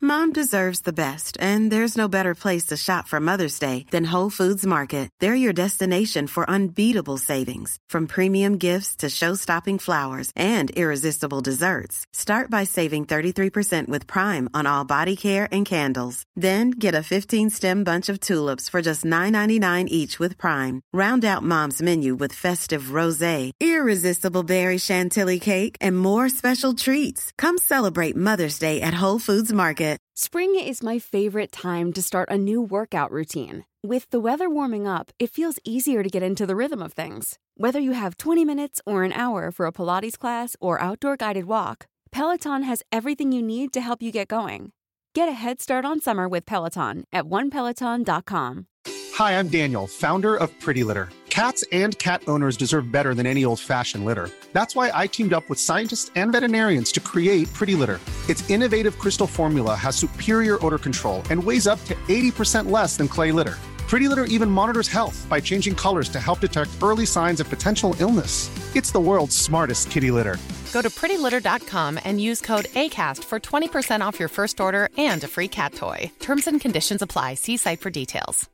Mom deserves the best, and there's no better place to shop for Mother's Day than Whole Foods Market. They're your destination for unbeatable savings, from premium gifts to show-stopping flowers and irresistible desserts. Start by saving 33% with Prime on all body care and candles. Then get a 15-stem bunch of tulips for just $9.99 each with Prime. Round out Mom's menu with festive rosé, irresistible berry chantilly cake, and more special treats. Come celebrate Mother's Day at Whole Foods Market. Spring is my favorite time to start a new workout routine. With the weather warming up, it feels easier to get into the rhythm of things. Whether you have 20 minutes or an hour for a Pilates class or outdoor guided walk, Peloton has everything you need to help you get going. Get a head start on summer with Peloton at onepeloton.com. Hi, I'm Daniel, founder of Pretty Litter. Cats and cat owners deserve better than any old-fashioned litter. That's why I teamed up with scientists and veterinarians to create Pretty Litter. Its innovative crystal formula has superior odor control and weighs up to 80% less than clay litter. Pretty Litter even monitors health by changing colors to help detect early signs of potential illness. It's the world's smartest kitty litter. Go to prettylitter.com and use code ACAST for 20% off your first order and a free cat toy. Terms and conditions apply. See site for details.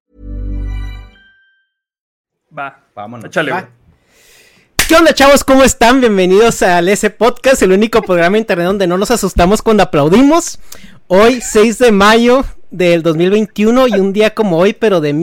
Va, vámonos. Échale, güey. ¿Qué onda, chavos? ¿Cómo están? Bienvenidos al S Podcast, el único programa de internet donde no nos asustamos cuando aplaudimos. Hoy, 6 de mayo del 2021 y un día como hoy, pero de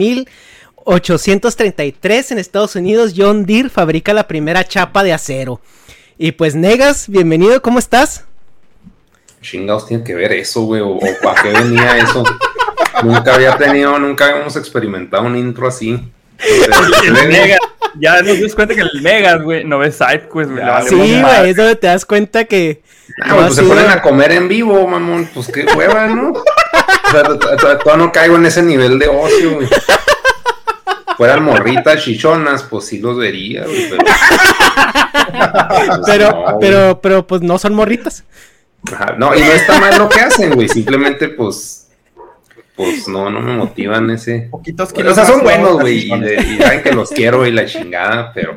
1833 en Estados Unidos, John Deere fabrica la primera chapa de acero. Y pues, Negas, bienvenido, ¿cómo estás? Chingados tiene que ver eso, güey, o para qué venía eso. Nunca habíamos experimentado un intro así. El Megas, ya nos dimos cuenta que el Megas, güey, no ves SideQuest, güey. Sí, güey, es donde te das cuenta que... pues se ponen a comer en vivo, mamón, pues qué hueva, ¿no? O sea, todavía no caigo en ese nivel de ocio, güey. Fueran morritas chichonas, pues sí los vería, güey, pero pues no son morritas. Ajá, no, y no está mal lo que hacen, güey, simplemente pues no me motivan ese. Poquitos kilos. O sea, son buenos, güey, y saben que los quiero y la chingada, pero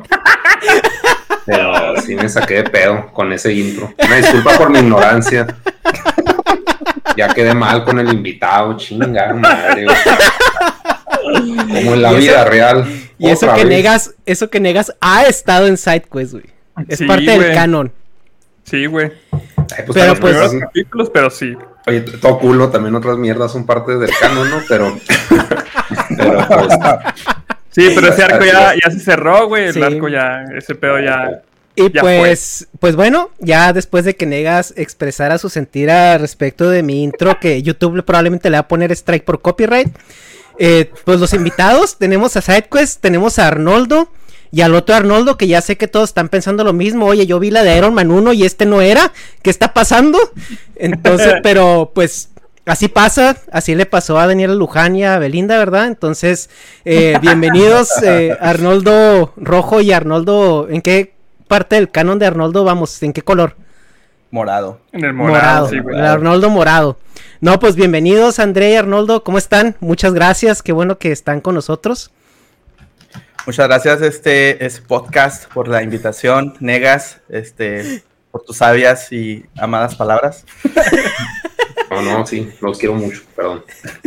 sí me saqué de pedo con ese intro. Una disculpa por mi ignorancia. Ya quedé mal con el invitado, chingada madre, güey. Como en la vida real. Y eso que Negas ha estado en SideQuest, güey. Es sí, parte del canon. Sí, güey. Pues pero pues los capítulos, pero sí. Oye, todo culo, también otras mierdas son parte del canon, ¿no? Pero pues... Sí, pero ese arco ya se cerró, güey. El arco ya, ese pedo ya... Y ya pues bueno, ya después de que Negas expresara su sentir al respecto de mi intro, que YouTube probablemente le va a poner strike por copyright, pues los invitados, tenemos a SideQuest, tenemos a Arnoldo, y al otro Arnoldo, que ya sé que todos están pensando lo mismo. Oye, yo vi la de Iron Man 1 y este no era. ¿Qué está pasando? Entonces, pero pues así pasa. Así le pasó a Daniela Luján y a Belinda, ¿verdad? Entonces, bienvenidos Arnoldo Rojo y Arnoldo. ¿En qué parte del canon de Arnoldo vamos? ¿En qué color? Morado. En el morado. Sí, el Arnoldo morado. No, pues bienvenidos André y Arnoldo. ¿Cómo están? Muchas gracias. Qué bueno que están con nosotros. Muchas gracias, es podcast, por la invitación, Negas, por tus sabias y amadas palabras. No, sí, los quiero mucho, perdón.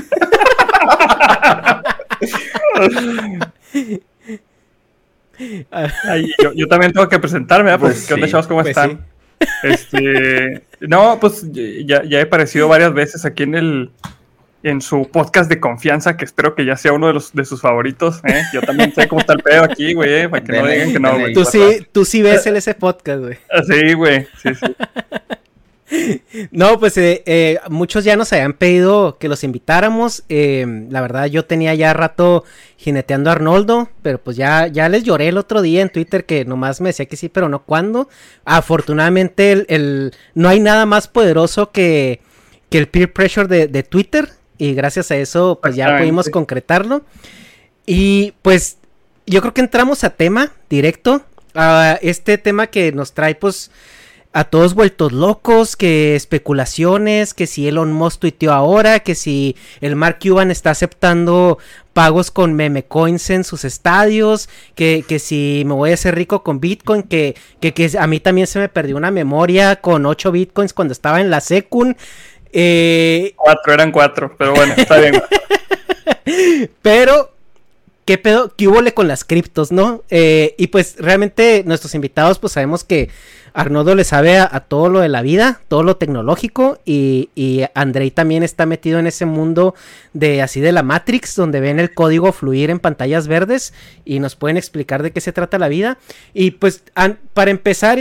Ay, yo también tengo que presentarme, ¿verdad? Pues, ¿qué onda, chavos? ¿Cómo están? Sí. No, pues ya he aparecido varias veces aquí en su podcast de confianza, que espero que ya sea uno de sus favoritos, ¿eh? Yo también sé cómo está el pedo aquí, güey, para que no digan que no, güey. Tú sí ves ese podcast, güey. Sí, güey, sí. No, pues muchos ya nos habían pedido que los invitáramos. La verdad, yo tenía ya rato jineteando a Arnoldo, pero pues ya les lloré el otro día en Twitter que nomás me decía que sí, pero no cuándo. Afortunadamente, no hay nada más poderoso que el peer pressure de Twitter. Y gracias a eso, pues ya pudimos concretarlo. Y pues yo creo que entramos a tema directo. A este tema que nos trae pues a todos vueltos locos, que especulaciones, que si Elon Musk tuiteó ahora, que si el Mark Cuban está aceptando pagos con meme coins en sus estadios, que si me voy a hacer rico con Bitcoin, que a mí también se me perdió una memoria con 8 Bitcoins cuando estaba en la secund. Eran cuatro, pero bueno, está bien. Pero, ¿qué pedo? ¿Qué hubole con las criptos, no? Y pues realmente nuestros invitados, pues sabemos que Arnoldo le sabe a todo lo de la vida, todo lo tecnológico, y Andrei también está metido en ese mundo de la Matrix, donde ven el código fluir en pantallas verdes y nos pueden explicar de qué se trata la vida. Y pues para empezar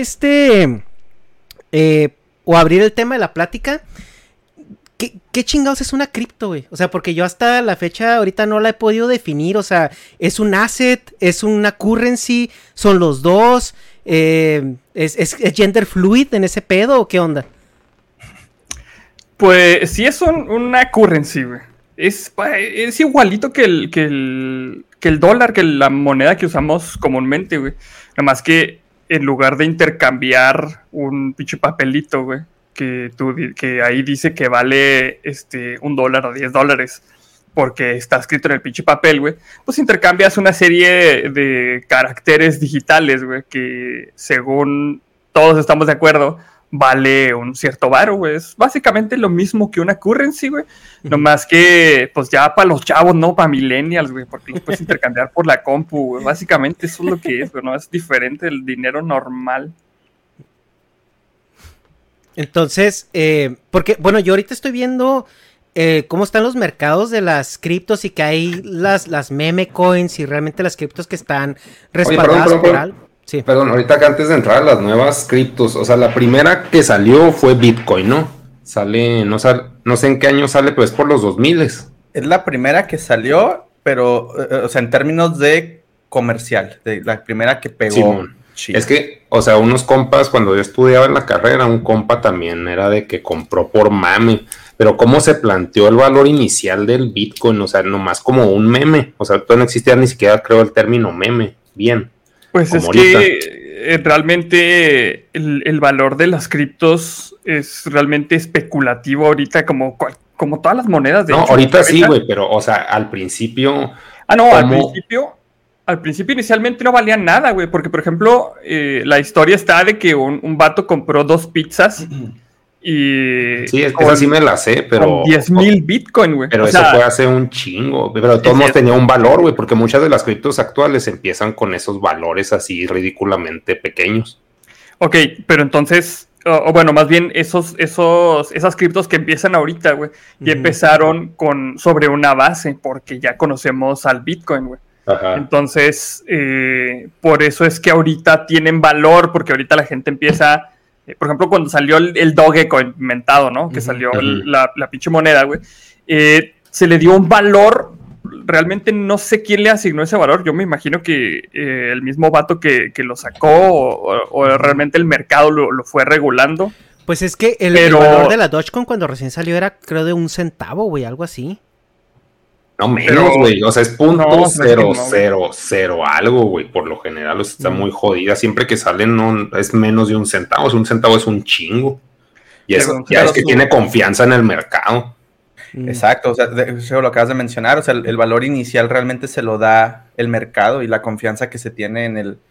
o abrir el tema de la plática, ¿qué chingados es una cripto, güey? O sea, porque yo hasta la fecha ahorita no la he podido definir. O sea, ¿es un asset? ¿Es una currency? ¿Son los dos? ¿Es gender fluid en ese pedo o qué onda? Pues sí es una currency, güey. Es igualito que el dólar, que la moneda que usamos comúnmente, güey. Nada más que en lugar de intercambiar un pinche papelito, güey, que ahí dice que vale $1 o $10 porque está escrito en el pinche papel, güey, pues intercambias una serie de caracteres digitales, güey, que según todos estamos de acuerdo vale un cierto varo, güey. Es básicamente lo mismo que una currency, güey. Nomás que, pues ya para los chavos, no para millennials, güey, porque los puedes intercambiar por la compu, güey. Básicamente eso es lo que es, güey, no es diferente del dinero normal. Entonces, porque, bueno, yo ahorita estoy viendo cómo están los mercados de las criptos y que hay las meme coins y realmente las criptos que están respaldadas por algo. Sí. Perdón, ahorita que antes de entrar a las nuevas criptos, o sea, la primera que salió fue Bitcoin, ¿no? No sé en qué año sale, pero es por los 2000. Es la primera que salió, pero, o sea, en términos de comercial, de la primera que pegó. Sí, es que, o sea, unos compas, cuando yo estudiaba en la carrera, un compa también era de que compró por mame, pero cómo se planteó el valor inicial del Bitcoin, o sea, nomás como un meme, o sea, todavía no existía ni siquiera, creo, el término meme, bien. Pues es ahorita. Que realmente el valor de las criptos es realmente especulativo ahorita, como todas las monedas. No, ahorita sí, güey, pero, o sea, al principio... Al principio inicialmente no valían nada, güey, porque, por ejemplo, la historia está de que un vato compró 2 pizzas y... Sí, esa sí me la sé, pero... Con 10,000 Bitcoin, güey. Pero eso fue hace un chingo, pero de todos modos tenía un valor, güey, porque muchas de las criptos actuales empiezan con esos valores así ridículamente pequeños. Ok, pero entonces... bueno, más bien esas criptos que empiezan ahorita, güey, ya empezaron sobre una base, porque ya conocemos al Bitcoin, güey. Ajá. Entonces, por eso es que ahorita tienen valor, porque ahorita la gente empieza, por ejemplo, cuando salió el Dogecoin inventado, ¿no? Que salió la pinche moneda, güey. Se le dio un valor, realmente no sé quién le asignó ese valor, yo me imagino que el mismo vato que lo sacó o realmente el mercado lo fue regulando. Pues es que el valor de la Dogecoin cuando recién salió era, creo, de 1 centavo, güey, algo así. No, menos, güey, o sea, es .000 algo, güey, por lo general, o sea, está muy jodida, siempre que salen no es menos de 1 centavo, un centavo es un chingo, y eso ya es que tiene confianza en el mercado. Exacto, o sea, eso lo acabas de mencionar, o sea, el valor inicial realmente se lo da el mercado y la confianza que se tiene en el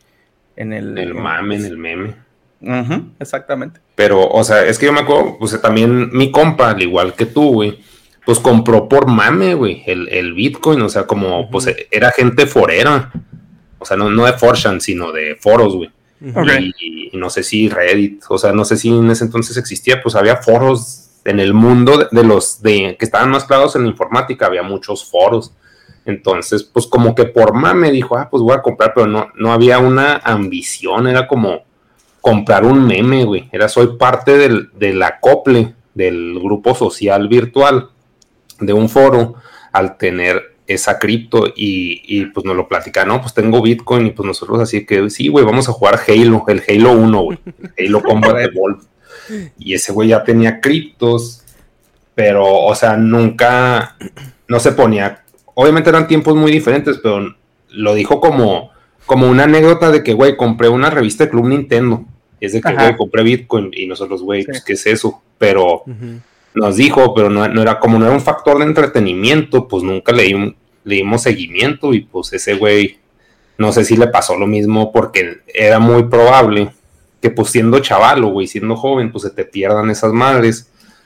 meme. Exactamente. Pero, o sea, es que yo me acuerdo, o sea, también mi compa, al igual que tú, güey, pues compró por mame, güey, el Bitcoin, o sea, como, pues, era gente forera, o sea, no de 4chan, sino de foros, güey. Okay. Y no sé si Reddit, o sea, no sé si en ese entonces existía, pues había foros en el mundo de los que estaban más clavados en la informática, había muchos foros. Entonces, pues como que por mame dijo, pues voy a comprar, pero no había una ambición, era como comprar un meme, güey. Soy parte del acople del grupo social virtual de un foro al tener esa cripto y pues nos lo platica, no, pues tengo Bitcoin y pues nosotros así que sí, güey, vamos a jugar Halo, el Halo 1, güey, el Halo Combat Evolved. Y ese güey ya tenía criptos, pero, o sea, nunca, no se ponía, obviamente eran tiempos muy diferentes, pero lo dijo como una anécdota de que, güey, compré una revista de Club Nintendo, y es de que, güey, compré Bitcoin, y nosotros, güey, pues, ¿qué es eso? Pero nos dijo, pero no era un factor de entretenimiento, pues nunca le dimos seguimiento, y pues ese güey, no sé si le pasó lo mismo, porque era muy probable que pues siendo chavalo, güey, siendo joven, pues se te pierdan esas madres.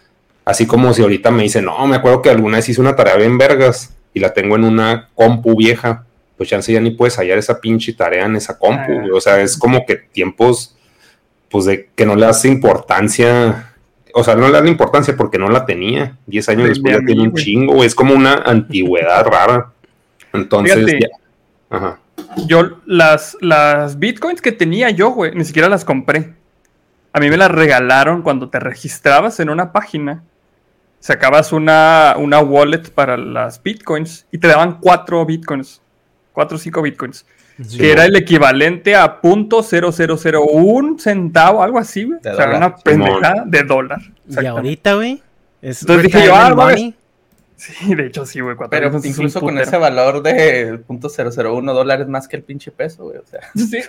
Así como si ahorita me dicen, no, me acuerdo que alguna vez hice una tarea bien vergas y la tengo en una compu vieja, pues chance ya ni puedes hallar esa pinche tarea en esa compu, güey. O sea, es como que tiempos, pues de que no le das importancia, o sea, no le das importancia porque no la tenía. 10 años después ya tiene un chingo, güey. Es como una antigüedad rara. Entonces, fíjate, ya. Ajá. Yo, las bitcoins que tenía yo, güey, ni siquiera las compré. A mí me las regalaron cuando te registrabas en una página. Sacabas una wallet para las bitcoins y te daban 4 bitcoins. 4 o 5 bitcoins. Sí, que era el equivalente a .0001 centavo, algo así, güey. O sea, era una pendejada de dólar. Y ahorita, güey. Entonces dije yo, güey. Sí, de hecho sí, güey. Pero incluso con ese valor de $0.001 más que el pinche peso, güey. O sea. Sí,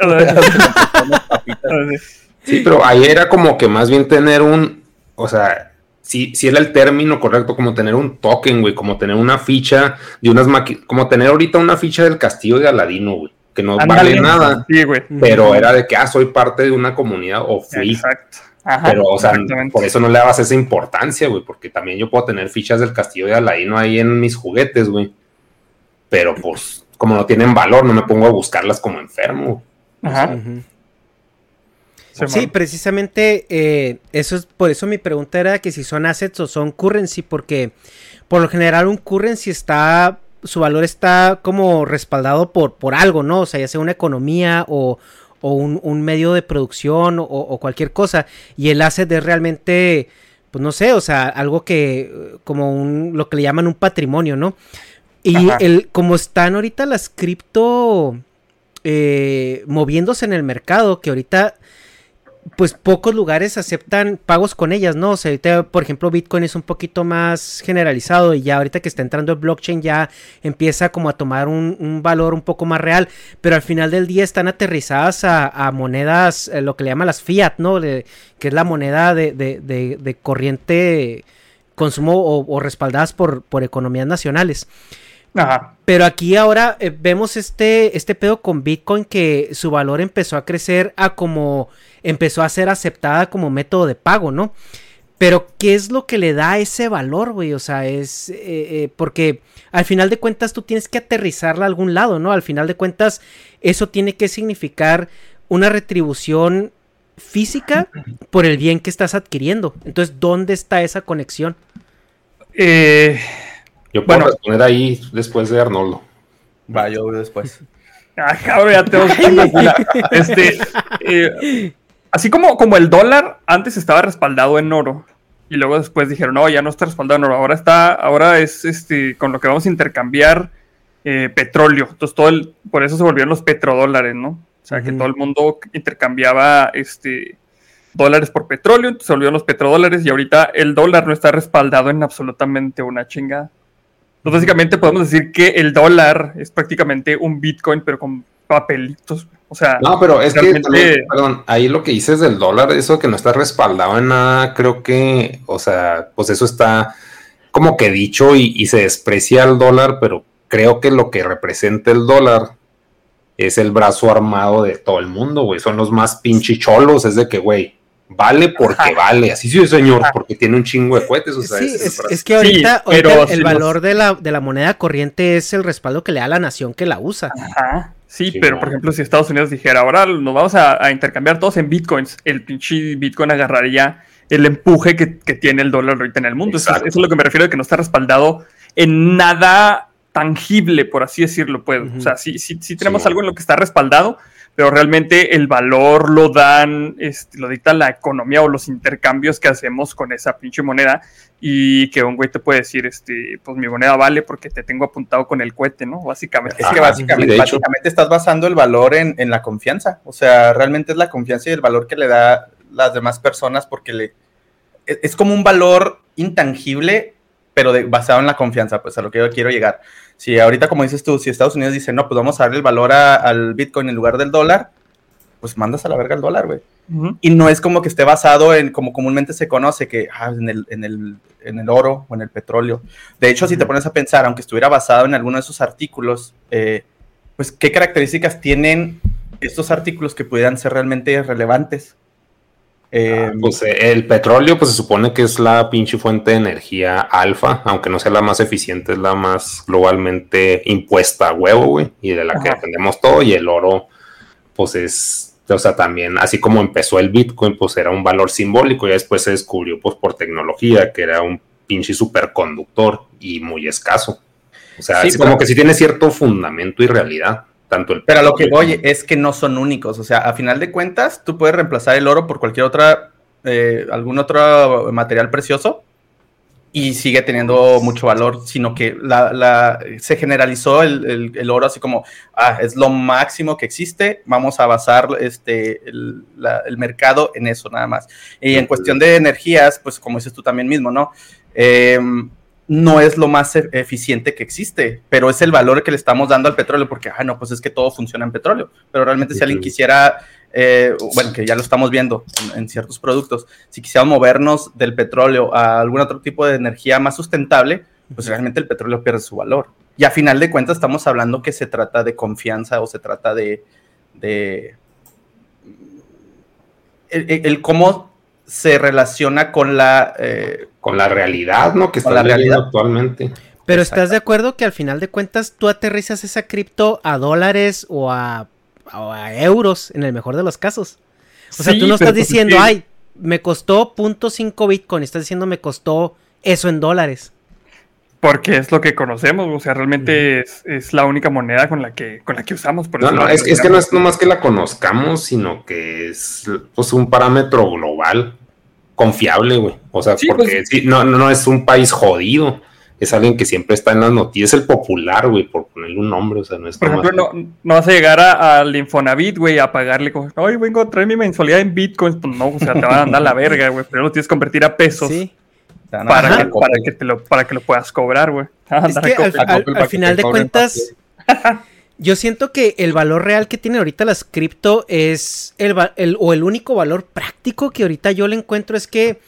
sí, pero ahí era como que más bien tener un, o sea, sí era el término correcto, como tener un token, güey, como tener una ficha de unas máquinas, como tener ahorita una ficha del Castillo de Aladino, güey, que no vale nada, sí, güey. Pero era de que, soy parte de una comunidad o fui. Exacto. Ajá, pero, o sea, por eso no le dabas esa importancia, güey, porque también yo puedo tener fichas del Castillo de Aladino ahí en mis juguetes, güey, pero pues, como no tienen valor, no me pongo a buscarlas como enfermo. Ajá. Sí, precisamente eso es, por eso mi pregunta era que si son assets o son currency, porque por lo general un currency su valor está como respaldado por algo, ¿no? O sea, ya sea una economía o un medio de producción o cualquier cosa, y el asset es realmente, pues no sé, o sea, algo que, como lo que le llaman un patrimonio, ¿no? Y como están ahorita las cripto moviéndose en el mercado, que ahorita pues pocos lugares aceptan pagos con ellas, ¿no? O sea, ahorita, por ejemplo, Bitcoin es un poquito más generalizado y ya ahorita que está entrando el blockchain ya empieza como a tomar un valor un poco más real, pero al final del día están aterrizadas a monedas, lo que le llaman las fiat, ¿no? Que es la moneda de corriente consumo o respaldadas por economías nacionales. Ajá. Pero aquí ahora vemos este pedo con Bitcoin, que su valor empezó a crecer como empezó a ser aceptada como método de pago, ¿no? Pero ¿qué es lo que le da ese valor, güey? O sea, es porque al final de cuentas tú tienes que aterrizarla a algún lado, ¿no? Al final de cuentas eso tiene que significar una retribución física por el bien que estás adquiriendo. Entonces, ¿dónde está esa conexión? Yo puedo responder ahí después de Arnoldo. Va, yo después. Cabrón, ya tengo así como el dólar antes estaba respaldado en oro y luego después dijeron, no, ya no está respaldado en oro, ahora es con lo que vamos a intercambiar petróleo. Entonces por eso se volvieron los petrodólares, ¿no? O sea, que todo el mundo intercambiaba dólares por petróleo, entonces se volvieron los petrodólares y ahorita el dólar no está respaldado en absolutamente una chingada. Entonces, básicamente podemos decir que el dólar es prácticamente un Bitcoin, pero con papelitos. O sea, no, pero es realmente... que también, perdón, ahí lo que dices del dólar, eso que no está respaldado en nada, creo que, o sea, pues eso está como que dicho y se desprecia el dólar, pero creo que lo que representa el dólar es el brazo armado de todo el mundo, güey. Son los más pinchicholos, es de que, güey, vale porque vale, así sí, señor, porque tiene un chingo de cohetes, o sea, sí, es que ahorita el valor de la moneda corriente es el respaldo que le da a la nación que la usa. Ajá, sí, pero por ejemplo, si Estados Unidos dijera, ahora nos vamos a intercambiar todos en bitcoins, el pinche bitcoin agarraría el empuje que tiene el dólar ahorita en el mundo. Eso es lo que me refiero de que no está respaldado en nada tangible, por así decirlo, pues. O sea, sí tenemos algo en lo que está respaldado, pero realmente el valor lo dan, lo dicta la economía o los intercambios que hacemos con esa pinche moneda, y que un güey te puede decir, pues mi moneda vale porque te tengo apuntado con el cohete, ¿no? Básicamente. Es que básicamente estás basando el valor en la confianza, o sea, realmente es la confianza y el valor que le da las demás personas, porque es como un valor intangible, pero basado en la confianza, pues a lo que yo quiero llegar. Si ahorita, como dices tú, si Estados Unidos dice, no, pues vamos a darle el valor al Bitcoin en lugar del dólar, pues mandas a la verga el dólar, güey. Y no es como que esté basado en, como comúnmente se conoce, que en el oro o en el petróleo. De hecho, si te pones a pensar, aunque estuviera basado en alguno de esos artículos, pues, ¿qué características tienen estos artículos que pudieran ser realmente relevantes? Pues el petróleo, pues se supone que es la pinche fuente de energía alfa, aunque no sea la más eficiente, es la más globalmente impuesta a huevo, güey, y de la que dependemos todo. Y el oro, pues es, o sea, también, así como empezó el Bitcoin, pues era un valor simbólico, y después se descubrió, pues por tecnología, que era un pinche superconductor y muy escaso. O sea, sí, es como que sí tiene cierto fundamento y realidad. Pero a lo que voy es que no son únicos, o sea, a final de cuentas, tú puedes reemplazar el oro por cualquier otra, algún otro material precioso y sigue teniendo mucho valor, sino que se generalizó el oro así como, es lo máximo que existe, vamos a basar el mercado en eso nada más. Y en cuestión de energías, pues como dices tú también mismo, ¿no? No es lo más eficiente que existe, pero es el valor que le estamos dando al petróleo, porque, no, pues es que todo funciona en petróleo, pero realmente si alguien quisiera, bueno, que ya lo estamos viendo en ciertos productos, si quisiéramos movernos del petróleo a algún otro tipo de energía más sustentable, pues realmente el petróleo pierde su valor. Y a final de cuentas estamos hablando que se trata de confianza o se trata de el cómo se relaciona con la realidad, ¿no? Que está viviendo actualmente. Pero ¿estás de acuerdo que al final de cuentas tú aterrizas esa cripto a dólares o a euros en el mejor de los casos? O sea, tú no estás diciendo, me costó 0.5 Bitcoin, estás diciendo me costó eso en dólares. Porque es lo que conocemos, o sea, realmente es la única moneda con la que usamos. Por es que no es nomás que la conozcamos, sino que es pues un parámetro global confiable, güey. O sea, porque no es un país jodido, es alguien que siempre está en las noticias, es el popular, güey, por ponerle un nombre, o sea, no es... Por ejemplo, no vas a llegar al Infonavit, güey, a pagarle como, ay, vengo a traer mi mensualidad en Bitcoins, pues no, o sea, te van a andar la verga, güey, pero lo tienes que convertir a pesos. Sí. Para que lo puedas cobrar, güey. Es que al final de cuentas, yo siento que el valor real que tienen ahorita las cripto es el único valor práctico que ahorita yo le encuentro es que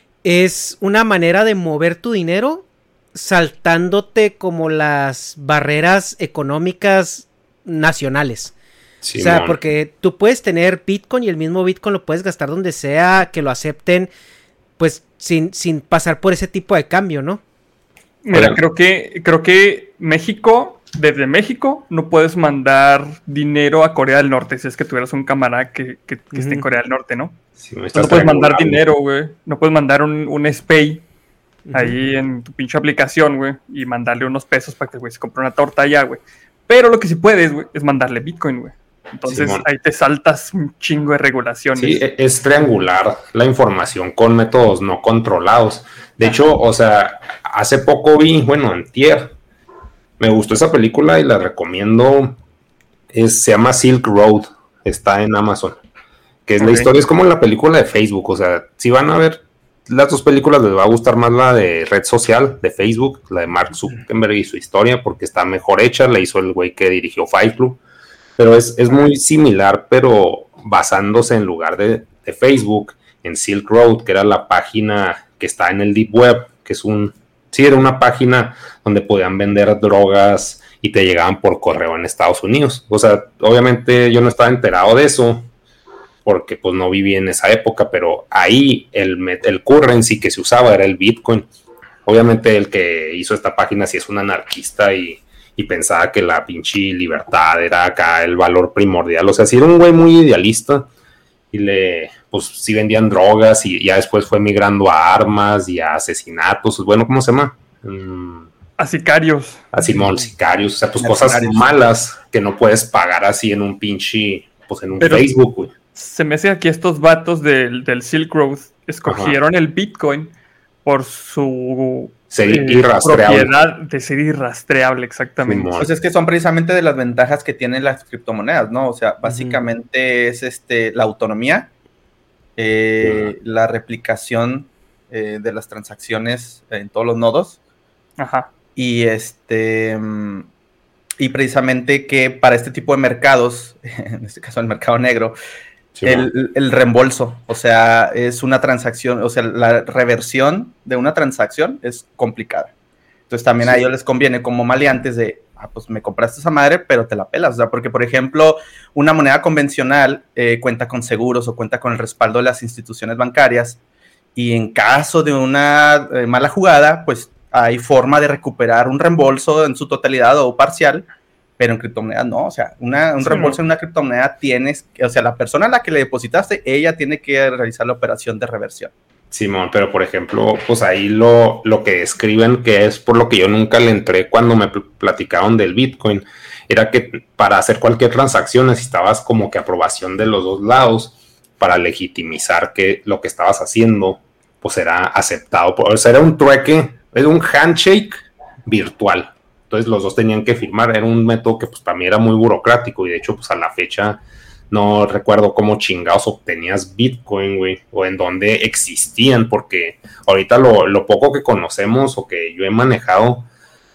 es una manera de mover tu dinero saltándote como las barreras económicas nacionales. Sí, o sea, porque tú puedes tener Bitcoin y el mismo Bitcoin lo puedes gastar donde sea, que lo acepten, pues sin pasar por ese tipo de cambio, ¿no? Mira, creo que desde México no puedes mandar dinero a Corea del Norte si es que tuvieras un camarada que esté en Corea del Norte, ¿no? Sí, no puedes mandar dinero, güey. No puedes mandar un SPAY ahí en tu pinche aplicación, güey, y mandarle unos pesos para que el güey se compre una torta allá, güey. Pero lo que sí puedes, güey, es mandarle Bitcoin, güey. Entonces ahí te saltas un chingo de regulaciones. Sí, es triangular la información con métodos no controlados. De hecho, o sea, hace poco antier, me gustó esa película y la recomiendo. Se llama Silk Road, está en Amazon. Que es la historia, es como la película de Facebook. O sea, si van a ver las dos películas, les va a gustar más la de red social de Facebook, la de Mark Zuckerberg y su historia, porque está mejor hecha. La hizo el güey que dirigió Fight Club. Pero es muy similar, pero basándose en lugar de Facebook, en Silk Road, que era la página que está en el Deep Web, que era una página donde podían vender drogas y te llegaban por correo en Estados Unidos. O sea, obviamente yo no estaba enterado de eso, porque pues no viví en esa época, pero ahí el currency que se usaba era el Bitcoin. Obviamente el que hizo esta página sí es un anarquista y pensaba que la pinche libertad era acá el valor primordial. O sea, sí era un güey muy idealista y pues sí vendían drogas y ya después fue migrando a armas y a asesinatos. Bueno, ¿cómo se llama? A sicarios. A sicarios. O sea, pues cosas malas que no puedes pagar así en un pinche, pues en un Facebook, güey. Se me hace que estos vatos del Silk Road escogieron el Bitcoin por su... ser irrastreable. Propiedad de ser irrastreable, exactamente. Pues es que son precisamente de las ventajas que tienen las criptomonedas, ¿no? O sea, básicamente es la autonomía, la replicación de las transacciones en todos los nodos. Ajá. Y y precisamente que para este tipo de mercados, en este caso el mercado negro, el reembolso, o sea, es una transacción, o sea, la reversión de una transacción es complicada. Entonces también a ellos les conviene como maleantes de, pues me compraste esa madre, pero te la pelas, o sea, porque, por ejemplo, una moneda convencional cuenta con seguros o cuenta con el respaldo de las instituciones bancarias, y en caso de una mala jugada, pues hay forma de recuperar un reembolso en su totalidad o parcial, pero en criptomonedas no, o sea, un reembolso en una criptomoneda o sea, la persona a la que le depositaste, ella tiene que realizar la operación de reversión. Simón, pero por ejemplo, pues ahí lo que escriben, que es por lo que yo nunca le entré cuando me platicaron del Bitcoin, era que para hacer cualquier transacción necesitabas como que aprobación de los dos lados para legitimizar que lo que estabas haciendo pues era aceptado. O sea, era un trueque, era un handshake virtual. Entonces los dos tenían que firmar. Era un método que pues para mí era muy burocrático, y de hecho pues a la fecha no recuerdo cómo chingados obtenías Bitcoin, güey, o en dónde existían, porque ahorita lo poco que conocemos o que yo he manejado,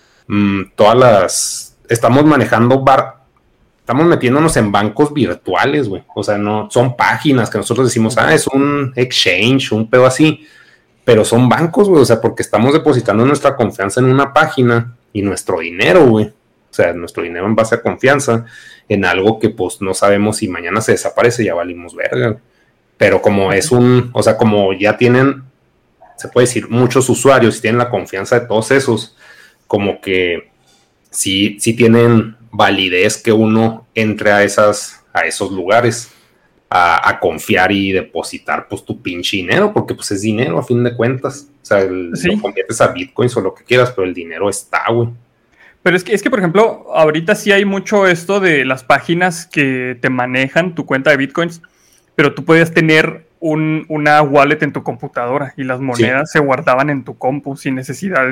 estamos manejando estamos metiéndonos en bancos virtuales, güey. O sea, no son páginas que nosotros decimos, es un exchange, un pedo así, pero son bancos, güey. O sea, porque estamos depositando nuestra confianza en una página y nuestro dinero, güey. O sea, nuestro dinero en base a confianza en algo que pues no sabemos si mañana se desaparece, ya valimos verga. Pero como o sea, como ya tienen, se puede decir, muchos usuarios y tienen la confianza de todos esos, como que sí tienen validez que uno entre a esos lugares a confiar y depositar pues tu pinche dinero, porque pues es dinero a fin de cuentas. O sea, lo conviertes a bitcoins o lo que quieras, pero el dinero está, güey. Pero es que, por ejemplo, ahorita sí hay mucho esto de las páginas que te manejan tu cuenta de bitcoins, pero tú podías tener una wallet en tu computadora y las monedas se guardaban en tu compu sin necesidad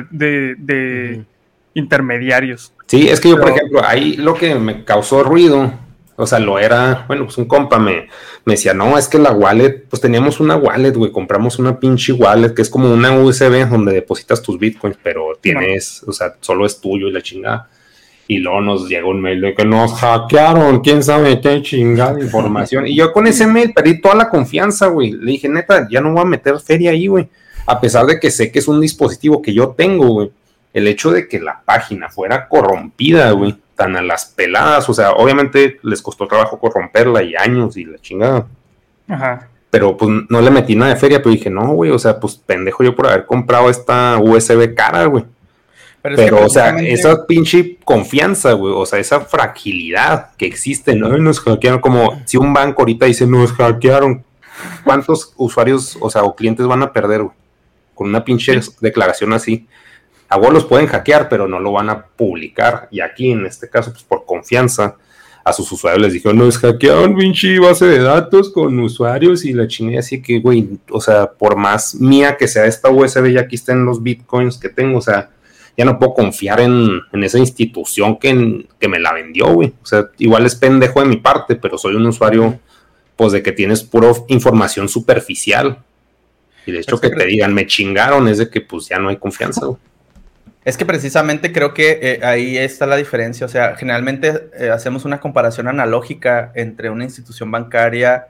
de intermediarios. Sí, es que yo, por ejemplo, ahí lo que me causó ruido, o sea, pues un compa me decía, no, es que la wallet, pues teníamos una wallet, güey, compramos una pinche wallet que es como una USB donde depositas tus bitcoins, pero o sea, solo es tuyo y la chingada. Y luego nos llegó un mail de que nos hackearon, quién sabe qué chingada información. Y yo con ese mail perdí toda la confianza, güey. Le dije, neta, ya no voy a meter feria ahí, güey. A pesar de que sé que es un dispositivo que yo tengo, güey. El hecho de que la página fuera corrompida, güey, tan a las peladas, o sea, obviamente les costó trabajo corromperla y años y la chingada. Ajá. Pero pues no le metí nada de feria, pero dije, no, güey, o sea, pues pendejo yo por haber comprado esta USB cara, güey. Pero o sea, esa pinche confianza, güey, o sea, esa fragilidad que existe, ¿no? Nos hackearon, como si un banco ahorita dice, nos hackearon. ¿Cuántos usuarios, o sea, o clientes van a perder, güey? Con una pinche declaración así. A vos los pueden hackear, pero no lo van a publicar. Y aquí, en este caso, pues por confianza, a sus usuarios les dijeron, nos hackearon pinche base de datos con usuarios y la chingada. Así que, güey, o sea, por más mía que sea esta USB, ya aquí están los bitcoins que tengo, o sea, ya no puedo confiar en esa institución que me la vendió, güey. O sea, igual es pendejo de mi parte, pero soy un usuario, pues, de que tienes pura información superficial. Y de hecho que te digan, me chingaron, es de que, pues, ya no hay confianza, güey. Es que precisamente creo que ahí está la diferencia. O sea, generalmente hacemos una comparación analógica entre una institución bancaria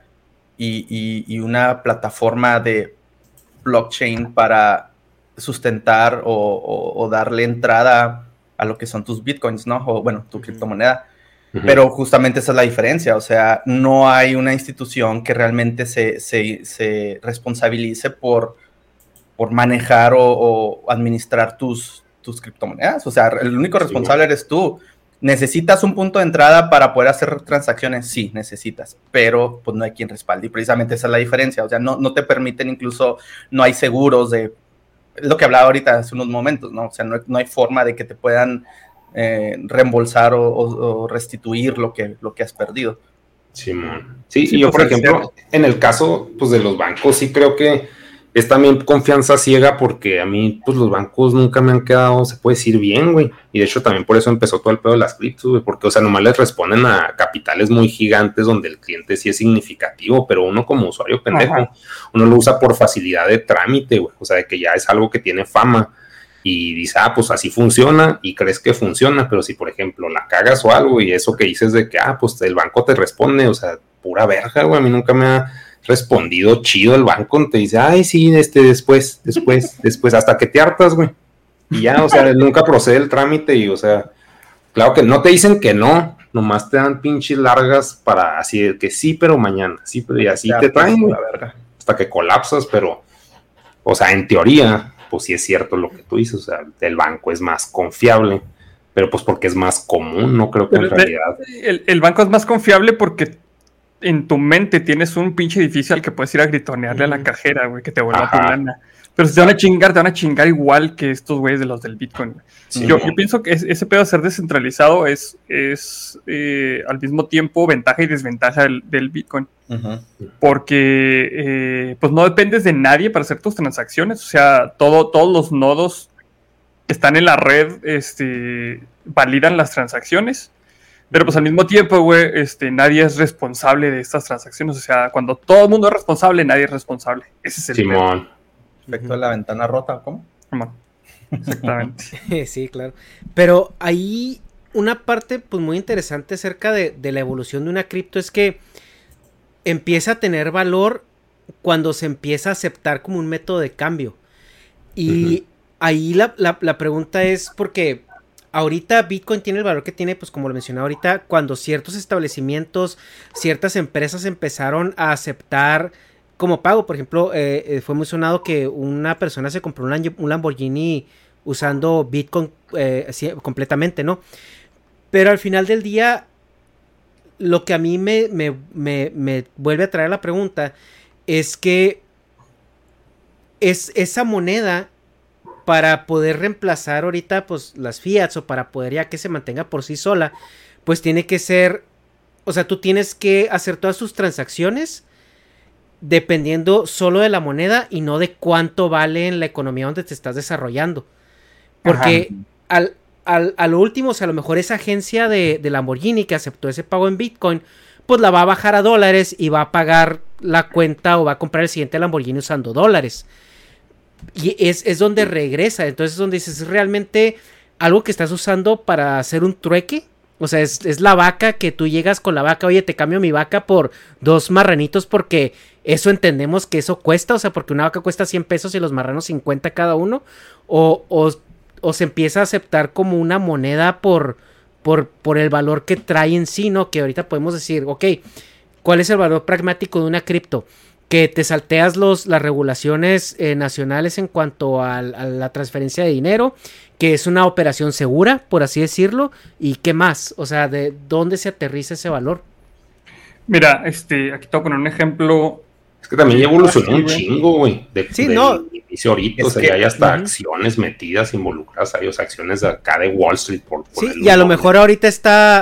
y una plataforma de blockchain para sustentar o darle entrada a lo que son tus bitcoins, ¿no? O bueno, tu criptomoneda. Uh-huh. Pero justamente esa es la diferencia. O sea, no hay una institución que realmente se responsabilice por manejar o administrar tus criptomonedas. O sea, el único responsable eres tú. ¿Necesitas un punto de entrada para poder hacer transacciones? Sí, necesitas, pero pues no hay quien respalde, y precisamente esa es la diferencia. O sea, no te permiten, incluso no hay seguros de lo que hablaba ahorita hace unos momentos, ¿no? O sea, no hay forma de que te puedan reembolsar o restituir lo que has perdido. Sí, y yo, por ejemplo, en el caso pues de los bancos, sí creo que es también confianza ciega, porque a mí, pues, los bancos nunca me han quedado, se puede decir, bien, güey. Y de hecho también por eso empezó todo el pedo de las criptos, güey, porque, o sea, nomás les responden a capitales muy gigantes donde el cliente sí es significativo, pero uno como usuario pendejo, uno lo usa por facilidad de trámite, güey. O sea, de que ya es algo que tiene fama y dice, pues así funciona, y crees que funciona, pero si, por ejemplo, la cagas o algo y eso que dices de que, pues el banco te responde, o sea, pura verga, güey. A mí nunca me ha respondido chido el banco, te dice, ay, sí, después, hasta que te hartas, güey, y ya, o sea, nunca procede el trámite, y, o sea, Claro que no te dicen que no, nomás te dan pinches largas para así de que sí, pero mañana, sí, pero y así ya, te traen, güey, hasta que colapsas, pero, o sea, en teoría, pues sí es cierto lo que tú dices, o sea, el banco es más confiable, pero pues porque es más común, no creo que en realidad. El banco es más confiable porque en tu mente tienes un pinche edificio al que puedes ir a gritonearle a la cajera, güey, que te vuelva tu lana. Pero si te van a chingar igual que estos güeyes de los del Bitcoin. Sí. Yo pienso que ese pedo de ser descentralizado es al mismo tiempo ventaja y desventaja del Bitcoin. Porque pues no dependes de nadie para hacer tus transacciones. O sea, todos los nodos que están en la red validan las transacciones. Pero pues al mismo tiempo, güey, nadie es responsable de estas transacciones. O sea, cuando todo el mundo es responsable, nadie es responsable. Ese es el Simón. Efecto de la ventana rota, ¿cómo? Simón. Exactamente. Sí, claro. Pero ahí una parte pues muy interesante acerca de la evolución de una cripto es que empieza a tener valor cuando se empieza a aceptar como un método de cambio. Y ahí la pregunta es porque ahorita Bitcoin tiene el valor que tiene, pues como lo mencionaba ahorita, cuando ciertos establecimientos, ciertas empresas empezaron a aceptar como pago. Por ejemplo, fue muy sonado que una persona se compró un Lamborghini usando Bitcoin completamente, ¿no? Pero al final del día, lo que a mí me vuelve a traer la pregunta es que esa moneda, para poder reemplazar ahorita pues las fiats o para poder ya que se mantenga por sí sola, pues tiene que ser, o sea, tú tienes que hacer todas tus transacciones dependiendo solo de la moneda y no de cuánto vale en la economía donde te estás desarrollando. Porque a lo último, o sea, a lo mejor esa agencia de Lamborghini que aceptó ese pago en Bitcoin, pues la va a bajar a dólares y va a pagar la cuenta o va a comprar el siguiente Lamborghini usando dólares. Y es donde regresa. Entonces es donde dices, ¿es realmente algo que estás usando para hacer un trueque? O sea, es la vaca que tú llegas con la vaca, oye, te cambio mi vaca por 2 marranitos porque eso entendemos que eso cuesta, o sea, porque una vaca cuesta 100 pesos y los marranos 50 cada uno, o se empieza a aceptar como una moneda por el valor que trae en sí, ¿no? Que ahorita podemos decir, ok, ¿cuál es el valor pragmático de una cripto? Que te salteas las regulaciones nacionales en cuanto a la transferencia de dinero, que es una operación segura, por así decirlo, y qué más, o sea, ¿de dónde se aterriza ese valor? Mira, aquí te voy a poner un ejemplo. Es que también ya evolucionó un chingo, güey. No. Inicio ahorita, o sea, ya hay hasta acciones metidas, involucradas, hay acciones de acá de Wall Street. Sí, y a lo mejor ahorita está,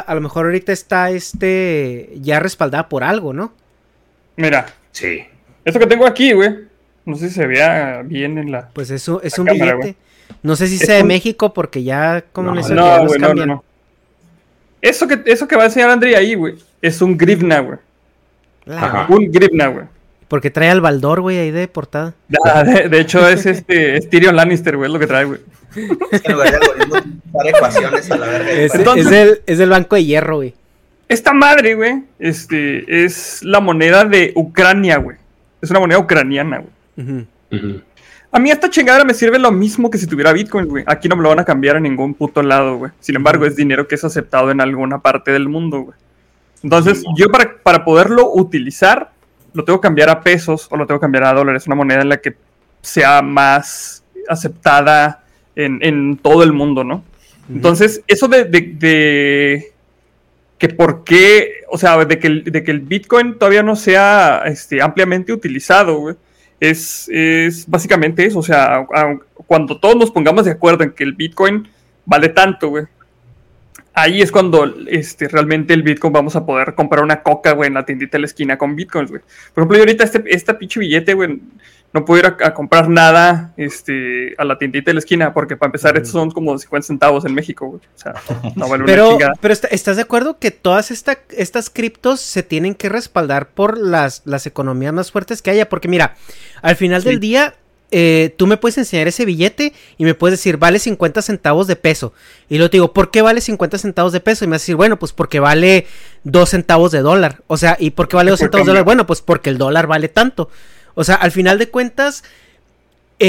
ya respaldada por algo, ¿no? Mira. Sí. Esto que tengo aquí, güey, no sé si se vea bien en la... Pues eso es un cámara, billete. Güey. No sé si sea de México porque ya como no. Eso que va a enseñar André ahí, güey, es un grivna, güey. Un grivna, güey. Porque trae al Baldor, güey, ahí de portada. De hecho es es Tyrion Lannister, güey, es lo que trae, güey. Es que en lugar de algoritmo, para ecuaciones a la verga. Es el Banco de Hierro, güey. Esta madre, güey, es la moneda de Ucrania, güey. Es una moneda ucraniana, güey. A mí esta chingadera me sirve lo mismo que si tuviera Bitcoin, güey. Aquí no me lo van a cambiar a ningún puto lado, güey. Sin embargo, es dinero que es aceptado en alguna parte del mundo, güey. Entonces, yo para poderlo utilizar, lo tengo que cambiar a pesos o lo tengo que cambiar a dólares. Una moneda en la que sea más aceptada en todo el mundo, ¿no? Entonces, eso de que por qué, o sea, de que el Bitcoin todavía no sea ampliamente utilizado, güey, es básicamente eso. O sea, cuando todos nos pongamos de acuerdo en que el Bitcoin vale tanto, güey, ahí es cuando realmente el Bitcoin vamos a poder comprar una coca, güey, en la tiendita de la esquina con Bitcoins, güey. Por ejemplo, yo ahorita este pinche billete, güey, no puedo ir a comprar nada a la tiendita de la esquina, porque para empezar estos son como 50 centavos en México, güey. O sea, no vale una chingada. Pero ¿estás de acuerdo que todas estas criptos se tienen que respaldar por las economías más fuertes que haya? Porque mira, al final del día, tú me puedes enseñar ese billete y me puedes decir, vale 50 centavos de peso. Y luego te digo, ¿por qué vale 50 centavos de peso? Y me vas a decir, bueno, pues porque vale 2 centavos de dólar. O sea, ¿y por qué vale 2 centavos de dólar? Bueno, pues porque el dólar vale tanto. O sea, al final de cuentas,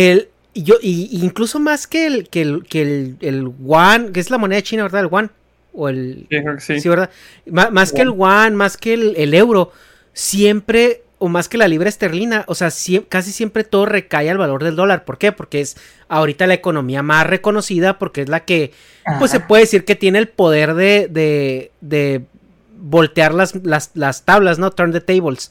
incluso más que el yuan, que es la moneda china, ¿verdad? El yuan. o el... Sí, sí, ¿verdad? Más que el yuan, más que el euro, siempre, o más que la libra esterlina, o sea, casi siempre todo recae al valor del dólar. ¿Por qué? Porque es ahorita la economía más reconocida, porque es la que, pues se puede decir que tiene el poder de voltear las tablas, ¿no? Turn the tables.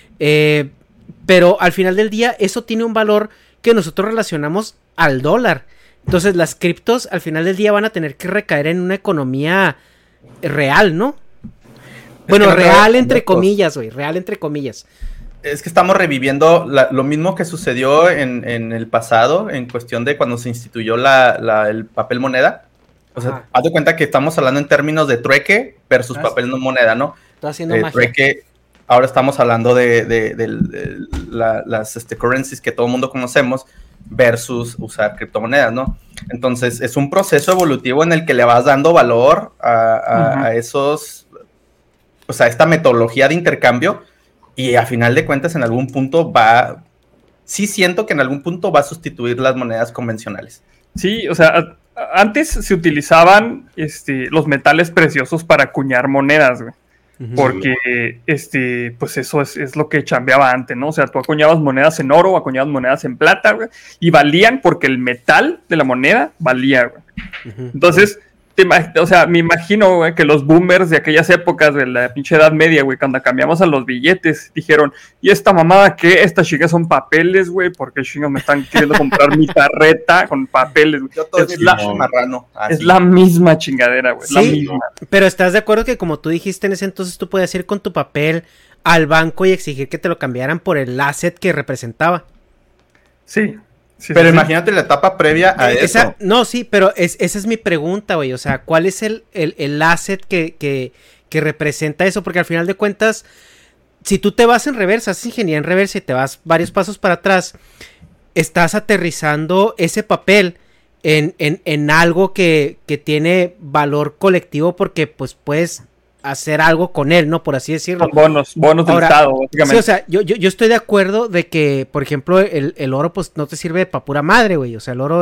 Pero al final del día, eso tiene un valor que nosotros relacionamos al dólar. Entonces las criptos al final del día van a tener que recaer en una economía real, ¿no? Bueno, real entre comillas, güey, real entre comillas. Es que estamos reviviendo lo mismo que sucedió en el pasado, en cuestión de cuando se instituyó el papel moneda. O sea, haz de cuenta que estamos hablando en términos de trueque versus papel moneda, ¿no? Está haciendo magia. Trueque, ahora estamos hablando de las currencies que todo el mundo conocemos, versus usar criptomonedas, ¿no? Entonces, es un proceso evolutivo en el que le vas dando valor a esos, o sea, esta metodología de intercambio, y a final de cuentas, en algún punto sí siento que en algún punto va a sustituir las monedas convencionales. Sí, o sea, antes se utilizaban los metales preciosos para acuñar monedas, güey. Porque, pues eso es lo que chambeaba antes, ¿no? O sea, tú acuñabas monedas en oro, acuñabas monedas en plata, güey, y valían porque el metal de la moneda valía, güey. Entonces, o sea, me imagino, güey, que los boomers de aquellas épocas de la pinche Edad Media, güey, cuando cambiamos a los billetes, dijeron, ¿y esta mamada qué? Estas chicas son papeles, güey, porque chingos me están queriendo comprar mi tarreta con papeles, güey. Es la misma chingadera, güey, sí, la misma. Pero ¿estás de acuerdo que como tú dijiste en ese entonces tú podías ir con tu papel al banco y exigir que te lo cambiaran por el asset que representaba? Sí. Sí, pero imagínate la etapa previa a eso. No, sí, pero esa es mi pregunta, güey. O sea, ¿cuál es el asset que representa eso? Porque al final de cuentas, si tú te vas en reversa, haces ingeniería en reversa y te vas varios pasos para atrás, estás aterrizando ese papel en algo que tiene valor colectivo porque pues puedes hacer algo con él, ¿no? Por así decirlo. Bonos del Estado, básicamente. Sí, o sea, yo estoy de acuerdo de que, por ejemplo, el oro, pues, no te sirve para pura madre, güey. O sea, el oro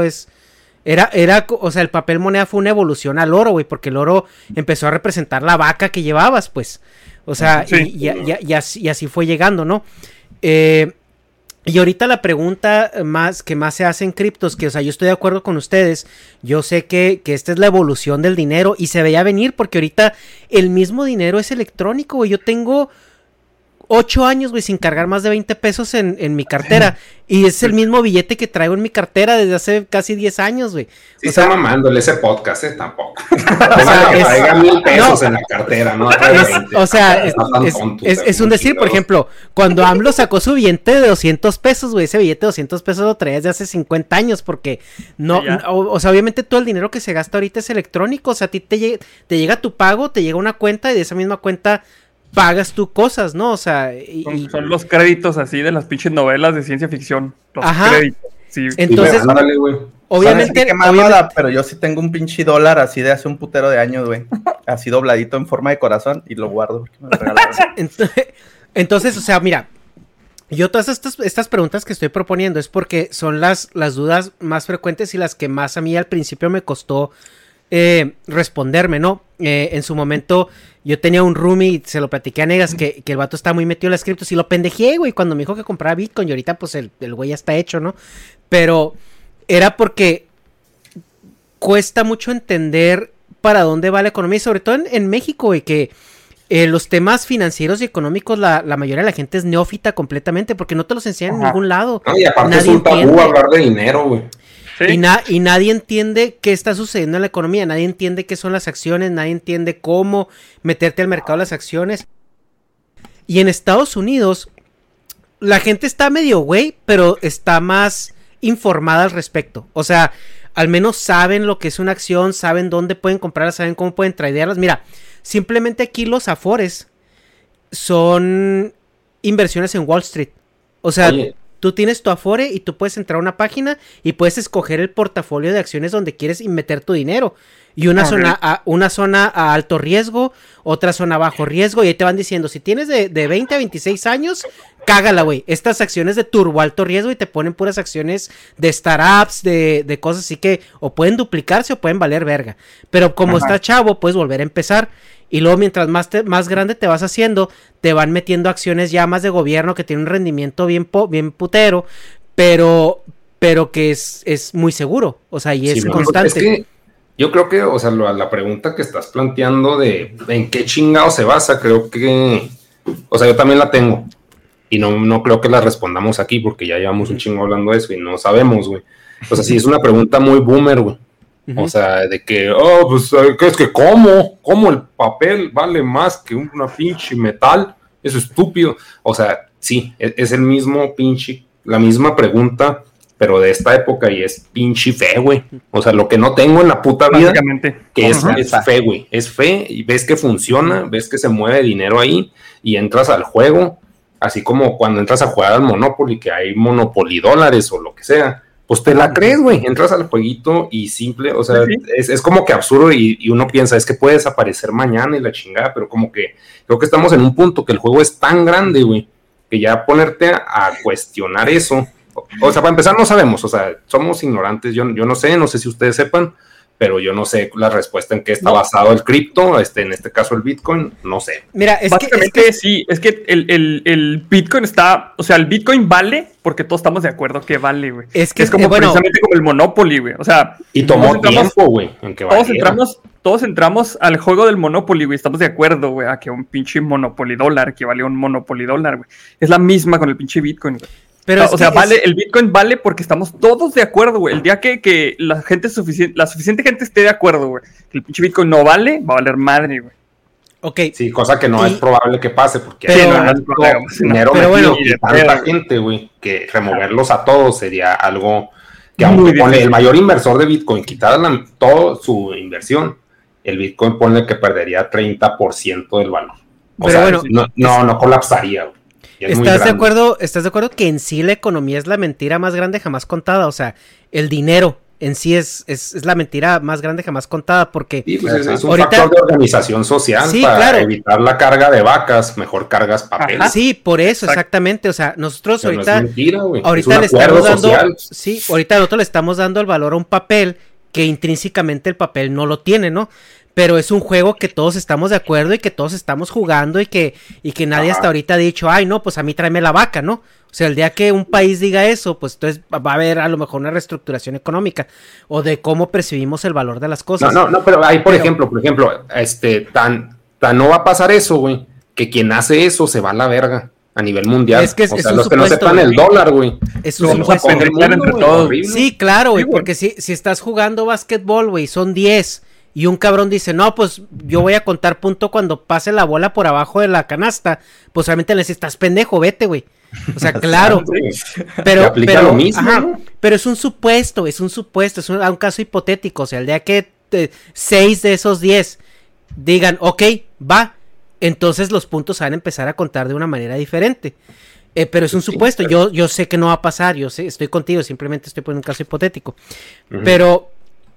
o sea, el papel moneda fue una evolución al oro, güey, porque el oro empezó a representar la vaca que llevabas, pues. O sea, sí. y así fue llegando, ¿no? Y ahorita la pregunta que más se hace en criptos, que, o sea, yo estoy de acuerdo con ustedes, yo sé que esta es la evolución del dinero y se veía venir porque ahorita el mismo dinero es electrónico, güey. Yo tengo 8 años, güey, sin cargar más de 20 pesos en mi cartera. Y es el mismo billete que traigo en mi cartera desde hace casi 10 años, güey. Sí, está mamándole ese podcast, tampoco. O sea, que traiga 1,000 pesos en la cartera, ¿no? O sea, es un decir, por ejemplo, cuando AMLO sacó su billete de 200 pesos, güey, ese billete de 200 pesos lo traías de hace 50 años, porque o sea, obviamente todo el dinero que se gasta ahorita es electrónico. O sea, a ti te llega tu pago, te llega una cuenta y de esa misma cuenta pagas tú cosas, ¿no? O sea, son los créditos así de las pinches novelas de ciencia ficción. Los créditos. Sí. Entonces, obviamente, pero yo sí tengo un pinche dólar así de hace un putero de años, güey. Así dobladito en forma de corazón y lo guardo porque me lo regalaron. Entonces, o sea, mira, yo todas estas preguntas que estoy proponiendo es porque son las dudas más frecuentes y las que más a mí al principio me costó responderme, ¿no? En su momento yo tenía un roomie y se lo platiqué a Negas que el vato estaba muy metido en las criptos y lo pendejé, güey, cuando me dijo que compraba Bitcoin y ahorita pues el güey ya está hecho, ¿no? Pero era porque cuesta mucho entender para dónde va la economía y sobre todo en México, güey, que los temas financieros y económicos la mayoría de la gente es neófita completamente porque no te los enseñan en ningún lado. No, y aparte es un tabú hablar de dinero, güey. Sí. Y nadie entiende qué está sucediendo en la economía, nadie entiende qué son las acciones, nadie entiende cómo meterte al mercado de las acciones. Y en Estados Unidos, la gente está medio güey, pero está más informada al respecto. O sea, al menos saben lo que es una acción, saben dónde pueden comprarla, saben cómo pueden tradearlas. Mira, simplemente aquí los afores son inversiones en Wall Street. O sea, tú tienes tu Afore y tú puedes entrar a una página y puedes escoger el portafolio de acciones donde quieres meter tu dinero. Y una zona a alto riesgo, otra zona a bajo riesgo, y ahí te van diciendo, si tienes de 20 a 26 años, cágala, güey. Estas acciones de turbo alto riesgo y te ponen puras acciones de startups, de cosas así que o pueden duplicarse o pueden valer verga. Pero como está chavo, puedes volver a empezar. Y luego mientras más grande te vas haciendo, te van metiendo acciones ya más de gobierno que tienen un rendimiento bien putero, pero que es muy seguro. O sea, y es constante. Es que yo creo que, o sea, la pregunta que estás planteando de en qué chingado se basa, creo que, o sea, yo también la tengo. Y no creo que la respondamos aquí porque ya llevamos un chingo hablando de eso y no sabemos, güey. O sea, sí es una pregunta muy boomer, güey. O sea, de que, pues, ¿qué es que cómo el papel vale más que una pinche metal? Eso es estúpido. O sea, sí, es el mismo pinche, la misma pregunta, pero de esta época y es pinche fe, güey. O sea, lo que no tengo en la puta vida, que es fe, güey. Es fe y ves que funciona, ves que se mueve dinero ahí y entras al juego. Así como cuando entras a jugar al Monopoly, que hay Monopoly dólares o lo que sea, pues te la crees, güey. Entras al jueguito y simple, o sea, es como que absurdo y uno piensa, es que puede desaparecer mañana y la chingada, pero como que creo que estamos en un punto que el juego es tan grande, güey, que ya ponerte a cuestionar eso, o sea, para empezar no sabemos, o sea, somos ignorantes, yo no sé si ustedes sepan, pero yo no sé la respuesta en qué está basado el cripto, en este caso el Bitcoin, no sé. Mira, es que el Bitcoin está, o sea, el Bitcoin vale porque todos estamos de acuerdo que vale, güey. Es como precisamente como el Monopoly, güey, o sea. Y tomó tiempo, güey, en que valiera. Todos entramos al juego del Monopoly, güey, estamos de acuerdo, güey, a que un pinche Monopoly dólar, que vale un Monopoly dólar, güey. Es la misma con el pinche Bitcoin, güey. Pero el Bitcoin vale porque estamos todos de acuerdo, güey. El día que la suficiente gente esté de acuerdo, güey, que el pinche Bitcoin no vale, va a valer madre, güey. Ok. Sí, cosa que no es probable que pase, porque hay dinero metido y tanta gente, güey, que removerlos a todos sería algo que, aunque pone el mayor inversor de Bitcoin, quitar toda su inversión, el Bitcoin pone que perdería 30% del valor. O sea, no colapsaría, güey. ¿Estás de acuerdo que en sí la economía es la mentira más grande jamás contada? O sea, el dinero en sí es la mentira más grande jamás contada, porque sí, pues es un factor de organización social, para evitar la carga de vacas, mejor cargas papel. Ajá. Sí, por eso, exactamente. O sea, nosotros pero ahorita, no es mentira, ahorita le estamos dando, ahorita nosotros le estamos dando el valor a un papel que intrínsecamente el papel no lo tiene, ¿no? Pero es un juego que todos estamos de acuerdo y que todos estamos jugando y que nadie hasta ahorita ha dicho, ay, no, pues a mí tráeme la vaca, ¿no? O sea, el día que un país diga eso, pues entonces va a haber a lo mejor una reestructuración económica o de cómo percibimos el valor de las cosas. No, pero ahí, por ejemplo, tan no va a pasar eso, güey, que quien hace eso se va a la verga a nivel mundial. Es que o sea, los que no sepan el dólar, güey. Es un supuesto. Entre todos. Sí, claro, güey, porque si estás jugando básquetbol, güey, son 10... y un cabrón dice, no, pues yo voy a contar punto cuando pase la bola por abajo de la canasta, pues realmente le dices, estás pendejo, vete, güey. O sea, claro. pero lo mismo, ¿no? Pero es un supuesto, es un caso hipotético. O sea, el día que 6 de esos 10 digan, ok, va, entonces los puntos van a empezar a contar de una manera diferente. Pero es un supuesto, yo sé que no va a pasar, yo sé, estoy contigo, simplemente estoy poniendo un caso hipotético. Pero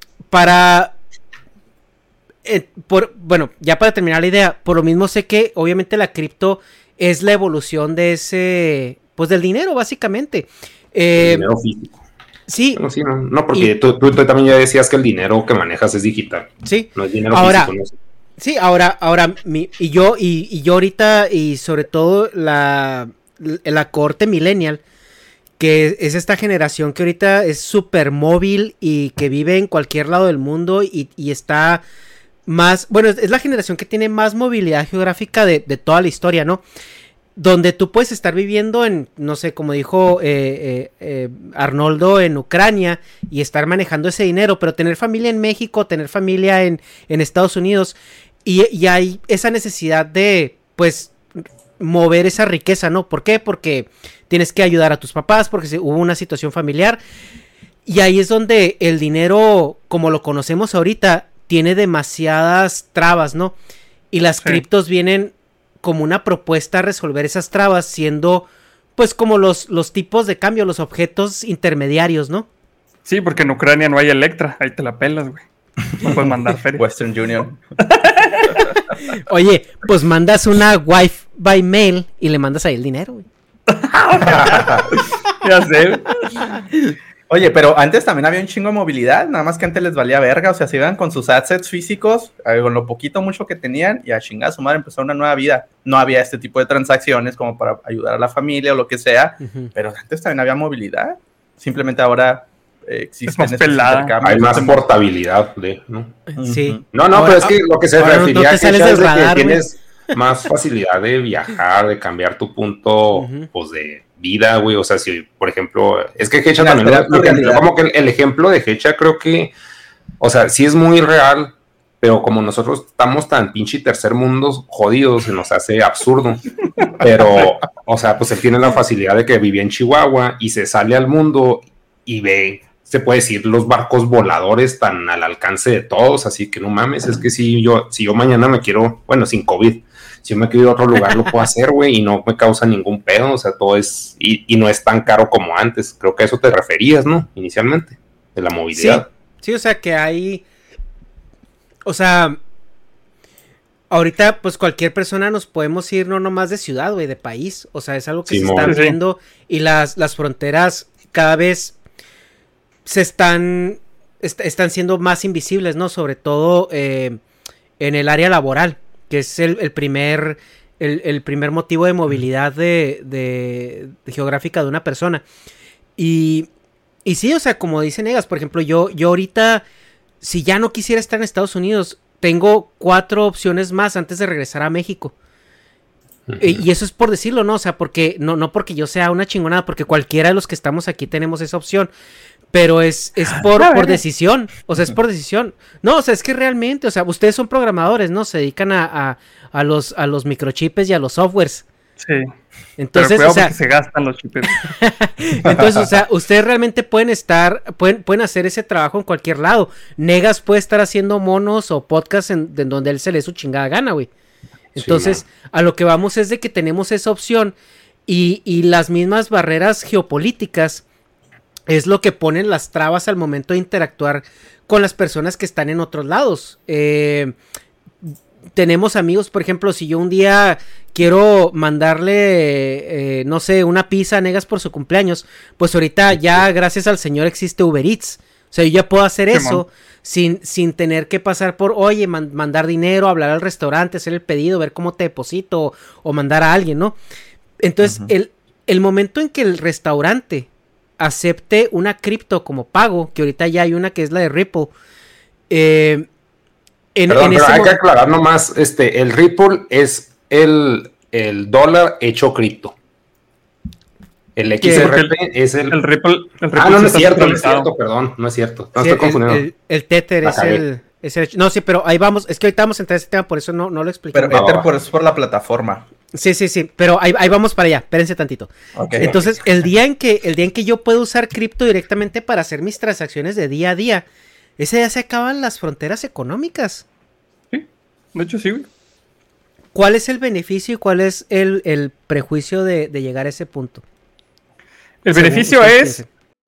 ya para terminar la idea, por lo mismo sé que obviamente la cripto es la evolución de ese, pues del dinero básicamente. Dinero físico. Sí. Bueno, sí, no, porque tú también ya decías que el dinero que manejas es digital. Sí. No es dinero físico. No sé. Sí, ahora yo ahorita y sobre todo la cohorte millennial, que es esta generación que ahorita es súper móvil y que vive en cualquier lado del mundo y está más, bueno, es la generación que tiene más movilidad geográfica de toda la historia, ¿no? Donde tú puedes estar viviendo en, no sé, como dijo Arnoldo, en Ucrania y estar manejando ese dinero, pero tener familia en México, tener familia en Estados Unidos y hay esa necesidad de, pues, mover esa riqueza, ¿no? ¿Por qué? Porque tienes que ayudar a tus papás, porque hubo una situación familiar y ahí es donde el dinero, como lo conocemos ahorita, tiene demasiadas trabas, ¿no? Y las criptos vienen como una propuesta a resolver esas trabas, siendo pues como los tipos de cambio, los objetos intermediarios, ¿no? Sí, porque en Ucrania no hay Electra, ahí te la pelas, güey. No puedes mandar feria. Western Union. Oye, pues mandas una Wi-Fi by mail y le mandas ahí el dinero, güey. Ya sé. Oye, pero antes también había un chingo de movilidad, nada más que antes les valía verga, o sea, se iban con sus assets físicos, con lo poquito mucho que tenían, y a chingar a su madre empezó una nueva vida. No había este tipo de transacciones como para ayudar a la familia o lo que sea, pero antes también había movilidad, simplemente ahora existen esos intercambios. Hay más portabilidad, ¿no? Sí. No, ahora, pero es que lo que se refería es que tienes más facilidad de viajar, de cambiar tu punto, pues, de vida, güey. O sea, si, por ejemplo, es que Hecha también, como que el ejemplo de Hecha creo que, o sea, sí es muy real, pero como nosotros estamos tan pinche tercer mundo jodidos, se nos hace absurdo. Pero, o sea, pues él tiene la facilidad de que vivía en Chihuahua y se sale al mundo y ve, se puede decir, los barcos voladores tan al alcance de todos, así que no mames, es que si yo mañana me quiero, bueno, sin COVID, si yo me quiero ir a otro lugar, lo puedo hacer, güey, y no me causa ningún pedo, o sea, todo es, y no es tan caro como antes. Creo que a eso te referías, ¿no? Inicialmente, de la movilidad. Sí, o sea, que hay, o sea, ahorita, pues, cualquier persona nos podemos ir, no nomás de ciudad, güey, de país, o sea, es algo que se está viendo, y las fronteras cada vez están siendo más invisibles, ¿no? Sobre todo en el área laboral, que es el primer motivo de movilidad de geográfica de una persona. Y sí, o sea, como dice Negas, por ejemplo, yo ahorita, si ya no quisiera estar en Estados Unidos, tengo 4 opciones más antes de regresar a México. Y eso es por decirlo, ¿no? O sea, porque no porque yo sea una chingonada, porque cualquiera de los que estamos aquí tenemos esa opción. Pero es por decisión, o sea, es por decisión. No, o sea, es que realmente, o sea, ustedes son programadores, ¿no? Se dedican a los microchips y a los softwares. Sí. Entonces, pero o sea, se gastan los chips. Entonces, o sea, ustedes realmente pueden hacer ese trabajo en cualquier lado. Negas puede estar haciendo monos o podcasts en donde él se le dé su chingada gana, güey. Entonces, sí, a lo que vamos es de que tenemos esa opción y las mismas barreras geopolíticas es lo que ponen las trabas al momento de interactuar con las personas que están en otros lados. Tenemos amigos, por ejemplo, si yo un día quiero mandarle, no sé, una pizza a Negas por su cumpleaños, pues ahorita ya, gracias al señor, existe Uber Eats. O sea, yo ya puedo hacer eso sin tener que pasar por, oye, mandar dinero, hablar al restaurante, hacer el pedido, ver cómo te deposito o mandar a alguien, ¿no? Entonces, el momento en que el restaurante acepte una cripto como pago, que ahorita ya hay una que es la de Ripple. Perdón, pero hay que aclarar nomás, el Ripple es el dólar hecho cripto. El XRP es el Ripple. No es cierto, perdón, no es cierto. No, sí, estoy confundiendo. El Tether es el... No, sí, pero ahí vamos, es que ahorita vamos a entrar a ese tema, por eso no lo expliqué. Pero Tether es por la plataforma. Sí, pero ahí vamos para allá, espérense tantito. Okay. Entonces, el día en que yo puedo usar cripto directamente para hacer mis transacciones de día a día, ese día se acaban las fronteras económicas. Sí, de hecho sí, güey. ¿Cuál es el beneficio y cuál es el prejuicio de llegar a ese punto? El beneficio es...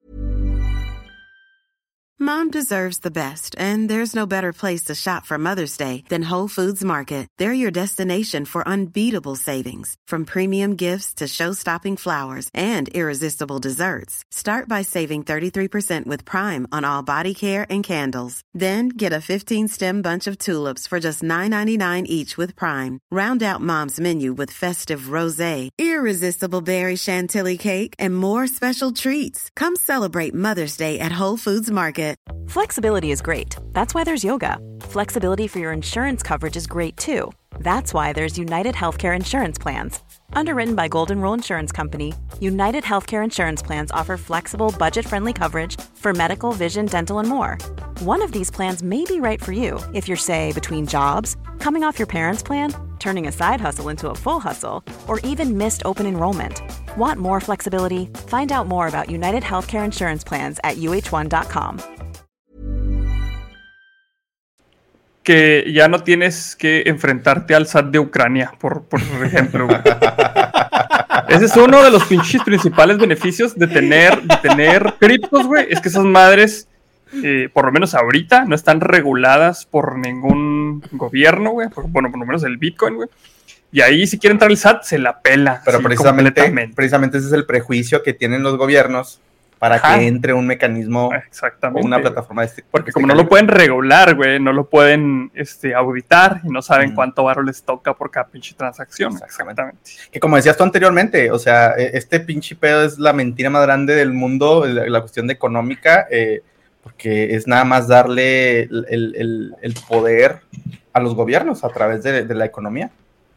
Mom deserves the best, and there's no better place to shop for Mother's Day than Whole Foods Market. They're your destination for unbeatable savings, from premium gifts to show-stopping flowers and irresistible desserts. Start by saving 33% with Prime on all body care and candles. Then get a 15-stem bunch of tulips for just $9.99 each with Prime. Round out Mom's menu with festive rosé, irresistible berry chantilly cake, and more special treats. Come celebrate Mother's Day at Whole Foods Market. Flexibility is great. That's why there's yoga. Flexibility for your insurance coverage is great too. That's why there's United Healthcare Insurance Plans. Underwritten by Golden Rule Insurance Company, United Healthcare Insurance Plans offer flexible, budget-friendly coverage for medical, vision, dental, and more. One of these plans may be right for you if you're, say, between jobs, coming off your parents' plan, turning a side hustle into a full hustle, or even missed open enrollment. Want more flexibility? Find out more about United Healthcare Insurance Plans at uh1.com. Que ya no tienes que enfrentarte al SAT de Ucrania, por ejemplo. Ese es uno de los pinches principales beneficios de tener criptos, güey. Es que esas madres, por lo menos ahorita, no están reguladas por ningún gobierno, güey. Bueno, por lo menos el Bitcoin, güey. Y ahí si quiere entrar el SAT, se la pela. Pero precisamente ese es el prejuicio que tienen los gobiernos para que entre un mecanismo o una plataforma de este. Porque como no lo pueden regular, güey, no lo pueden auditar y no saben cuánto varo les toca por cada pinche transacción. Exactamente. Que como decías tú anteriormente, o sea, este pinche pedo es la mentira más grande del mundo, la cuestión de económica, porque es nada más darle el poder a los gobiernos a través de la economía.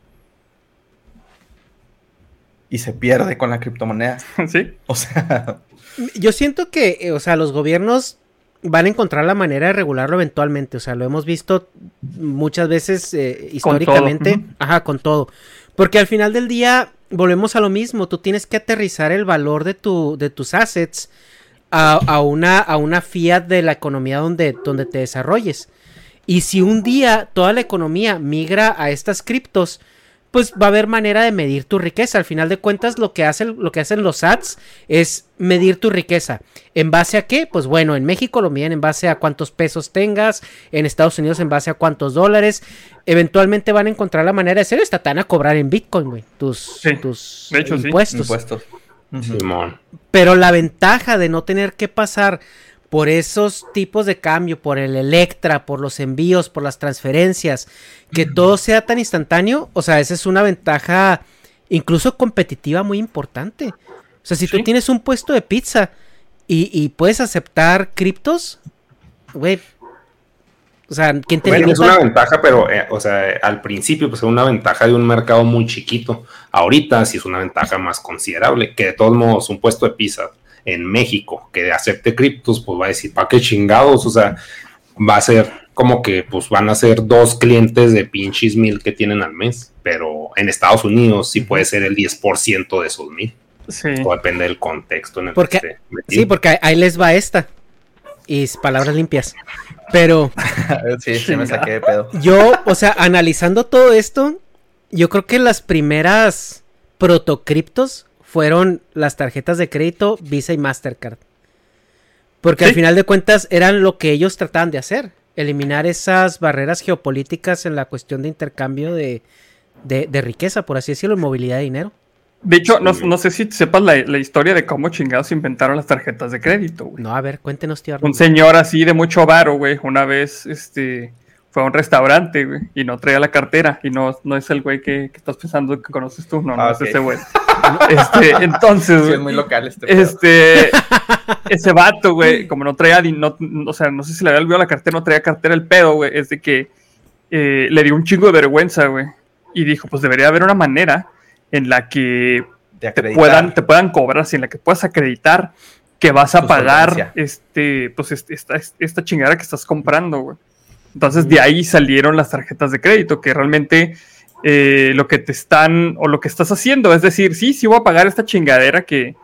Y se pierde con la criptomoneda. Sí. O sea... Yo siento que, o sea, los gobiernos van a encontrar la manera de regularlo eventualmente. O sea, lo hemos visto muchas veces históricamente. Con todo. Ajá, con todo. Porque al final del día volvemos a lo mismo. Tú tienes que aterrizar el valor de tus assets a una fiat de la economía donde te desarrolles. Y si un día toda la economía migra a estas criptos, pues va a haber manera de medir tu riqueza. Al final de cuentas, lo que hacen los SATs es medir tu riqueza. ¿En base a qué? Pues bueno, en México lo miden en base a cuántos pesos tengas, en Estados Unidos en base a cuántos dólares. Eventualmente van a encontrar la manera de hacer esta, te van a cobrar en Bitcoin, güey, tus de hecho, impuestos. Simón. Pero la ventaja de no tener que pasar por esos tipos de cambio, por el Electra, por los envíos, por las transferencias, que todo sea tan instantáneo, o sea, esa es una ventaja incluso competitiva muy importante. O sea, si tú tienes un puesto de pizza y puedes aceptar criptos, güey, o sea, ¿quién te limita? Es una ventaja, pero, o sea, al principio, pues, es una ventaja de un mercado muy chiquito. Ahorita sí es una ventaja más considerable, que de todos modos, un puesto de pizza en México que acepte criptos, pues va a decir, ¿para qué chingados? O sea, va a ser como que pues van a ser 2 clientes de pinches 1,000 que tienen al mes, pero en Estados Unidos sí puede ser el 10% de esos 1,000. Sí. Todo depende del contexto en el que esté metido. Sí, porque ahí les va esta. Y palabras limpias. Pero sí me saqué de pedo. Yo, o sea, analizando todo esto, yo creo que las primeras protocriptos fueron las tarjetas de crédito Visa y Mastercard. Porque al final de cuentas eran lo que ellos trataban de hacer. Eliminar esas barreras geopolíticas en la cuestión de intercambio de riqueza, por así decirlo, movilidad de dinero. De hecho, no sé si sepas la historia de cómo chingados inventaron las tarjetas de crédito, güey. No, a ver, cuéntenos, tío Arnold. Un señor así de mucho varo, güey, una vez, fue a un restaurante, güey, y no traía la cartera, y no es el güey que estás pensando que conoces tú, no es ese güey. Entonces, sí, es muy local ese vato, güey, como no traía, o sea, no sé si le había olvidado la cartera, no traía cartera el pedo, güey, es de que le dio un chingo de vergüenza, güey, y dijo, pues debería haber una manera en la que te puedan cobrar, en la que puedas acreditar que vas a pagar esta chingadera que estás comprando, güey. Entonces de ahí salieron las tarjetas de crédito, que realmente lo que te están, o lo que estás haciendo, es decir, sí voy a pagar esta chingadera que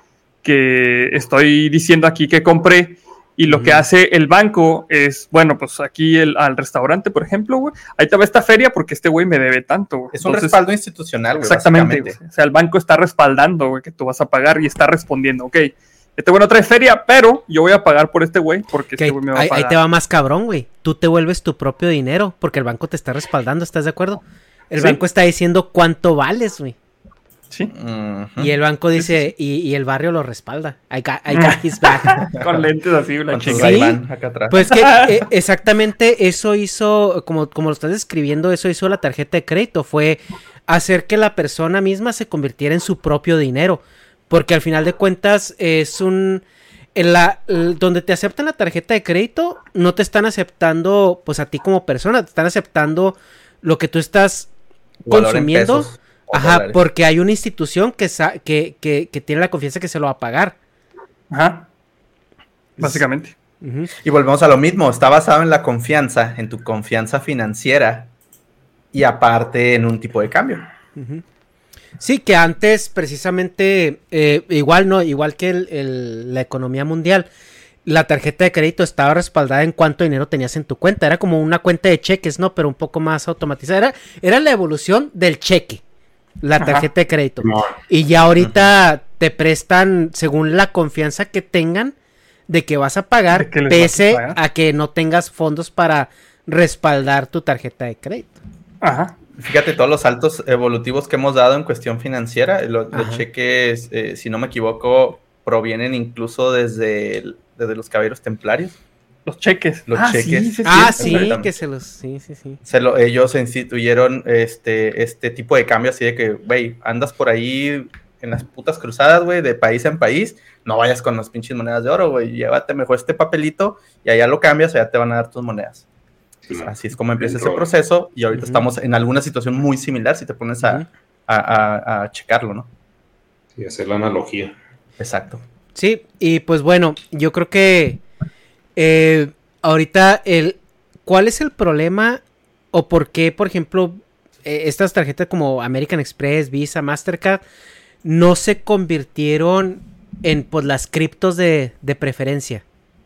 estoy diciendo aquí que compré, y lo que hace el banco es, bueno, pues aquí al restaurante, por ejemplo, güey, ahí te va esta feria porque este güey me debe tanto, güey. Es un respaldo institucional, güey. Exactamente, güey. O sea, el banco está respaldando, güey, que tú vas a pagar y está respondiendo, ok, este güey no trae feria, pero yo voy a pagar por este güey porque este güey me va a pagar. Ahí te va más cabrón, güey. Tú te vuelves tu propio dinero porque el banco te está respaldando, ¿estás de acuerdo? El banco está diciendo cuánto vales, güey. Sí. Y el banco dice, y el barrio lo respalda. I got his back. Con lentes así, una chingada. Acá atrás. Pues que exactamente eso hizo, como lo estás describiendo, eso hizo la tarjeta de crédito. Fue hacer que la persona misma se convirtiera en su propio dinero. Porque al final de cuentas es donde te aceptan la tarjeta de crédito, no te están aceptando pues a ti como persona, te están aceptando lo que tú estás consumiendo. Ajá, dólares. Porque hay una institución que tiene la confianza que se lo va a pagar. Ajá. Básicamente. Y volvemos a lo mismo, está basado en la confianza, en tu confianza financiera y aparte en un tipo de cambio. Sí, que antes precisamente, igual que la economía mundial, la tarjeta de crédito estaba respaldada en cuánto dinero tenías en tu cuenta. Era como una cuenta de cheques, ¿no? Pero un poco más automatizada. Era la evolución del cheque, la tarjeta de crédito. Y ya ahorita te prestan según la confianza que tengan de que vas a pagar, pese a que no tengas fondos para respaldar tu tarjeta de crédito. Ajá. Fíjate todos los saltos evolutivos que hemos dado en cuestión financiera. Los cheques, si no me equivoco, provienen incluso desde los caballeros templarios. Los cheques. Los cheques. Sí, que se los... Sí. Ellos instituyeron este tipo de cambio así de que, güey, andas por ahí en las putas cruzadas, güey, de país en país, no vayas con las pinches monedas de oro, güey, llévate mejor este papelito y allá lo cambias, allá te van a dar tus monedas. Sí, así es como empieza ese proceso y ahorita estamos en alguna situación muy similar si te pones a checarlo, ¿no? Sí, hacer la analogía. Exacto. Sí, y pues bueno, yo creo que ahorita ¿cuál es el problema o por qué, por ejemplo, estas tarjetas como American Express, Visa, Mastercard no se convirtieron en pues las criptos de preferencia?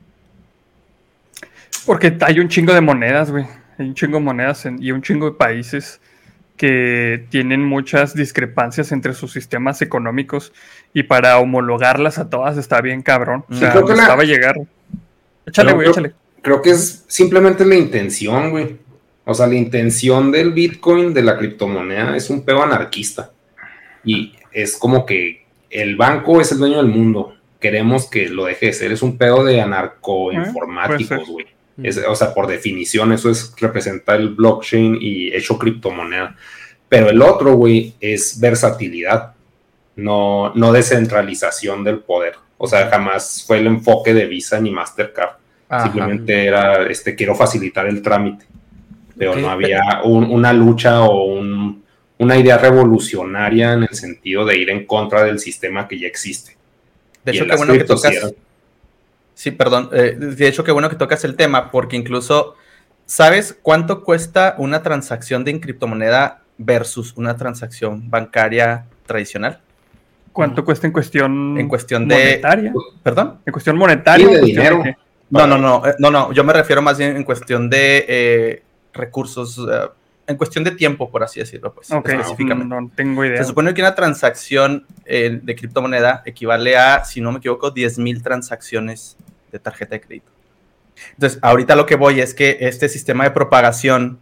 Porque hay un chingo de monedas, güey. Hay un chingo de monedas y un chingo de países que tienen muchas discrepancias entre sus sistemas económicos y para homologarlas a todas está bien cabrón. O sea, necesitaba llegar. Échale, güey, échale. Creo que es simplemente la intención, güey. O sea, la intención del Bitcoin, de la criptomoneda, es un pedo anarquista. Y es como que el banco es el dueño del mundo. Queremos que lo deje de ser. Es un pedo de anarcoinformáticos, güey. O sea, por definición, eso representa el blockchain y hecho criptomoneda. Pero el otro, güey, es versatilidad, no descentralización del poder. O sea, jamás fue el enfoque de Visa ni Mastercard. Simplemente era, quiero facilitar el trámite. Pero no había una lucha o una idea revolucionaria en el sentido de ir en contra del sistema que ya existe. De hecho, qué bueno que tocas... Sí, perdón. De hecho, qué bueno que tocas el tema, porque incluso, ¿sabes cuánto cuesta una transacción de criptomoneda versus una transacción bancaria tradicional? ¿Cuánto cuesta en cuestión monetaria? ¿Perdón? En cuestión monetaria. Sí, de dinero. No, yo me refiero más bien en cuestión de recursos, en cuestión de tiempo, por así decirlo, pues, específicamente. No tengo idea. Se supone que una transacción de criptomoneda equivale a, si no me equivoco, 10,000 transacciones de tarjeta de crédito. Entonces, ahorita lo que voy es que este sistema de propagación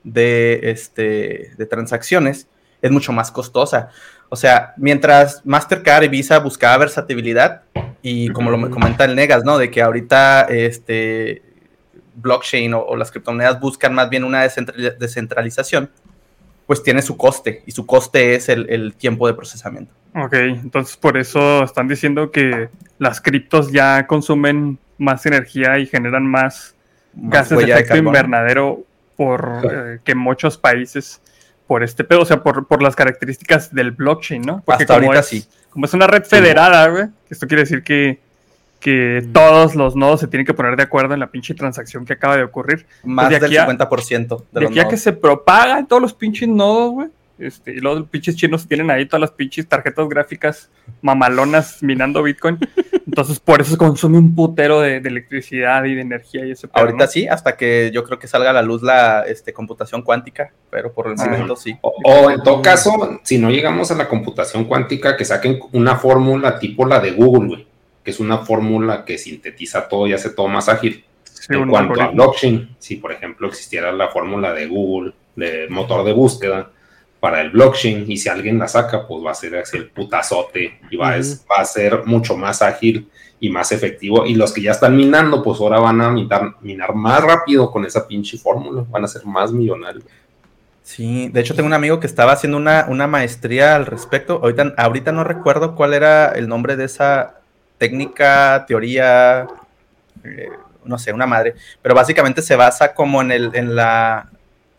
de transacciones es mucho más costosa. O sea, mientras Mastercard y Visa buscaba versatilidad, y como lo comenta el Negas, ¿no? De que ahorita blockchain o las criptomonedas buscan más bien una descentralización, pues tiene su coste, y su coste es el tiempo de procesamiento. Ok, entonces por eso están diciendo que las criptos ya consumen más energía y generan más gases de efecto invernadero que muchos países por este pedo, o sea, por las características del blockchain, ¿no? Porque hasta ahorita sí. Como es una red federada, güey, esto quiere decir que todos los nodos se tienen que poner de acuerdo en la pinche transacción que acaba de ocurrir. Más del 50% de aquí a que se propagan todos los pinches nodos, güey. Y luego los pinches chinos tienen ahí todas las pinches tarjetas gráficas mamalonas minando Bitcoin. Entonces, por eso consume un putero de electricidad y de energía y ese pedo, ahorita, ¿no? Sí, hasta que yo creo que salga a la luz la computación cuántica, pero por el momento sí. O en todo caso, si no llegamos a la computación cuántica, que saquen una fórmula tipo la de Google, güey, que es una fórmula que sintetiza todo y hace todo más ágil. Sí, en cuanto a blockchain, si por ejemplo existiera la fórmula de Google, de motor de búsqueda, para el blockchain, y si alguien la saca, pues va a ser así el putazote y va a ser mucho más ágil y más efectivo, y los que ya están minando, pues ahora van a minar más rápido con esa pinche fórmula, van a ser más millonarios. Sí, de hecho tengo un amigo que estaba haciendo una maestría al respecto, ahorita no recuerdo cuál era el nombre de esa técnica, teoría, no sé, una madre, pero básicamente se basa como en la...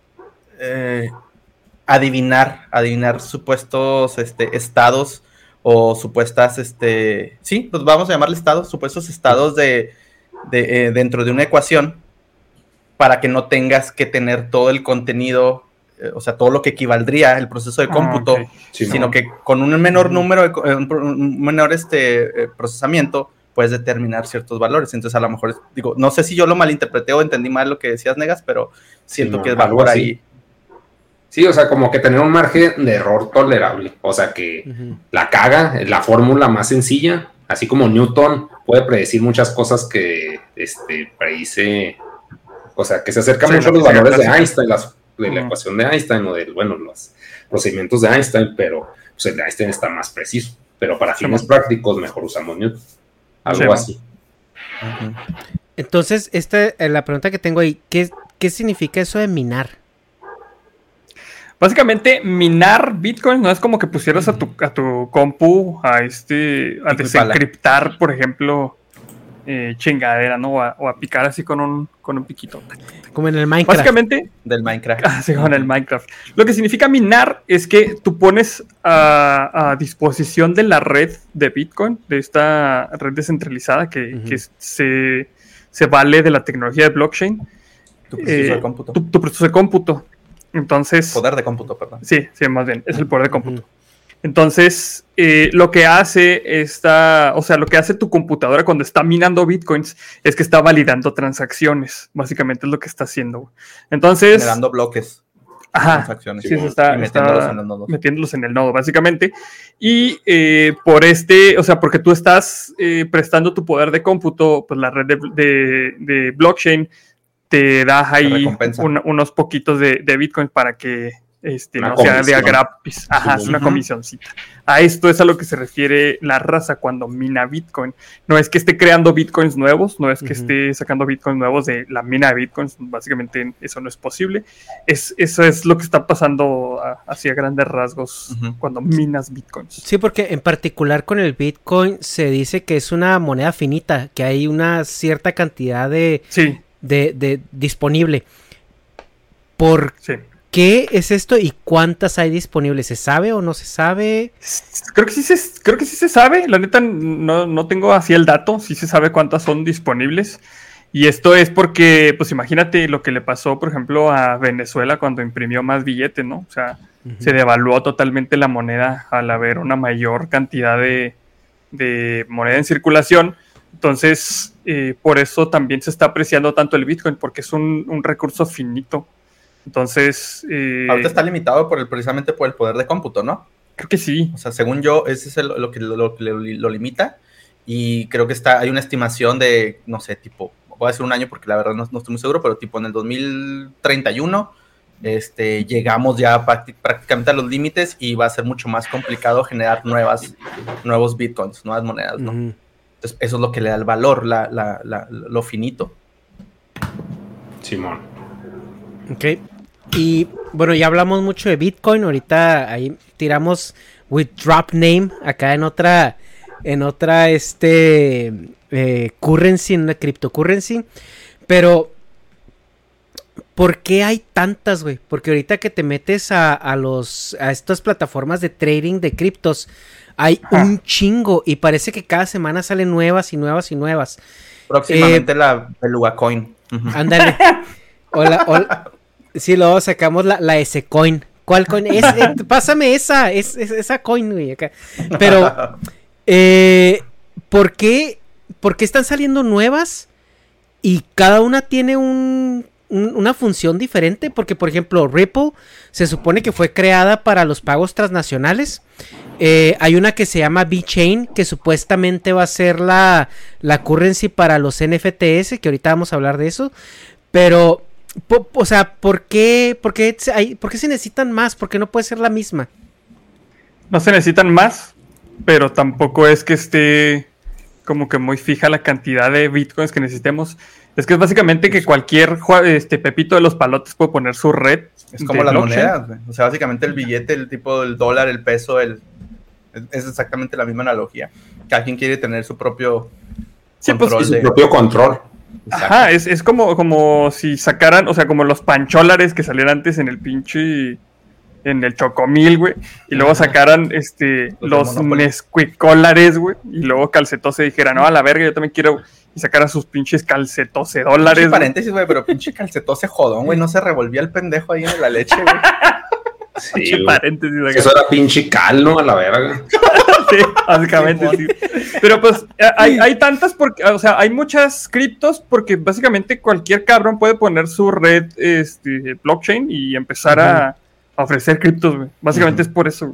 adivinar supuestos estados o supuestas, sí, pues vamos a llamarle estados, supuestos estados de dentro de una ecuación, para que no tengas que tener todo el contenido, o sea, todo lo que equivaldría el proceso de cómputo, sino que con un menor número, un menor procesamiento, puedes determinar ciertos valores. Entonces, a lo mejor, digo, no sé si yo lo malinterpreté o entendí mal lo que decías, Negas, pero siento que va por ahí. Sí, o sea, como que tener un margen de error tolerable. O sea, que la caga, la fórmula más sencilla, así como Newton puede predecir muchas cosas que predice, o sea, que se acercan mucho a los valores de Einstein, la ecuación de Einstein o los procedimientos de Einstein, pero pues, el de Einstein está más preciso. Pero para fines prácticos mejor usamos Newton. Algo así. Entonces, la pregunta que tengo ahí, ¿qué significa eso de minar? Básicamente, minar Bitcoin no es como que pusieras a tu compu a desencriptar, por ejemplo, chingadera, ¿no? O a picar así con un piquito. Como en el Minecraft. Básicamente. Del Minecraft. Sí, con el Minecraft. Lo que significa minar es que tú pones a disposición de la red de Bitcoin, de esta red descentralizada que se vale de la tecnología de blockchain. Tu proceso de cómputo. Tu proceso de cómputo. Entonces. Poder de cómputo, perdón. Sí, más bien. Es el poder de cómputo. Entonces, lo que hace lo que hace tu computadora cuando está minando bitcoins es que está validando transacciones. Básicamente es lo que está haciendo. Entonces, generando bloques. Transacciones. Sí, está metiéndolos en el nodo, básicamente. Y porque tú estás prestando tu poder de cómputo, pues la red de blockchain te da ahí unos poquitos de bitcoins para que no sea de gratis. Es una comisioncita. A esto es a lo que se refiere la raza cuando mina Bitcoin. No es que esté creando Bitcoins nuevos, no es que esté sacando Bitcoins nuevos de la mina de Bitcoins. Básicamente eso no es posible. Eso es lo que está pasando hacia grandes rasgos cuando minas Bitcoins. Sí, porque en particular con el Bitcoin se dice que es una moneda finita, que hay una cierta cantidad de disponible. ¿Qué es esto y cuántas hay disponibles? ¿Se sabe o no se sabe? Creo que sí se sabe. La neta no tengo así el dato. Sí se sabe cuántas son disponibles. Y esto es porque, pues imagínate lo que le pasó, por ejemplo, a Venezuela cuando imprimió más billete, ¿no? O sea, se devaluó totalmente la moneda al haber una mayor cantidad de moneda en circulación. Entonces, por eso también se está apreciando tanto el Bitcoin, porque es un recurso finito. Entonces... ahorita está limitado precisamente por el poder de cómputo, ¿no? Creo que sí. O sea, según yo, ese es lo que lo limita. Y creo que hay una estimación de, no sé, tipo, voy a decir un año porque la verdad no estoy muy seguro, pero tipo en el 2031 llegamos ya prácticamente a los límites y va a ser mucho más complicado generar nuevos bitcoins, nuevas monedas, ¿no? Entonces, eso es lo que le da el valor, lo finito. Simón. Ok. Y bueno, ya hablamos mucho de Bitcoin. Ahorita ahí tiramos with drop name acá en otra currency, en una cryptocurrency. Pero ¿por qué hay tantas, güey? Porque ahorita que te metes a estas plataformas de trading de criptos, hay un chingo y parece que cada semana salen nuevas y nuevas y nuevas. Próximamente la Beluga Coin. Ándale. Hola. Sí, luego sacamos la S-Coin. ¿Cuál coin? Pásame esa coin, güey, acá. Pero, ¿por qué están saliendo nuevas? Y cada una tiene una función diferente. Porque, por ejemplo, Ripple se supone que fue creada para los pagos transnacionales. Hay una que se llama VeChain, que supuestamente va a ser la currency para los NFTs, que ahorita vamos a hablar de eso. Pero... o sea, ¿por qué se necesitan más? ¿Por qué no puede ser la misma? No se necesitan más, pero tampoco es que esté como que muy fija la cantidad de bitcoins que necesitemos. Es que es básicamente que cualquier Pepito de los Palotes puede poner su red. Es como las monedas, güey. O sea, básicamente el billete, el tipo del dólar, el peso, es exactamente la misma analogía. Cada quien quiere tener su propio control. Su propio control. Ajá, es como si sacaran, o sea, como los pancholares que salían antes en el pinche, en el Chocomil, güey, y luego sacaran los Nesquicolares, güey, y luego Calcetose dijera, no, a la verga, yo también quiero, y sacaran sus pinches Calcetose dólares. Paréntesis, güey, pero pinche Calcetose jodón, güey, no se revolvía el pendejo ahí en la leche, güey. Sí, paréntesis. Eso era pinche cal, ¿no? A la verga. Sí, básicamente sí. Pero pues hay tantas porque, o sea, hay muchas criptos porque básicamente cualquier cabrón puede poner su red blockchain y empezar a ofrecer criptos, güey. Básicamente es por eso.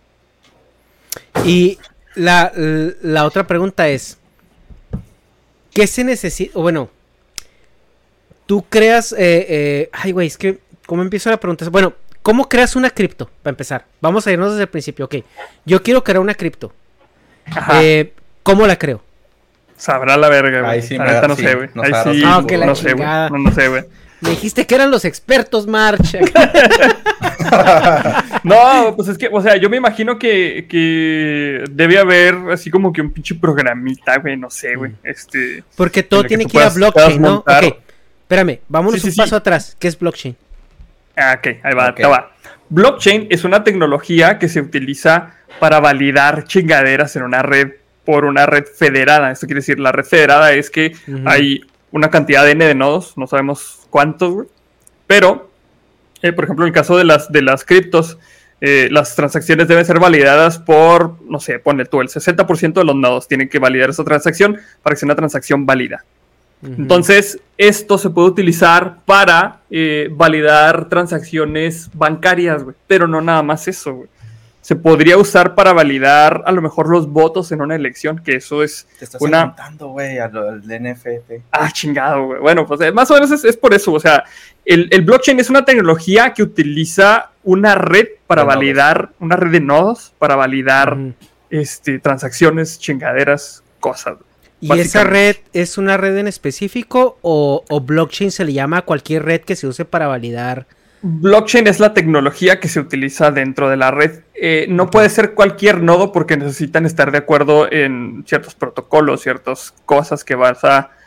Y la otra pregunta es, ¿qué se necesita? Bueno, tú creas, ay güey, es que ¿Cómo empiezo la pregunta? Bueno, ¿cómo creas una cripto? Para empezar, vamos a irnos desde el principio. Ok, yo quiero crear una cripto. Ajá. ¿Cómo la creo? Sabrá la verga, güey. Ahí sí, no sé, güey. Ahí sí, no sé, güey. No sé, güey. Me dijiste que eran los expertos, March. No, pues es que, o sea, yo me imagino que debe haber así como que un pinche programita, güey, no sé, güey. Porque todo tiene que ir a blockchain, ¿no? Ok, espérame, vámonos un paso atrás. ¿Qué es blockchain? Ok, ahí va, te va. Blockchain es una tecnología que se utiliza para validar chingaderas en una red por una red federada. Esto quiere decir, la red federada es que hay una cantidad de N de nodos, no sabemos cuántos, güey. Pero, por ejemplo, en el caso de las criptos, las transacciones deben ser validadas por, no sé, ponle tú, el 60% de los nodos tienen que validar esa transacción para que sea una transacción válida. Entonces, esto se puede utilizar para validar transacciones bancarias, güey. Pero no nada más eso, güey. Se podría usar para validar a lo mejor los votos en una elección, que eso es te estás apuntando, güey, al NFT. Ah, chingado, güey. Bueno, pues más o menos es por eso. O sea, el blockchain es una tecnología que utiliza una red para validar, una red de nodos para validar transacciones, chingaderas, cosas. ¿Y esa red es una red en específico o blockchain se le llama a cualquier red que se use para validar? Blockchain es la tecnología que se utiliza dentro de la red. No puede ser cualquier nodo porque necesitan estar de acuerdo en ciertos protocolos, ciertas cosas que vas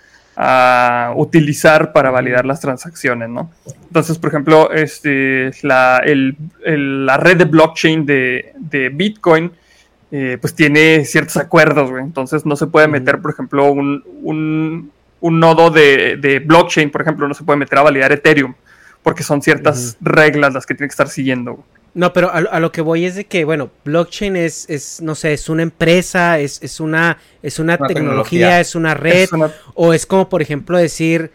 a utilizar para validar las transacciones, ¿no? Entonces, por ejemplo, la red de blockchain de Bitcoin pues tiene ciertos acuerdos, güey. Entonces no se puede meter, por ejemplo, un nodo de blockchain, por ejemplo, no se puede meter a validar Ethereum porque son ciertas reglas las que tiene que estar siguiendo, güey. No, pero a lo que voy es de que, bueno, blockchain es no sé, es una empresa, es una tecnología, es una red, o es como, por ejemplo, decir,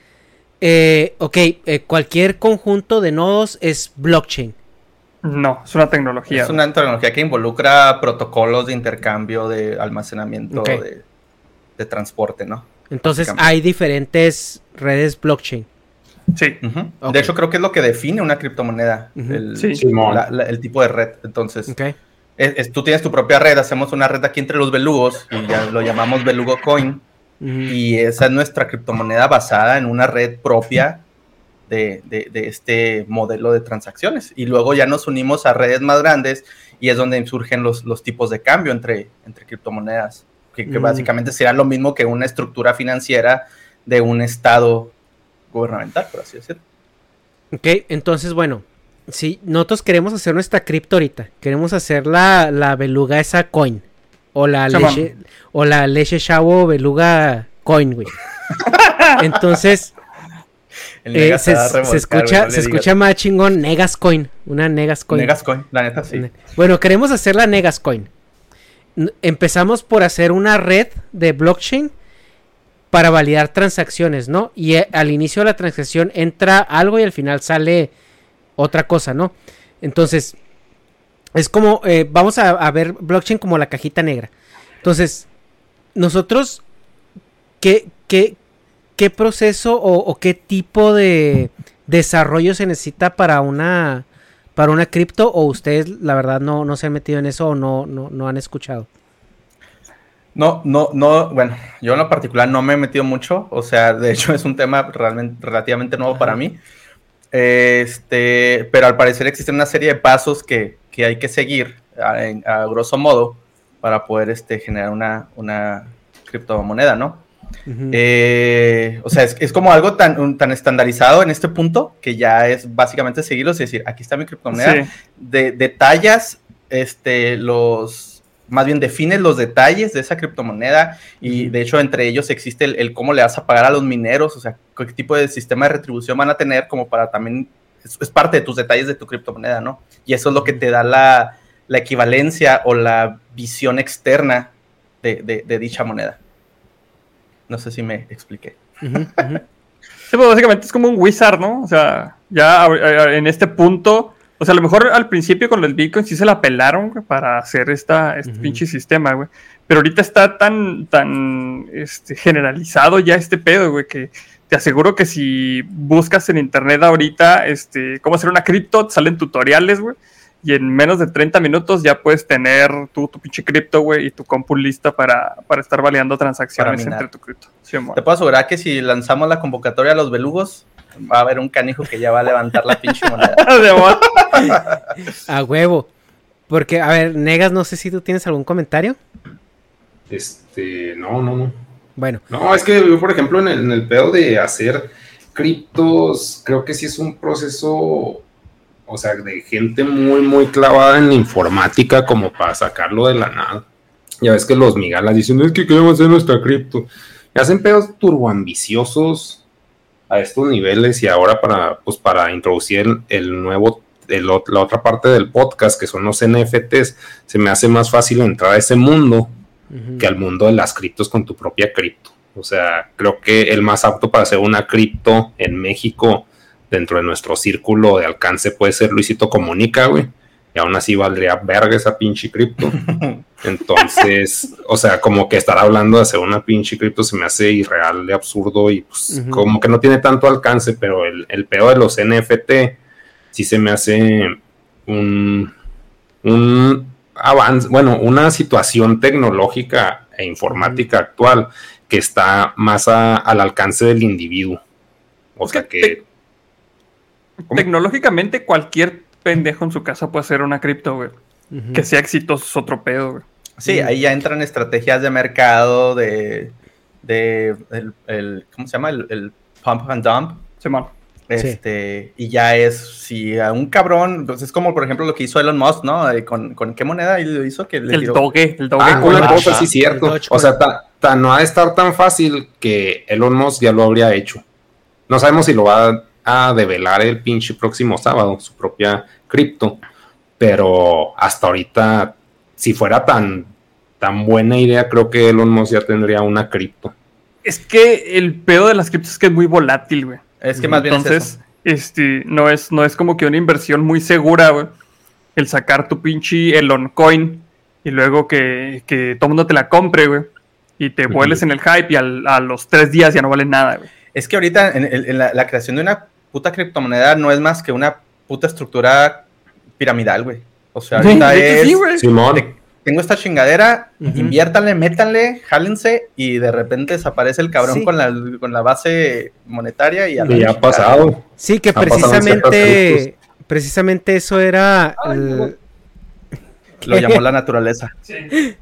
cualquier conjunto de nodos es blockchain. No, es una tecnología. Es una tecnología que involucra protocolos de intercambio, de almacenamiento, de transporte, ¿no? Entonces hay diferentes redes blockchain. Sí. De hecho, creo que es lo que define una criptomoneda, el tipo de red. Entonces, tú tienes tu propia red, hacemos una red aquí entre los belugos y ya lo llamamos Belugo Coin. Y esa es nuestra criptomoneda basada en una red propia de este modelo de transacciones. Y luego ya nos unimos a redes más grandes y es donde surgen los tipos de cambio entre criptomonedas, que básicamente será lo mismo que una estructura financiera de un estado gubernamental, por así decirlo. Ok, entonces, bueno, si nosotros queremos hacer nuestra cripto ahorita, queremos hacer la beluga esa coin, o la leche chavo beluga coin, güey. Entonces, se escucha más chingón Negas Coin, una Negas Coin. Negas Coin, la neta, sí. Bueno, queremos hacer la Negas Coin. Empezamos por hacer una red de blockchain para validar transacciones, ¿no? Y al inicio de la transacción entra algo y al final sale otra cosa, ¿no? Entonces, es como, vamos a ver blockchain como la cajita negra. Entonces, nosotros, ¿qué proceso o qué tipo de desarrollo se necesita para una cripto? ¿O ustedes, la verdad, no se han metido en eso o no han escuchado? No, bueno, yo en lo particular no me he metido mucho, o sea, de hecho es un tema relativamente nuevo para mí, pero al parecer existen una serie de pasos que hay que seguir a grosso modo para poder generar una criptomoneda, ¿no? O sea, es como algo tan estandarizado en este punto que ya es básicamente seguirlo, es decir, aquí está mi criptomoneda, detallas más bien defines los detalles de esa criptomoneda y de hecho entre ellos existe el cómo le vas a pagar a los mineros, o sea, qué tipo de sistema de retribución van a tener como para también, es parte de tus detalles de tu criptomoneda, ¿no? Y eso es lo que te da la equivalencia o la visión externa de dicha moneda. No sé si me expliqué. Sí, pues básicamente es como un wizard, ¿no? O sea, ya en este punto... O sea, a lo mejor al principio con el Bitcoin sí se la pelaron, güey, para hacer este pinche sistema, güey. Pero ahorita está tan generalizado ya este pedo, güey, que te aseguro que si buscas en internet ahorita cómo hacer una cripto, salen tutoriales, güey. Y en menos de 30 minutos ya puedes tener tu pinche cripto, güey, y tu compu lista para estar validando transacciones entre tu cripto. Sí, te puedo asegurar que si lanzamos la convocatoria a los belugos, va a haber un canijo que ya va a levantar la pinche moneda. A huevo. Porque, a ver, Negas, no sé si tú tienes algún comentario. No. Bueno. No, es que yo, por ejemplo, en el pedo de hacer criptos, creo que sí es un proceso, o sea, de gente muy, muy clavada en la informática como para sacarlo de la nada. Ya ves que los migalas dicen, es que queremos hacer nuestra cripto. Y hacen pedos turboambiciosos a estos niveles y ahora para introducir la otra parte del podcast, que son los NFTs, se me hace más fácil entrar a ese mundo que al mundo de las criptos con tu propia cripto. O sea, creo que el más apto para hacer una cripto en México dentro de nuestro círculo de alcance puede ser Luisito Comunica, güey. Y aún así valdría verga esa pinche cripto. Entonces, o sea, como que estar hablando de hacer una pinche cripto se me hace irreal, de absurdo y pues como que no tiene tanto alcance, pero el peor de los NFT sí se me hace un avance, bueno, una situación tecnológica e informática actual que está más al alcance del individuo. O sea que... Tecnológicamente cualquier pendejo en su casa puede hacer una cripto, güey. Que sea exitoso es otro pedo, güey. Sí, ahí ya entran estrategias de mercado, ¿cómo se llama? El pump and dump. Sí, man. Y ya es, si a un cabrón, pues es como por ejemplo lo que hizo Elon Musk, ¿no? ¿Con qué moneda lo hizo? Que le el Doge. Una cosa, sí, cierto. O sea, no ha de estar tan fácil que Elon Musk ya lo habría hecho. No sabemos si lo va a develar el pinche próximo sábado, su propia cripto. Pero hasta ahorita, si fuera tan buena idea, creo que Elon Musk ya tendría una cripto. Es que el pedo de las criptos es que es muy volátil, güey. Es que más bien entonces, no es como que una inversión muy segura, güey. El sacar tu pinche Elon Coin y luego que todo el mundo te la compre, güey. Y te vueles en el hype y a los 3 días ya no vale nada, güey. Es que ahorita en la creación de una puta criptomoneda no es más que una puta estructura piramidal, güey. O sea, ahorita sí, güey. Tengo esta chingadera, inviértanle, métanle, jálense, y de repente desaparece el cabrón con la base monetaria y ya ha pasado. Sí, que precisamente eso era... Lo llamó la naturaleza. Sí.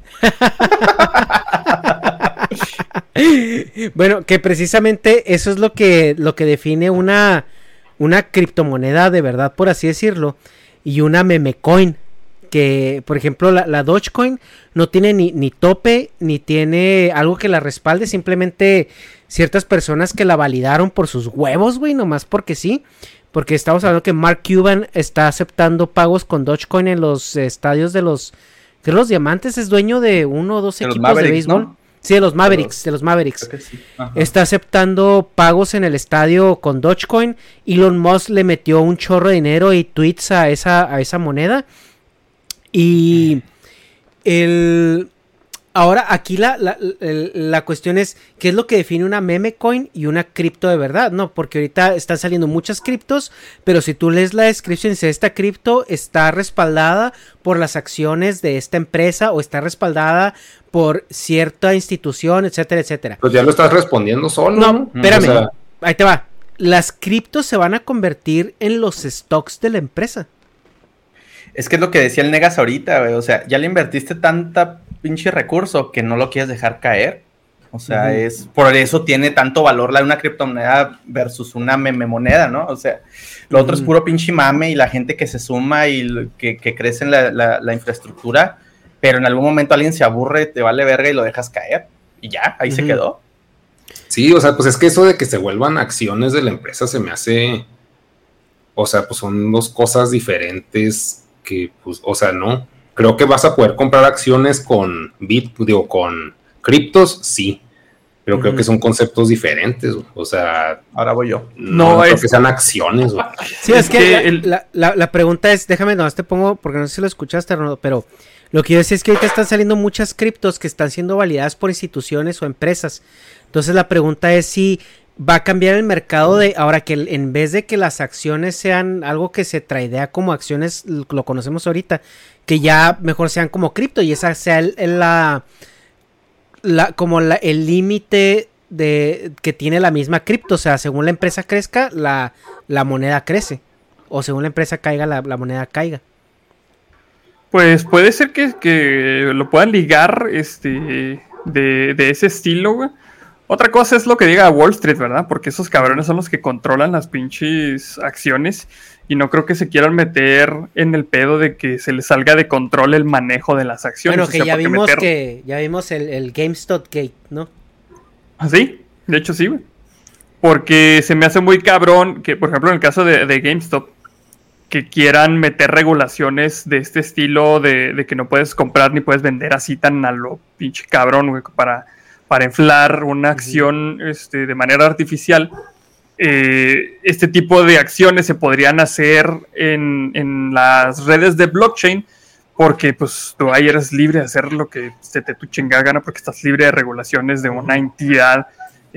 Bueno, que precisamente eso es lo que define una criptomoneda de verdad, por así decirlo, y una meme coin. Que, por ejemplo, la Dogecoin no tiene ni tope, ni tiene algo que la respalde, simplemente ciertas personas que la validaron por sus huevos, güey, nomás porque sí. Porque estamos hablando que Mark Cuban está aceptando pagos con Dogecoin en los estadios de los Diamantes, es dueño de 1 o 2 equipos de béisbol. ¿No? Sí, de los Mavericks. Sí. Está aceptando pagos en el estadio con Dogecoin. Elon Musk le metió un chorro de dinero y tweets a esa moneda. Y ahora aquí la cuestión es ¿qué es lo que define una meme coin y una cripto de verdad? No, porque ahorita están saliendo muchas criptos, pero si tú lees la descripción dice esta cripto está respaldada por las acciones de esta empresa o está respaldada por cierta institución, etcétera, etcétera. Pues ya lo estás respondiendo solo. No, espérame, ahí te va. Las criptos se van a convertir en los stocks de la empresa. Es que es lo que decía el Negas ahorita, güey. O sea, ya le invertiste tanta pinche recurso que no lo quieres dejar caer. O sea, por eso tiene tanto valor una criptomoneda versus una meme moneda, ¿no? O sea, lo otro es puro pinche mame y la gente que se suma y que crece en la infraestructura, pero en algún momento alguien se aburre, te vale verga y lo dejas caer. Y ya, ahí se quedó. Sí, o sea, pues es que eso de que se vuelvan acciones de la empresa se me hace... O sea, pues son dos cosas diferentes... que, pues, o sea, no, creo que vas a poder comprar acciones con con criptos, sí, pero creo que son conceptos diferentes, o sea, ahora voy yo. No creo que sean acciones, güey. Sí, es que la pregunta es, déjame, nomás te pongo, porque no sé si lo escuchaste, pero lo que yo decía es que ahorita están saliendo muchas criptos que están siendo validadas por instituciones o empresas. Entonces la pregunta es si va a cambiar el mercado de ahora que en vez de que las acciones sean algo que se tradea como acciones, lo conocemos ahorita, que ya mejor sean como cripto y esa sea el límite de que tiene la misma cripto, o sea, según la empresa crezca, la moneda crece, o según la empresa caiga, la moneda caiga. Pues puede ser que lo puedan ligar de ese estilo, güey. Otra cosa es lo que diga Wall Street, ¿verdad? Porque esos cabrones son los que controlan las pinches acciones y no creo que se quieran meter en el pedo de que se les salga de control el manejo de las acciones. Bueno, que ya vimos el GameStop Gate, ¿no? ¿Ah, sí? De hecho sí, güey. Porque se me hace muy cabrón que, por ejemplo, en el caso de GameStop, que quieran meter regulaciones de este estilo de que no puedes comprar ni puedes vender así tan a lo pinche cabrón, güey, para inflar una acción de manera artificial. Este tipo de acciones se podrían hacer en las redes de blockchain porque pues tú ahí eres libre de hacer lo que se te tu chingada gana porque estás libre de regulaciones de una entidad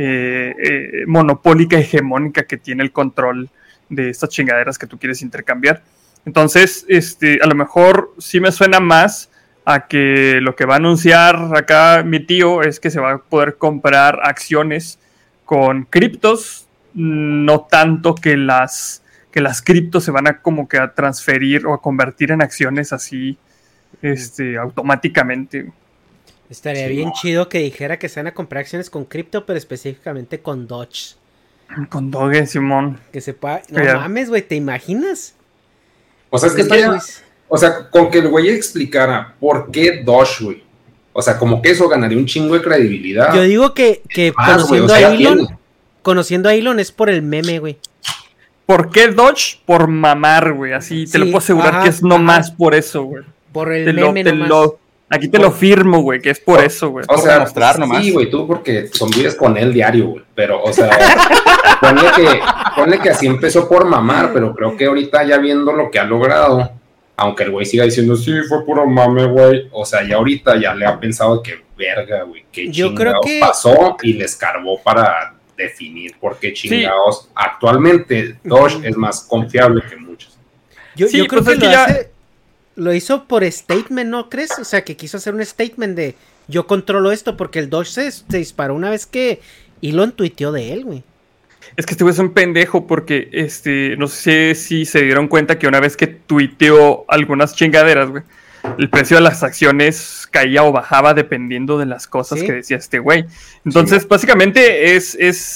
monopólica, hegemónica que tiene el control de estas chingaderas que tú quieres intercambiar. Entonces, a lo mejor sí me suena más a que lo que va a anunciar acá mi tío es que se va a poder comprar acciones con criptos, no tanto que las criptos se van a como que a transferir o a convertir en acciones así automáticamente. Estaría bien chido que dijera que se van a comprar acciones con cripto, pero específicamente con Doge. Con Doge, Simón. Que se pueda... No mames, güey, ¿te imaginas? O sea, es que estaría... O sea, con que el güey explicara por qué Doge, güey. O sea, como que eso ganaría un chingo de credibilidad. Yo digo que conociendo a Elon es por el meme, güey. ¿Por qué Doge? Por mamar, güey. Así te lo puedo asegurar que es nomás por eso, güey. Por el meme nomás. Aquí te lo firmo, güey, que es por eso, güey. O sea, mostrar nomás. Sí, güey, tú porque convives con él diario, güey. Pero, o sea, ponle que así empezó por mamar, pero creo que ahorita ya viendo lo que ha logrado, aunque el güey siga diciendo, sí, fue puro mame, güey. O sea, ya ahorita ya le ha pensado que verga, güey, qué chingados pasó y le escarbó para definir por qué chingados actualmente Doge es más confiable que muchos. Yo creo que lo hizo por statement, ¿no crees? O sea, que quiso hacer un statement de yo controlo esto, porque el Doge se disparó una vez que Elon tuiteó de él, güey. Es que este güey es un pendejo porque, no sé si se dieron cuenta que una vez que tuiteó algunas chingaderas, güey, el precio de las acciones caía o bajaba dependiendo de las cosas que decía este güey. Entonces, básicamente es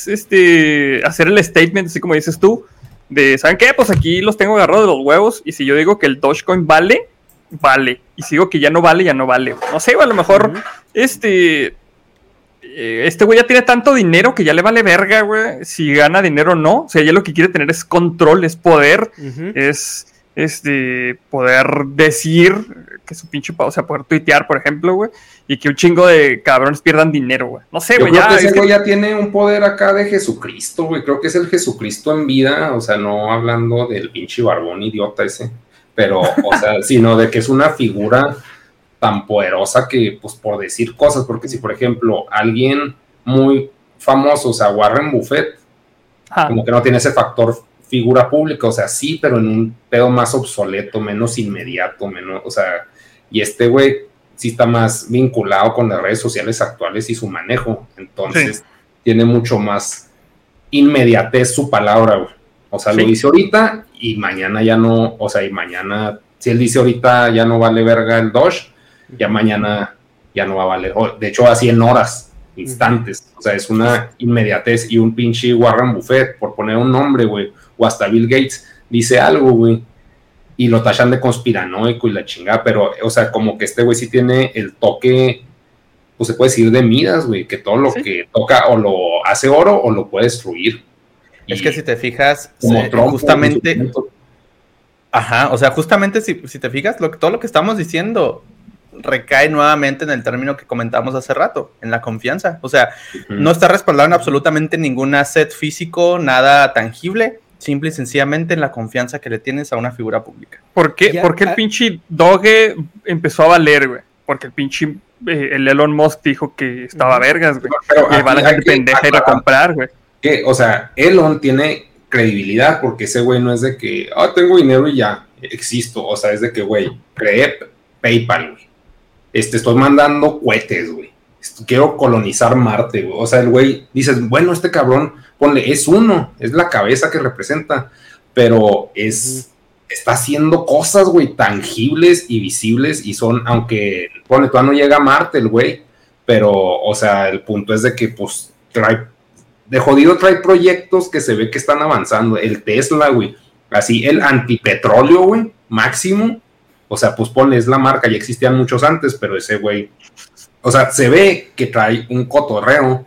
hacer el statement, así como dices tú, de, ¿saben qué? Pues aquí los tengo agarrados de los huevos y si yo digo que el Dogecoin vale, y si digo que ya no vale, ya no vale. No sé, a lo mejor este güey ya tiene tanto dinero que ya le vale verga, güey, si gana dinero o no. O sea, ya lo que quiere tener es control, es poder, es poder decir que su pinche, o sea, poder tuitear, por ejemplo, güey, y que un chingo de cabrones pierdan dinero, güey. No sé, güey. Yo creo que ese güey ya tiene un poder acá de Jesucristo, güey. Creo que es el Jesucristo en vida, o sea, no hablando del pinche barbón idiota ese, pero, o sea, sino de que es una figura tan poderosa que, pues, por decir cosas, porque si, por ejemplo, alguien muy famoso, o sea, Warren Buffett, como que no tiene ese factor figura pública, o sea, sí, pero en un pedo más obsoleto, menos inmediato, menos, o sea, y este güey sí está más vinculado con las redes sociales actuales y su manejo, entonces tiene mucho más inmediatez su palabra, güey. O sea, lo dice ahorita y mañana ya no, o sea, y mañana, si él dice ahorita ya no vale verga el Doge, ya mañana ya no va a valer, de hecho así en horas, instantes, o sea, es una inmediatez y un pinche Warren Buffett, por poner un nombre, güey, o hasta Bill Gates, dice algo, güey, y lo tachan de conspiranoico y la chingada, pero, o sea, como que este güey sí tiene el toque, pues se puede decir de Midas, güey, que todo lo que toca o lo hace oro o lo puede destruir. Es que si te fijas, como Trump, justamente, o sea, justamente si te fijas, todo lo que estamos diciendo recae nuevamente en el término que comentamos hace rato, en la confianza. O sea, no está respaldado en absolutamente ningún asset físico, nada tangible, simple y sencillamente en la confianza que le tienes a una figura pública. ¿Por qué el pinche Doge empezó a valer, güey? Porque el pinche el Elon Musk dijo que estaba vergas, güey. Que va a dejar de pendeja ir a comprar, güey. que, o sea, Elon tiene credibilidad porque ese güey no es de que, tengo dinero y ya existo. O sea, es de que, güey, creé PayPal, güey. Estoy mandando cohetes, güey. Quiero colonizar Marte, güey. O sea, el güey, dices, bueno, este cabrón, ponle, es la cabeza que representa, pero está haciendo cosas, güey, tangibles y visibles y son, aunque, ponle, todavía no llega a Marte el güey, pero, o sea, el punto es de que, pues, trae proyectos que se ve que están avanzando. El Tesla, güey, así, el antipetróleo, güey, máximo. O sea, pues ponle, es la marca, ya existían muchos antes, pero ese güey, o sea, se ve que trae un cotorreo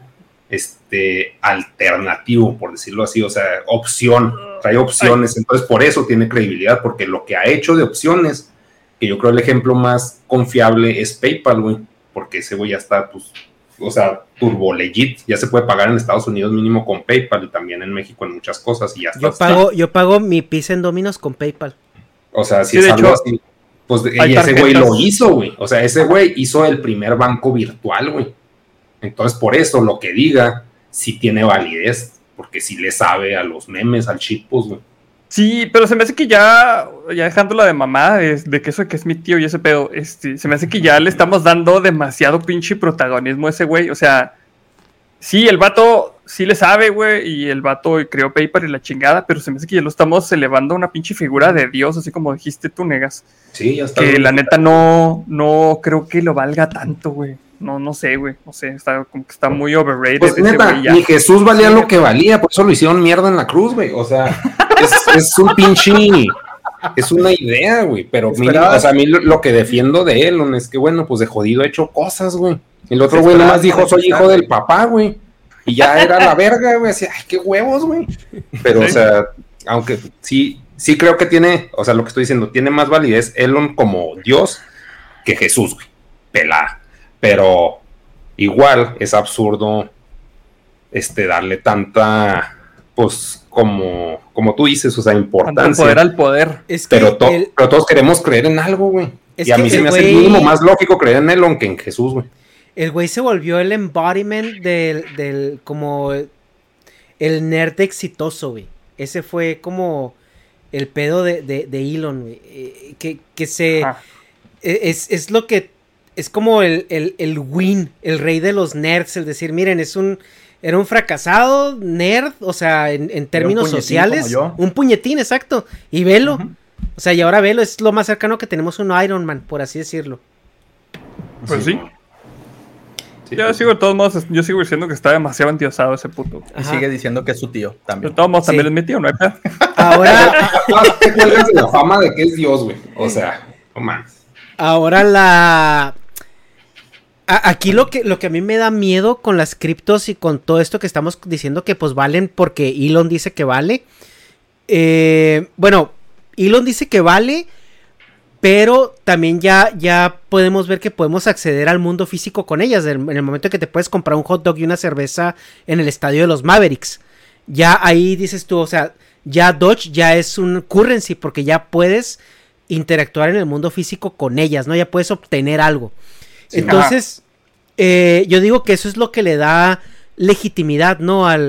alternativo, por decirlo así, o sea, trae opciones, entonces por eso tiene credibilidad, porque lo que ha hecho de opciones, que yo creo el ejemplo más confiable es PayPal, güey, porque ese güey ya está, pues, o sea, turbo legit, ya se puede pagar en Estados Unidos mínimo con PayPal y también en México en muchas cosas y ya está. Yo pago mi pizza en Domino's con PayPal. O sea, si es algo así. Pues y ese güey lo hizo, güey. O sea, ese güey hizo el primer banco virtual, güey. Entonces, por eso lo que diga sí tiene validez, porque sí le sabe a los memes, al shitpost, güey. Sí, pero se me hace que ya dejándola de mamá, de que eso que es mi tío y ese pedo, se me hace que ya le estamos dando demasiado pinche protagonismo a ese güey. O sea, sí, el vato sí le sabe, güey, y el vato creó PayPal y la chingada, pero se me hace que ya lo estamos elevando a una pinche figura de Dios, así como dijiste tú, Negas. Sí, ya está. Que la neta no creo que lo valga tanto, güey. No sé, güey. No sé, como que está muy overrated. Pues neta, ni Jesús valía lo que valía, por eso lo hicieron mierda en la cruz, güey. O sea, es un pinche... Es una idea, güey. Pero o sea, a mí lo que defiendo de él es que, bueno, pues de jodido he hecho cosas, güey. El otro güey nomás dijo, soy hijo del papá, güey. Y ya era la verga, güey. Así, ay, qué huevos, güey. Pero, o sea, aunque sí creo que tiene, o sea, lo que estoy diciendo, tiene más validez Elon como Dios que Jesús, güey. Pelada. Pero igual es absurdo darle tanta, pues, como tú dices, o sea, importancia. Poder al poder. Pero todos queremos creer en algo, güey. Y a mí se me hace el mínimo más lógico creer en Elon que en Jesús, güey. El güey se volvió el embodiment del como el nerd exitoso, güey. Ese fue como el pedo de Elon, güey. Que se... Es lo que... Es como el win, el rey de los nerds, el decir, miren, era un fracasado nerd, o sea, en términos sociales. Un puñetín, exacto. Y velo. O sea, y ahora velo, es lo más cercano que tenemos a un Iron Man, por así decirlo. Pues sí. Yo sigo de todos modos, yo sigo diciendo que está demasiado endiosado ese puto. Y sigue diciendo que es su tío también. De todos modos también es mi tío, ¿no hay pedo? Ahora te cuelgas de la fama de que es Dios, güey. O sea, no mames. Ahora aquí lo que a mí me da miedo con las criptos y con todo esto que estamos diciendo que pues valen porque Elon dice que vale. Bueno, Elon dice que vale, pero también ya podemos ver que podemos acceder al mundo físico con ellas. En el momento en que te puedes comprar un hot dog y una cerveza en el estadio de los Mavericks. Ya ahí dices tú, o sea, ya Doge ya es un currency porque ya puedes interactuar en el mundo físico con ellas, ¿no? Ya puedes obtener algo. Sí, entonces, yo digo que eso es lo que le da legitimidad, ¿no? A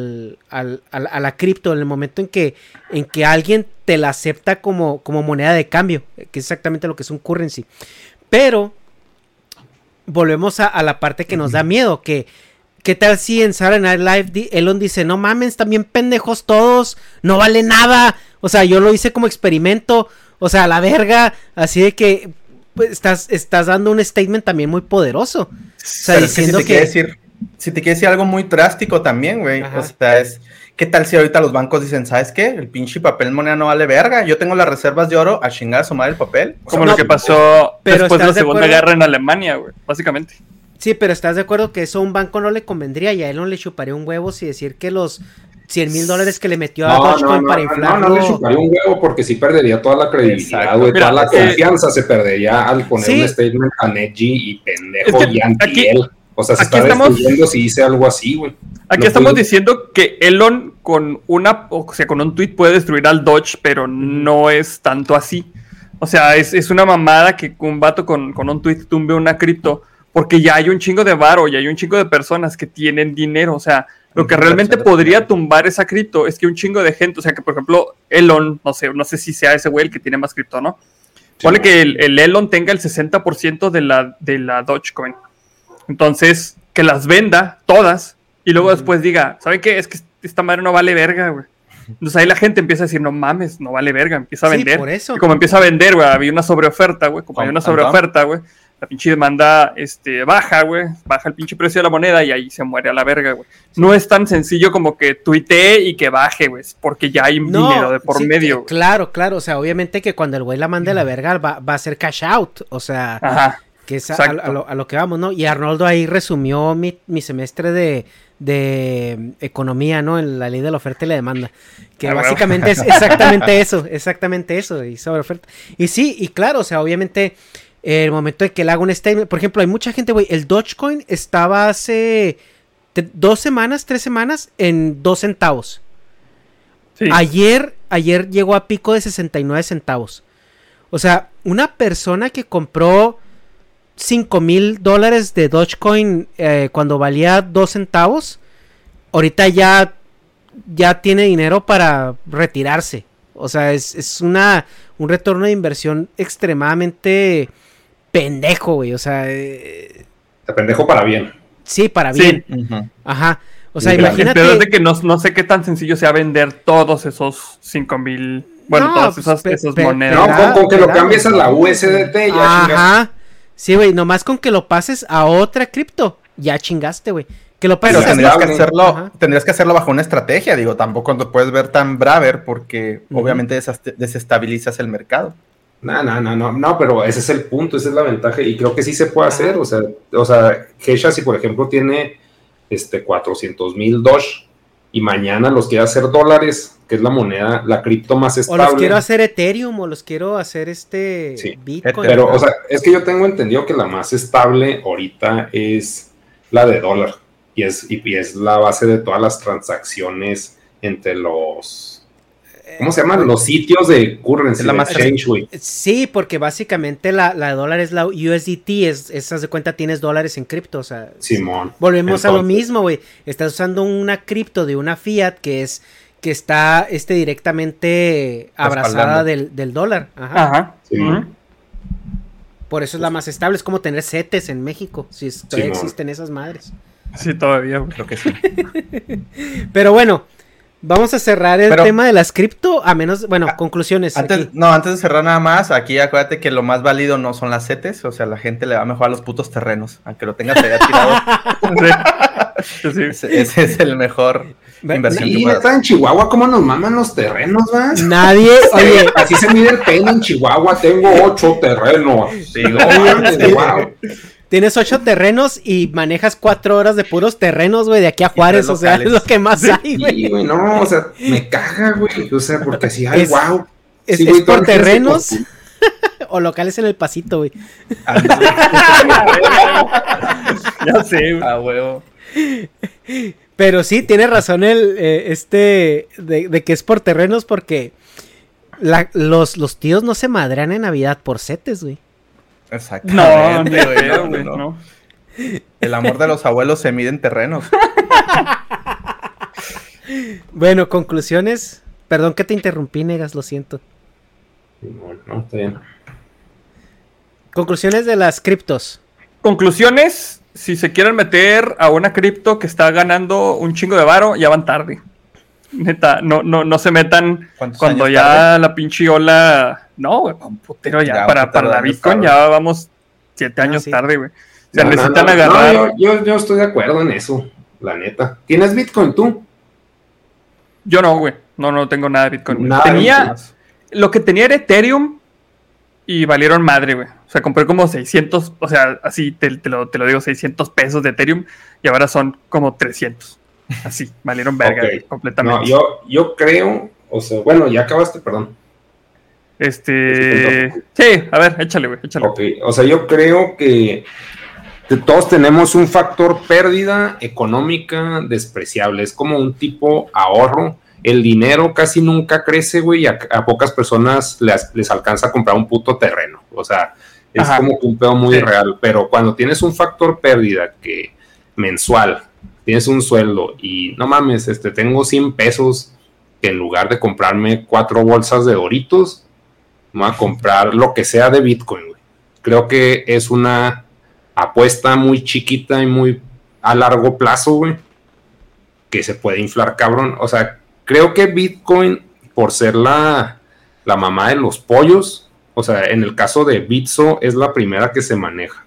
la cripto, en el momento en que alguien te la acepta como moneda de cambio, que es exactamente lo que es un currency. Pero volvemos a la parte que nos da miedo, que ¿qué tal si en Saturday Night Live Elon dice, no mames, están bien pendejos todos, no vale nada, o sea, yo lo hice como experimento, o sea, a la verga, así de que pues, estás dando un statement también muy poderoso, o sea, pero diciendo si te quiere decir algo muy drástico también, güey, o sea, ¿qué tal si ahorita los bancos dicen, ¿sabes qué? El pinche papel moneda no vale verga, yo tengo las reservas de oro, a chingar a sumar el papel. Como lo que pasó después de la Segunda Guerra en Alemania, güey, básicamente. Sí, pero ¿estás de acuerdo que eso a un banco no le convendría y a él no le chuparía un huevo si decir que los $100,000 que le metió a Dogecoin para inflarlo? No le chuparía un huevo porque sí perdería toda la credibilidad, güey, toda la confianza se perdería al poner un statement a Neji y pendejo y anti-él. O sea, se está destruyendo si dice algo así, güey. Aquí estamos diciendo que Elon con un tweet puede destruir al Doge, pero no es tanto así. O sea, es una mamada que un vato con un tweet tumbe una cripto, porque ya hay un chingo de varo, ya hay un chingo de personas que tienen dinero. O sea, Lo que realmente podría tumbar esa cripto es que un chingo de gente, o sea que por ejemplo Elon, no sé si sea ese güey el que tiene más cripto, ¿no? Sí, ponle que el Elon tenga el 60% de la Dogecoin. Entonces, que las venda todas y luego después diga, ¿saben qué? Es que esta madre no vale verga, güey. Entonces ahí la gente empieza a decir, no mames, no vale verga, empieza a vender. Por eso. Y como empieza a vender, güey, había una sobreoferta, güey, como hay una sobreoferta, güey, la pinche demanda baja, güey, baja el pinche precio de la moneda y ahí se muere a la verga, güey. Sí. No es tan sencillo como que tuitee y que baje, güey, porque ya hay dinero de por medio. Claro, o sea, obviamente que cuando el güey la mande a la verga va a ser cash out, o sea, ajá, que es a lo que vamos, ¿no? Y Arnoldo ahí resumió mi semestre de economía, ¿no? En la ley de la oferta y la demanda, que básicamente es exactamente eso, y sobre oferta. Y sí, y claro, o sea, obviamente el momento de que él haga un statement, por ejemplo, hay mucha gente, güey, el Dogecoin estaba hace 3 semanas en 2 centavos. Sí. Ayer llegó a pico de 69 centavos. O sea, una persona que compró $5,000 de Dogecoin cuando valía 2 centavos, ahorita ya tiene dinero para retirarse. O sea, es un retorno de inversión extremadamente pendejo, güey. O sea, pendejo para bien. Sí, para bien. Sí. Ajá. O sea, imagínate. Pero es de que no sé qué tan sencillo sea vender todos esos 5,000. Bueno, todas esas monedas. No, con que lo cambies a la USDT ya. Ajá. Sí, güey, nomás con que lo pases a otra cripto, ya chingaste, güey. Que lo pases. Pero tendrías que hacerlo bajo una estrategia, digo, tampoco te puedes ver tan braver porque obviamente desestabilizas el mercado. No, pero ese es el punto, esa es la ventaja y creo que sí se puede hacer, o sea, Gesha, si por ejemplo tiene 400,000 Doge y mañana los quiere hacer dólares, que es la moneda, la cripto más estable. O los quiero hacer Ethereum, o los quiero hacer sí, Bitcoin. Pero, o sea, es que yo tengo entendido que la más estable ahorita es la de dólar y es la base de todas las transacciones entre los... ¿Cómo se llaman? Los sitios de currency, la exchange, güey. Sí, porque básicamente la de dólar es la USDT, esas de cuenta tienes dólares en cripto, o sea... Simón. Volvemos a lo mismo, güey. Estás usando una cripto de una fiat que está directamente abrazada del dólar. Ajá. Simón. Por eso es la más estable, es como tener CETES en México, si todavía existen esas madres. Sí, todavía, güey. Creo que sí. Pero bueno... Vamos a cerrar el tema de las cripto, a menos, conclusiones. Antes de cerrar nada más, aquí acuérdate que lo más válido no son las CETES, o sea, la gente le va mejor a los putos terrenos, aunque lo tengas allá tirado. Sí. Ese es el mejor inversión. Y está en Chihuahua, ¿cómo nos maman los terrenos, va? Nadie, oye. Así se mide el pene en Chihuahua, tengo 8 terrenos. Sí, wow. Tienes 8 terrenos y manejas 4 horas de puros terrenos, güey, de aquí a Juárez, o sea, es lo que más hay, güey. Sí, güey, no, o sea, me caga, güey, o sea, porque así, ay, wow. ¿Es por terrenos o locales en el Pasito, güey? Ya sé, güey. A huevo. Pero sí, tiene razón de que es por terrenos porque los tíos no se madrean en Navidad por CETES, güey. Exactamente, no. El amor de los abuelos se mide en terrenos. Bueno, conclusiones. Perdón que te interrumpí, Negas, lo siento. No, está bien. Conclusiones de las criptos. Conclusiones, si se quieren meter a una cripto que está ganando un chingo de varo, ya van tarde. Neta, no se metan cuando ya tarde? La pinche ola... No, güey, un putero ya para la Bitcoin tarde. Ya vamos 7 años tarde, güey. O sea, necesitan agarrar... Yo estoy de acuerdo en eso, la neta. ¿Tienes Bitcoin tú? Yo no, güey. No tengo nada de Bitcoin. Lo que tenía era Ethereum y valieron madre, güey. O sea, compré como 600, o sea, así te lo digo, 600 pesos de Ethereum y ahora son como 300. Así, valieron verga, completamente. No, yo creo, o sea, bueno, ya acabaste, perdón. Sí, a ver, échale, güey, échale. Ok, o sea, yo creo que todos tenemos un factor pérdida económica despreciable. Es como un tipo ahorro. El dinero casi nunca crece, güey, y a pocas personas les alcanza a comprar un puto terreno. O sea, es como que un pedo muy real. Pero cuando tienes un factor pérdida que mensual tienes un sueldo y no mames, tengo 100 pesos que en lugar de comprarme 4 bolsas de Doritos, me voy a comprar lo que sea de Bitcoin, güey. Creo que es una apuesta muy chiquita y muy a largo plazo, güey, que se puede inflar cabrón. O sea, creo que Bitcoin, por ser la mamá de los pollos, o sea, en el caso de Bitso, es la primera que se maneja.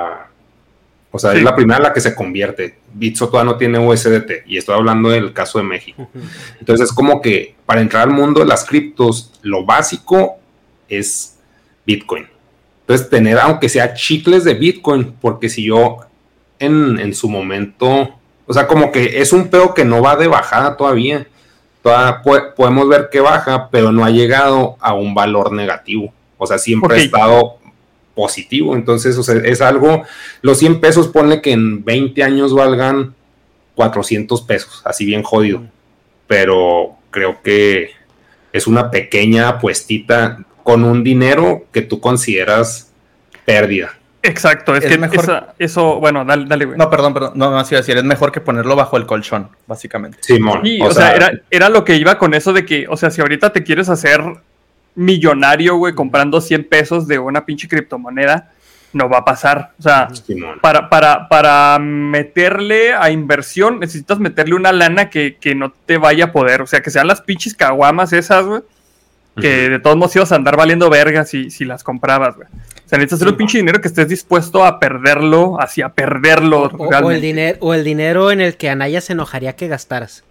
Es la primera en la que se convierte. Bitso todavía no tiene USDT, y estoy hablando del caso de México. Entonces, es como que para entrar al mundo de las criptos, lo básico es Bitcoin. Entonces, tener, aunque sea chicles de Bitcoin, porque si yo en su momento, o sea, como que es un pedo que no va de bajada todavía. Todavía podemos ver que baja, pero no ha llegado a un valor negativo. O sea, siempre ha estado positivo. Entonces, o sea, es algo, los 100 pesos, ponle que en 20 años valgan 400 pesos, así bien jodido. Pero creo que es una pequeña apuestita con un dinero que tú consideras pérdida. Exacto, es que mejor... eso, bueno, dale, güey. No, perdón, no iba a decir, es mejor que ponerlo bajo el colchón, básicamente. Simón. Sí, o sea, era lo que iba con eso de que, o sea, si ahorita te quieres hacer millonario, güey, comprando 100 pesos de una pinche criptomoneda, no va a pasar. O sea, para meterle a inversión, necesitas meterle una lana que no te vaya a poder. O sea, que sean las pinches caguamas esas, güey, que de todos modos ibas a andar valiendo verga si las comprabas, güey. O sea, necesitas hacer un pinche dinero que estés dispuesto a perderlo, así a perderlo. O el dinero en el que Anaya se enojaría que gastaras.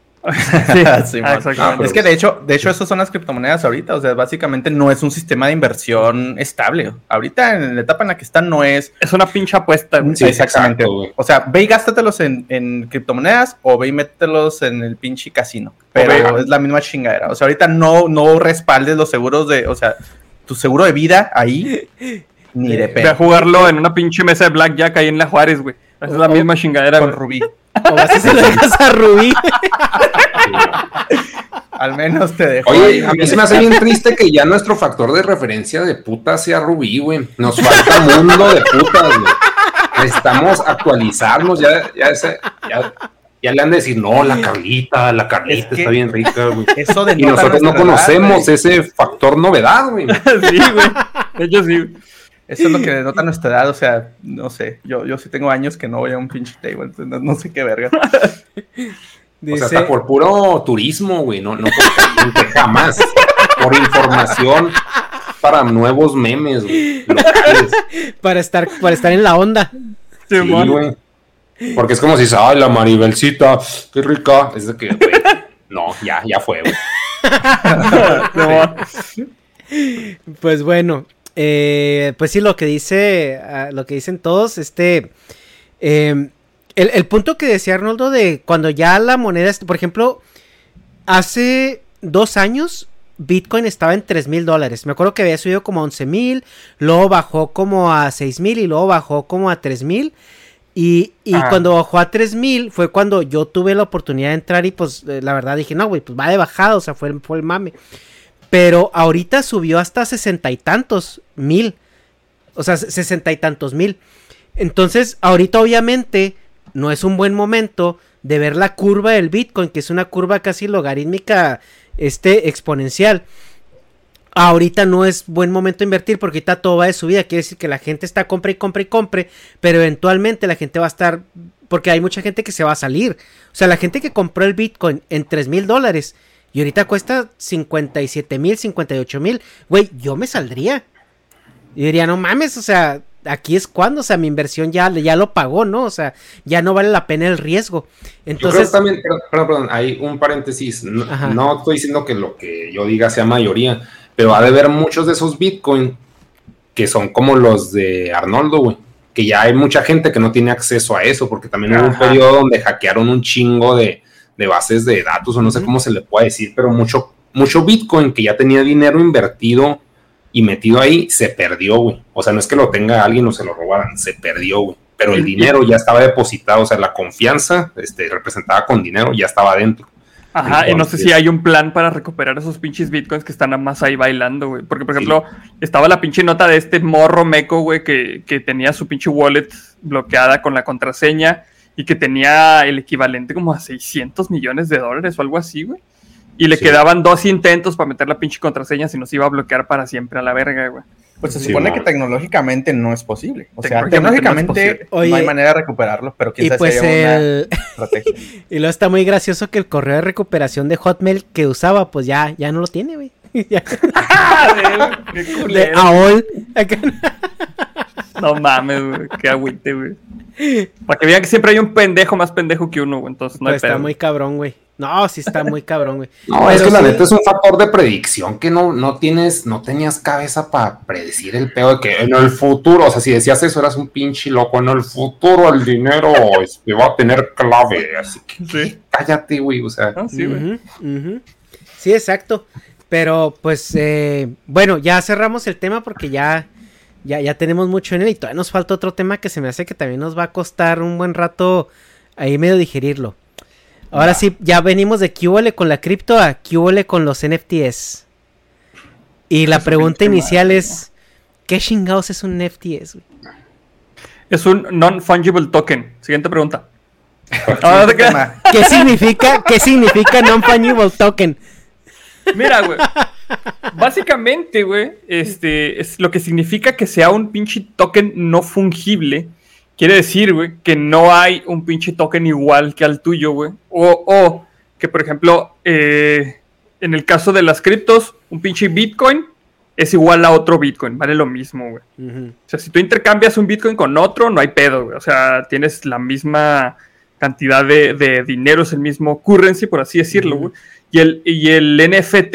Sí, es que de hecho esas son las criptomonedas ahorita. O sea, básicamente no es un sistema de inversión estable. Ahorita en la etapa en la que están no es una pinche apuesta, güey. Sí, exactamente, güey. O sea, ve y gástatelos en criptomonedas o ve y mételos en el pinche casino. Pero es la misma chingadera. O sea, ahorita no respaldes los seguros o sea, tu seguro de vida ahí ni de pedo. Ve a jugarlo en una pinche mesa de blackjack ahí en La Juárez, güey. Esa es la misma chingadera con Rubí. O vas a se lo dejas a Rubí. Al menos te dejo. Oye, a mí se me hace bien triste que ya nuestro factor de referencia de putas sea Rubí, güey. Nos falta mundo de putas, güey. Necesitamos actualizarnos. Ya le han de decir, no, la Carlita es que está bien rica, güey. Eso de y nosotros no conocemos ese factor novedad, güey. Sí, güey. De hecho, sí. Eso es lo que denota nuestra edad, o sea, no sé, yo sí tengo años que no voy a un pinche table, entonces no sé qué verga. O sea, hasta por puro turismo, güey, no por jamás, por información para nuevos memes, güey. Para estar en la onda. Sí, güey. Porque es como si, ay, la Maribelcita, qué rica. Es de que, güey, no, ya fue, güey. Pues bueno. Pues sí, lo que dicen todos, el punto que decía Arnoldo de cuando ya la moneda, por ejemplo, hace 2 años Bitcoin estaba en $3,000, me acuerdo que había subido como a 11,000, luego bajó como a 6,000 y luego bajó como a 3,000 y cuando bajó a 3,000 fue cuando yo tuve la oportunidad de entrar y pues la verdad dije, no güey, pues va de bajada, o sea, fue el mame. Pero ahorita subió hasta 60 y tantos mil. O sea, 60 y tantos mil. Entonces, ahorita obviamente no es un buen momento de ver la curva del Bitcoin, que es una curva casi logarítmica exponencial. Ahorita no es buen momento de invertir porque ahorita todo va de subida. Quiere decir que la gente está compre, pero eventualmente la gente va a estar... Porque hay mucha gente que se va a salir. O sea, la gente que compró el Bitcoin en $3,000... Y ahorita cuesta 57,000, 58,000. Güey, yo me saldría. Y diría, no mames, o sea, aquí es cuando, o sea, mi inversión ya lo pagó, ¿no? O sea, ya no vale la pena el riesgo. Entonces, yo creo también, perdón, hay un paréntesis. No estoy diciendo que lo que yo diga sea mayoría, pero ha de haber muchos de esos Bitcoin que son como los de Arnoldo, güey. Que ya hay mucha gente que no tiene acceso a eso, porque también hubo un periodo donde hackearon un chingo de bases de datos, o no sé cómo se le puede decir, pero mucho Bitcoin que ya tenía dinero invertido y metido ahí, se perdió, güey. O sea, no es que lo tenga alguien o se lo robaran, se perdió, güey. Pero el dinero ya estaba depositado, o sea, la confianza representada con dinero ya estaba adentro. Ajá, entonces, y no sé si hay un plan para recuperar esos pinches Bitcoins que están nada más ahí bailando, güey. Porque, por ejemplo, estaba la pinche nota de morro meco, güey, que tenía su pinche wallet bloqueada con la contraseña. y que tenía el equivalente como a $600 millones o algo así, güey. Y le quedaban 2 intentos para meter la pinche contraseña si nos iba a bloquear para siempre a la verga, güey. Pues se supone que tecnológicamente no es posible. O sea, tecnológicamente no hay manera de recuperarlo, pero quién sabe pues si hay una estrategia. Y luego está muy gracioso que el correo de recuperación de Hotmail que usaba, pues ya no lo tiene, güey. De AOL. No mames, güey, qué agüite, güey. Para que vean que siempre hay un pendejo más pendejo que uno, güey, entonces no hay pedo. Está muy cabrón, güey. No, sí está muy cabrón, güey. No, pero es que la neta es un factor de predicción que no tenías cabeza para predecir el pedo de que en el futuro, o sea, si decías eso eras un pinche loco, en el futuro el dinero va a tener clave, así que cállate, güey, o sea. Sí, güey. Sí, exacto. Pero, pues, bueno, ya cerramos el tema porque ya tenemos mucho en él y todavía nos falta otro tema que se me hace que también nos va a costar un buen rato ahí medio digerirlo. Ahora sí, ya venimos de QL con la cripto a QL con los NFTs. Y la pregunta inicial es, ¿qué chingados es un NFTs, güey? Es un non-fungible token. Siguiente pregunta. ¿Qué significa non-fungible token? Mira, güey. Básicamente, güey, es lo que significa que sea un pinche token no fungible. Quiere decir, güey, que no hay un pinche token igual que al tuyo, güey. O que, por ejemplo, en el caso de las criptos, un pinche Bitcoin es igual a otro Bitcoin. Vale lo mismo, güey. O sea, si tú intercambias un Bitcoin con otro, no hay pedo, güey. O sea, tienes la misma cantidad de dinero, es el mismo currency, por así decirlo, güey. Y el NFT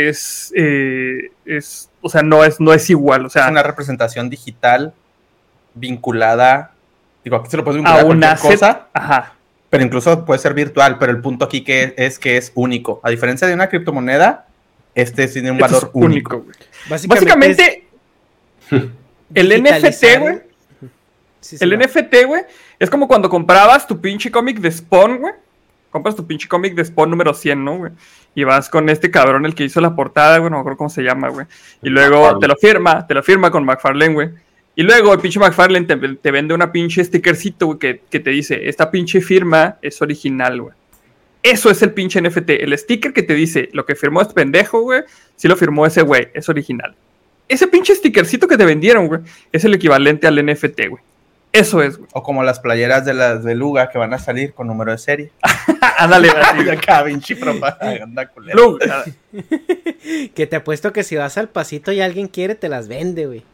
o sea, no es igual, o sea. Es una representación digital vinculada. Digo, aquí se lo puedes vincular a cualquier cosa. Ajá. Pero incluso puede ser virtual, pero el punto aquí que es único. A diferencia de una criptomoneda, tiene un valor único. Güey. Básicamente el NFT, güey. El NFT, güey, es como cuando comprabas tu pinche cómic de Spawn, güey. Compras tu pinche cómic de Spawn número 100, ¿no, güey? Y vas con este cabrón, el que hizo la portada, güey, no me acuerdo cómo se llama, güey. Y luego te lo firma con McFarlane, güey. Y luego el pinche McFarlane te vende una pinche stickercito, güey, que te dice, esta pinche firma es original, güey. Eso es el pinche NFT. El sticker que te dice, lo que firmó este pendejo, güey, sí lo firmó ese güey, es original. Ese pinche stickercito que te vendieron, güey, es el equivalente al NFT, güey. Eso es, güey. O como las playeras de las beluga que van a salir con número de serie. Ándale, acá, pinche propaganda culera. Que te apuesto que si vas al pasito y alguien quiere, te las vende, güey.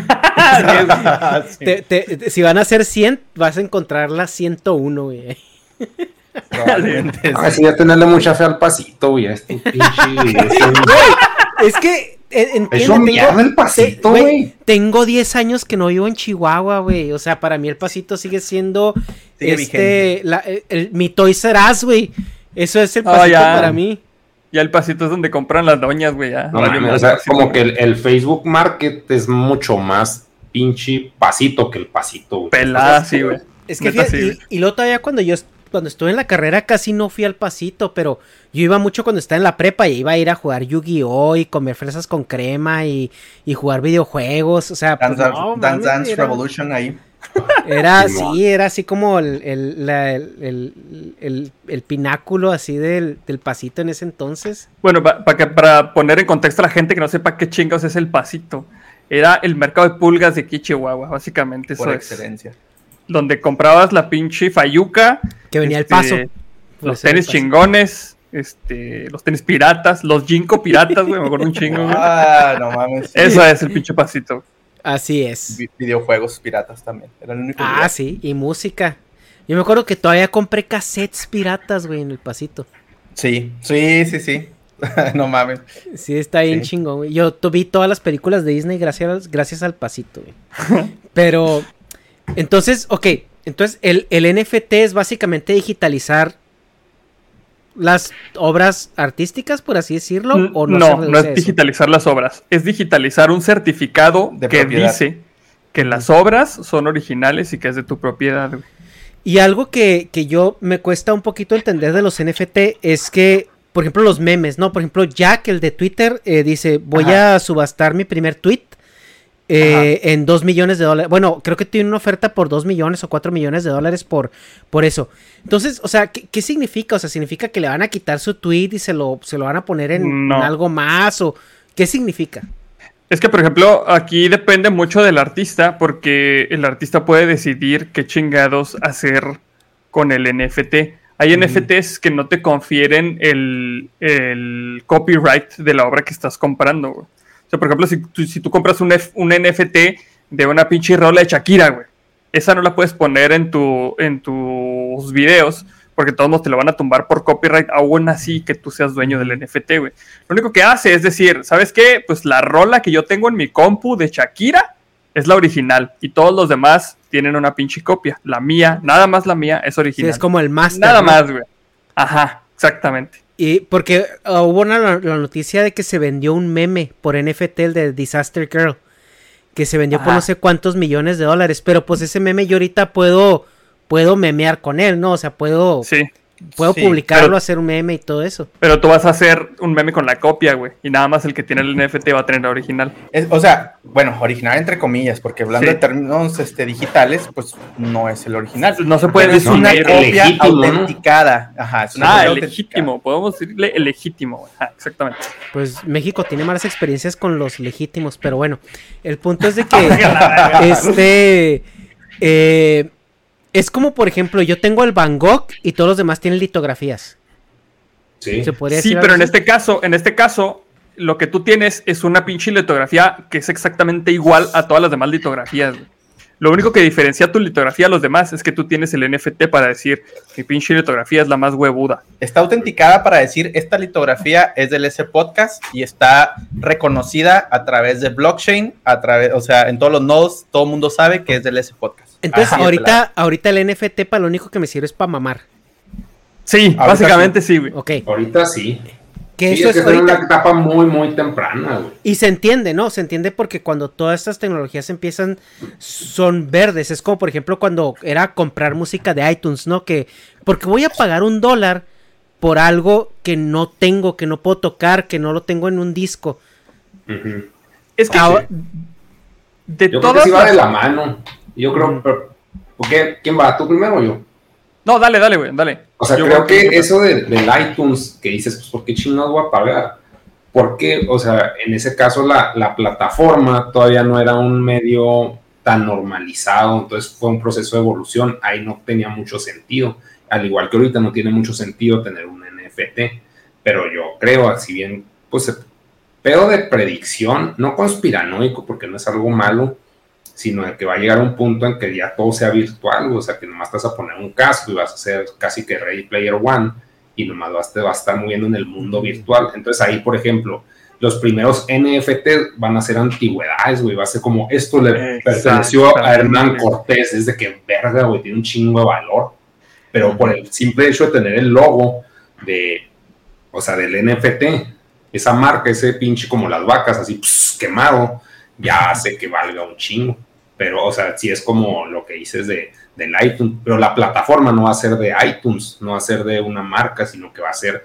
Sí. Si van a ser 100, vas a encontrar las 101, güey. Probablemente. Sí, ya tenerle mucha fe al pasito, güey. Este pinche. Es que. El pasito, güey. Tengo 10 años que no vivo en Chihuahua, güey. O sea, para mí el pasito sigue siendo mi Toys R Us, güey. Eso es el pasito para mí. Ya el pasito es donde compran las doñas, güey. No, o sea, como que el Facebook Market es mucho más pinche pasito que el pasito, güey. Pelada, sí, güey. Es que fíjate, y luego todavía cuando estuve en la carrera casi no fui al pasito, pero yo iba mucho cuando estaba en la prepa y iba a ir a jugar Yu-Gi-Oh! Y comer fresas con crema y jugar videojuegos, o sea, Dance Revolution ahí. Era así como el pináculo así del pasito en ese entonces. Bueno, para poner en contexto a la gente que no sepa qué chingados es el pasito, era el mercado de pulgas de aquí, Chihuahua, básicamente. Por excelencia. Donde comprabas la pinche fayuca. Que venía el paso. Los tenis chingones, los tenis piratas, los Jinko piratas, güey, me acuerdo un chingo, güey. No mames. Eso es el pinche pasito. Así es. Videojuegos piratas también. Era el único lugar. Sí, y música. Yo me acuerdo que todavía compré cassettes piratas, güey, en el pasito. Sí. No mames. Sí, está bien chingón, güey. Yo vi todas las películas de Disney gracias al pasito, güey. Pero, entonces, el NFT es básicamente digitalizar las obras artísticas, por así decirlo, ¿o no es digitalizar las obras, es digitalizar un certificado que dice que las obras son originales y que es de tu propiedad, güey. Y algo que yo me cuesta un poquito entender de los NFT es que, por ejemplo, los memes, ¿no? Por ejemplo, Jack, el de Twitter, dice, voy a subastar mi primer tweet. en $2 millones. Bueno, creo que tiene una oferta por $2 millones o $4 millones por eso. Entonces, o sea, ¿qué significa? O sea, ¿significa que le van a quitar su tweet y se lo van a poner en algo más? ¿O qué significa? Es que, por ejemplo, aquí depende mucho del artista, porque el artista puede decidir qué chingados hacer con el NFT. Hay NFTs que no te confieren el copyright de la obra que estás comprando, güey. O sea, por ejemplo, si tú compras un NFT de una pinche rola de Shakira, güey, esa no la puedes poner en tus videos, porque todos te lo van a tumbar por copyright, aún así que tú seas dueño del NFT, güey. Lo único que hace es decir, ¿sabes qué? Pues la rola que yo tengo en mi compu de Shakira es la original, y todos los demás tienen una pinche copia. La mía, nada más la mía, es original. Sí, es como el máster. Nada más, güey. Ajá, exactamente. Y porque hubo la noticia de que se vendió un meme por NFT, el de Disaster Girl, que se vendió por no sé cuántos millones de dólares, pero pues ese meme yo ahorita puedo memear con él, ¿no? O sea, puedo publicarlo, hacer un meme y todo eso. Pero tú vas a hacer un meme con la copia, güey, y nada más el que tiene el NFT va a tener la original. O sea, bueno, original entre comillas, porque hablando de términos digitales, pues no es el original. No se puede decir una copia autenticada. Ajá, es una el legítimo, podemos decirle el legítimo. Ajá, exactamente. Pues México tiene malas experiencias con los legítimos, pero bueno, el punto es de que es como, por ejemplo, yo tengo el Van Gogh y todos los demás tienen litografías. Sí, ¿Se podría decir pero así? en este caso, lo que tú tienes es una pinche litografía que es exactamente igual a todas las demás litografías. Lo único que diferencia tu litografía a los demás es que tú tienes el NFT para decir, mi pinche litografía es la más huevuda. Está autenticada para decir, esta litografía es del S Podcast y está reconocida a través de blockchain, o sea, en todos los nodos, todo el mundo sabe que es del S Podcast. Entonces, ahorita el NFT para lo único que me sirve es para mamar. Sí, ahorita básicamente sí, güey. Okay. Ahorita sí. Que sí, eso es que es una etapa muy, muy temprana, güey. Y se entiende, ¿no? Se entiende porque cuando todas estas tecnologías empiezan, son verdes. Es como, por ejemplo, cuando era comprar música de iTunes, ¿no? Porque voy a pagar $1 por algo que no tengo, que no puedo tocar, que no lo tengo en un disco. Uh-huh. Es que yo creo que sí va de la mano. Yo creo, porque ¿quién va? ¿Tú primero o yo? No, dale, güey, dale. O sea, yo creo que eso del iTunes, que dices, pues, ¿por qué chingados voy a pagar? Porque, o sea, en ese caso la plataforma todavía no era un medio tan normalizado, entonces fue un proceso de evolución, ahí no tenía mucho sentido, al igual que ahorita no tiene mucho sentido tener un NFT, pero yo creo, si bien, pues, pero de predicción, no conspiranoico, porque no es algo malo, sino de que va a llegar un punto en que ya todo sea virtual, o sea, que nomás te vas a poner un casco y vas a hacer casi que Ready Player One, y nomás te vas a estar moviendo en el mundo virtual. Entonces ahí, por ejemplo, los primeros NFT van a ser antigüedades, güey, va a ser como, esto le perteneció a Hernán Cortés, es de que verga, güey, tiene un chingo de valor, pero por el simple hecho de tener el logo del NFT, esa marca, ese pinche como las vacas, así, quemado, ya hace que valga un chingo. Pero, o sea, sí es como lo que dices del iTunes, pero la plataforma no va a ser de iTunes, no va a ser de una marca, sino que va a ser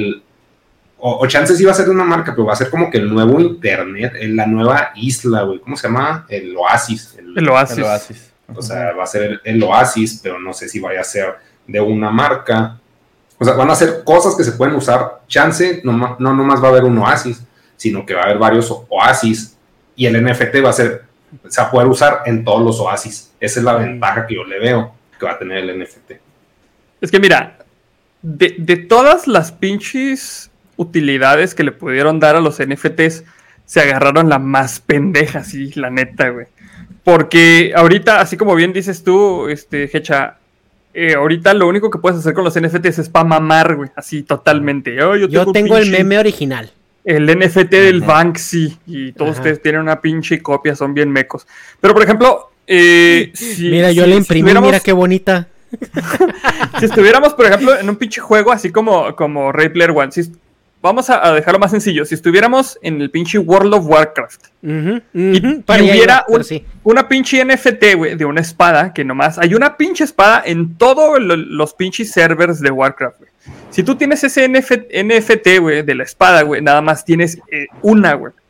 o chances sí va a ser de una marca, pero va a ser como que el nuevo internet, la nueva isla, güey, ¿cómo se llama? El Oasis. El Oasis. O sea, va a ser el Oasis, pero no sé si vaya a ser de una marca. O sea, van a ser cosas que se pueden usar, chance, no nomás va a haber un Oasis, sino que va a haber varios Oasis, y el NFT va a poder usar en todos los Oasis. Esa es la ventaja que yo le veo que va a tener el NFT. Es que mira, de todas las pinches utilidades que le pudieron dar a los NFTs, se agarraron la más pendeja, sí, la neta, güey. Porque ahorita, así como bien dices tú, Hecha, ahorita lo único que puedes hacer con los NFTs es pa' mamar, güey, así totalmente. Yo tengo el meme original. El NFT del Banksy, y todos ustedes tienen una pinche copia, son bien mecos. Pero, por ejemplo, mira, yo le imprimí, mira qué bonita. Si estuviéramos, por ejemplo, en un pinche juego así como Ready Player One, vamos a dejarlo más sencillo. Si estuviéramos en el pinche World of Warcraft y hubiera una pinche NFT, güey, de una espada, que nomás hay una pinche espada en todos los pinches servers de Warcraft, güey. Si tú tienes ese NFT, güey, de la espada, güey, nada más tienes una, güey.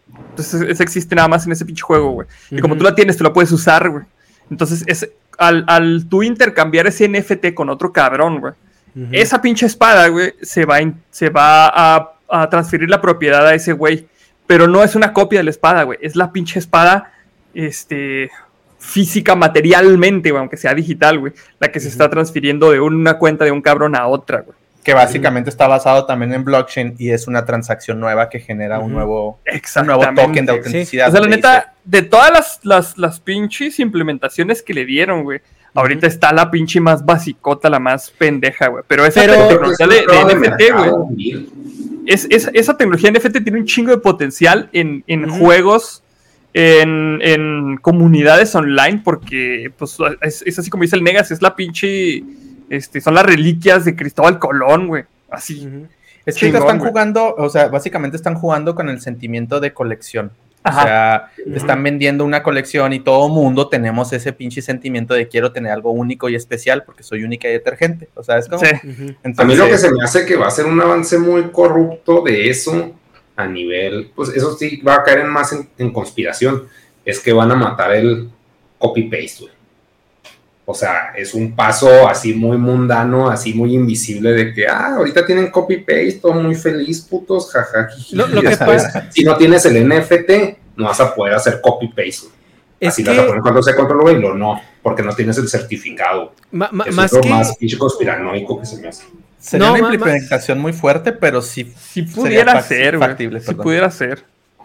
Entonces, esa existe nada más en ese pinche juego, güey. Y como tú la tienes, tú la puedes usar, güey. Entonces, al tú intercambiar ese NFT con otro cabrón, güey, esa pinche espada, güey, se va a transferir la propiedad a ese güey. Pero no es una copia de la espada, güey. Es la pinche espada, física, materialmente, güey, aunque sea digital, güey. La que se está transfiriendo de una cuenta de un cabrón a otra, güey. Que básicamente está basado también en blockchain y es una transacción nueva que genera un nuevo token de autenticidad. Sí. O sea, la neta, de todas las pinches implementaciones que le dieron, güey, ahorita está la pinche más basicota, la más pendeja, güey. Pero esa tecnología de NFT, güey, esa tecnología de NFT tiene un chingo de potencial en juegos, en comunidades online, porque pues es así como dice el Negas, es la pinche... son las reliquias de Cristóbal Colón, güey. Así. Es que están jugando, o sea, básicamente están jugando con el sentimiento de colección. Ajá. O sea, están vendiendo una colección y todo mundo tenemos ese pinche sentimiento de quiero tener algo único y especial porque soy única y detergente. O sea, es como... Sí. Entonces, a mí lo que se me hace que va a ser un avance muy corrupto de eso a nivel... Pues eso sí va a caer más en conspiración. Es que van a matar el copy-paste, güey. O sea, es un paso así muy mundano, así muy invisible de que, ahorita tienen copy-paste, todo muy feliz, putos, jaja. Lo que pasa... Si no tienes el NFT, no vas a poder hacer copy-paste. Así vas a poner cuando se controla y no, porque no tienes el certificado. Más es lo más pinche conspiranoico que se me hace. Sería una implementación muy fuerte, pero sí pudiera ser, factible. Si pudiera ser.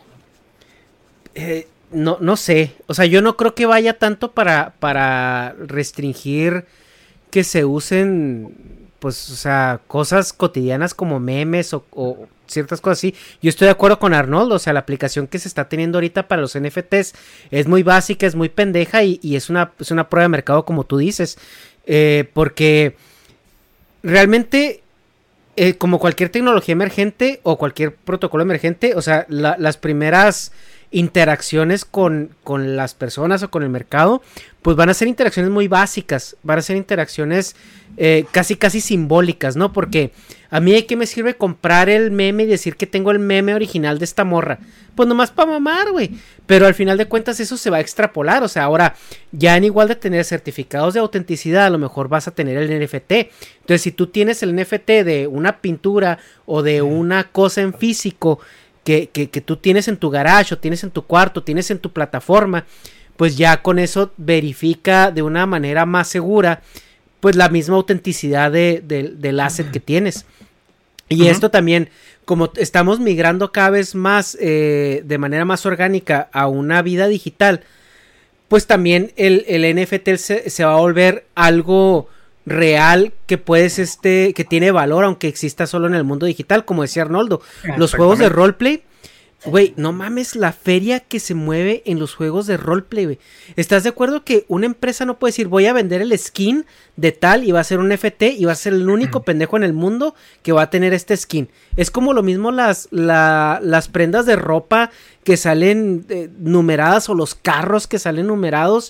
No sé, o sea, yo no creo que vaya tanto para restringir que se usen, pues, o sea, cosas cotidianas como memes o ciertas cosas así. Yo estoy de acuerdo con Arnold, o sea, la aplicación que se está teniendo ahorita para los NFTs es muy básica, es muy pendeja y es una prueba de mercado como tú dices, porque realmente... como cualquier tecnología emergente o cualquier protocolo emergente, o sea, las primeras interacciones con las personas o con el mercado, pues van a ser interacciones muy básicas, van a ser interacciones casi simbólicas, ¿no? Porque a mí ¿de qué me sirve comprar el meme y decir que tengo el meme original de esta morra? Pues nomás para mamar, güey. Pero al final de cuentas eso se va a extrapolar, o sea, ahora ya en igual de tener certificados de autenticidad, a lo mejor vas a tener el NFT. Entonces, si tú tienes el NFT de una pintura o de una cosa en físico que tú tienes en tu garage o tienes en tu cuarto, tienes en tu plataforma, pues ya con eso verifica de una manera más segura pues la misma autenticidad del asset que tienes. Y esto también, como estamos migrando cada vez más de manera más orgánica a una vida digital, pues también el NFT se va a volver algo real que puedes que tiene valor aunque exista solo en el mundo digital, como decía Arnoldo. Los juegos de roleplay, güey, no mames la feria que se mueve en los juegos de roleplay, güey. ¿Estás de acuerdo que una empresa no puede decir voy a vender el skin de tal y va a ser un NFT y va a ser el único pendejo en el mundo que va a tener este skin? Es como lo mismo las prendas de ropa que salen numeradas o los carros que salen numerados.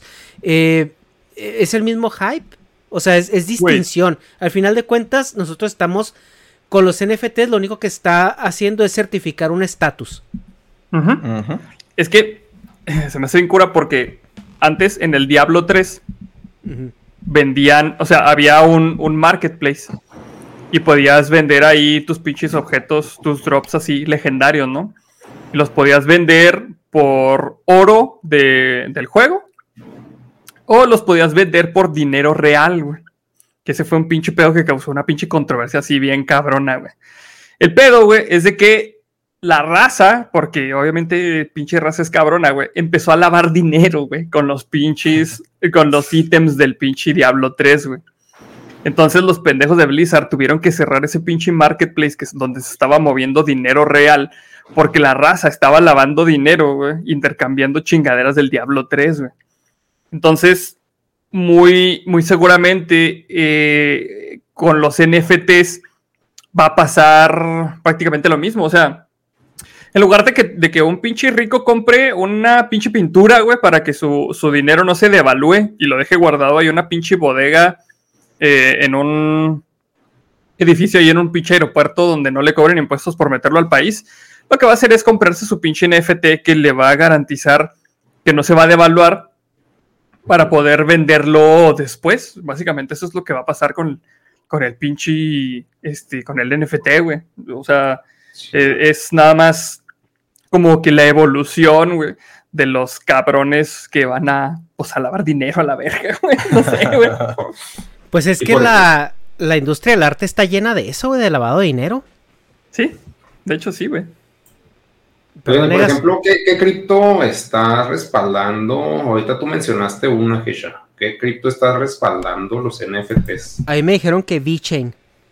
Es el mismo hype. O sea, es distinción. Wey. Al final de cuentas, nosotros estamos con los NFTs, lo único que está haciendo es certificar un estatus. Es que se me hace bien cura porque antes en el Diablo 3 vendían, o sea, había un marketplace y podías vender ahí tus pinches objetos, tus drops así legendarios, ¿no? Y los podías vender por oro del juego. O los podías vender por dinero real, güey. Que ese fue un pinche pedo que causó una pinche controversia así bien cabrona, güey. El pedo, güey, es de que la raza, porque obviamente pinche raza es cabrona, güey, empezó a lavar dinero, güey, con los pinches, con los ítems del pinche Diablo 3, güey. Entonces los pendejos de Blizzard tuvieron que cerrar ese pinche marketplace que es donde se estaba moviendo dinero real, porque la raza estaba lavando dinero, güey, intercambiando chingaderas del Diablo 3, güey. Entonces, muy seguramente con los NFTs va a pasar prácticamente lo mismo. O sea, en lugar de que un pinche rico compre una pinche pintura, güey, para que su dinero no se devalúe y lo deje guardado ahí en una pinche bodega en un edificio ahí en un pinche aeropuerto donde no le cobren impuestos por meterlo al país, lo que va a hacer es comprarse su pinche NFT que le va a garantizar que no se va a devaluar para poder venderlo después. Básicamente eso es lo que va a pasar con el pinche, con el NFT, güey. O sea, es nada más como que la evolución, güey, de los cabrones que van a lavar dinero a la verga, güey. No sé, güey. Pues es que la industria del arte está llena de eso, güey, de lavado de dinero. Sí, de hecho sí, güey. Pero, por ejemplo, ¿qué cripto está respaldando? Ahorita tú mencionaste una, Gesha. ¿Qué cripto está respaldando los NFTs? Ahí me dijeron que VeChain.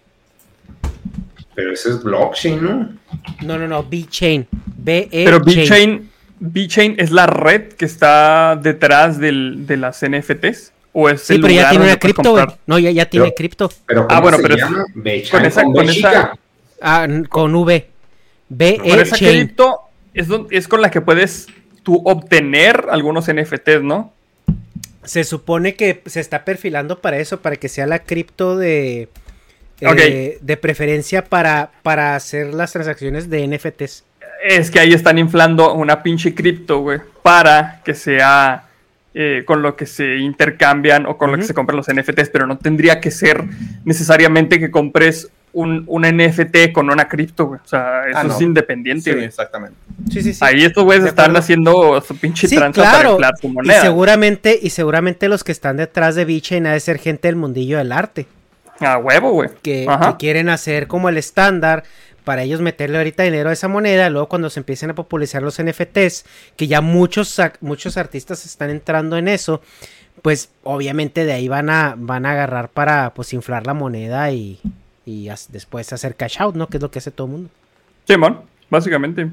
Pero ese es blockchain, ¿no? No, VeChain. Pero VeChain es la red que está detrás de las NFTs. ¿O es sí, el pero lugar ya tiene una donde puedes cripto, güey. comprar? No, ya tiene cripto. Pero bueno, pero llama? con esa con V. Con esa cripto es con la que puedes tú obtener algunos NFTs, ¿no? Se supone que se está perfilando para eso, para que sea la cripto de preferencia para hacer las transacciones de NFTs. Es que ahí están inflando una pinche cripto, güey, para que sea con lo que se intercambian o con lo que se compran los NFTs, pero no tendría que ser necesariamente que compres un NFT con una cripto, güey. O sea, eso es independiente, güey. Sí, exactamente. Sí. Ahí estos güeyes están haciendo su pinche tranza para inflar su moneda. Y seguramente los que están detrás de VeChain ha de ser gente del mundillo del arte. A huevo, güey. Que quieren hacer como el estándar para ellos meterle ahorita dinero a esa moneda. Luego cuando se empiecen a popularizar los NFTs, que ya muchos artistas están entrando en eso, pues obviamente de ahí van a agarrar para pues inflar la moneda y después hacer cash out, ¿no? Que es lo que hace todo el mundo. Simón, básicamente.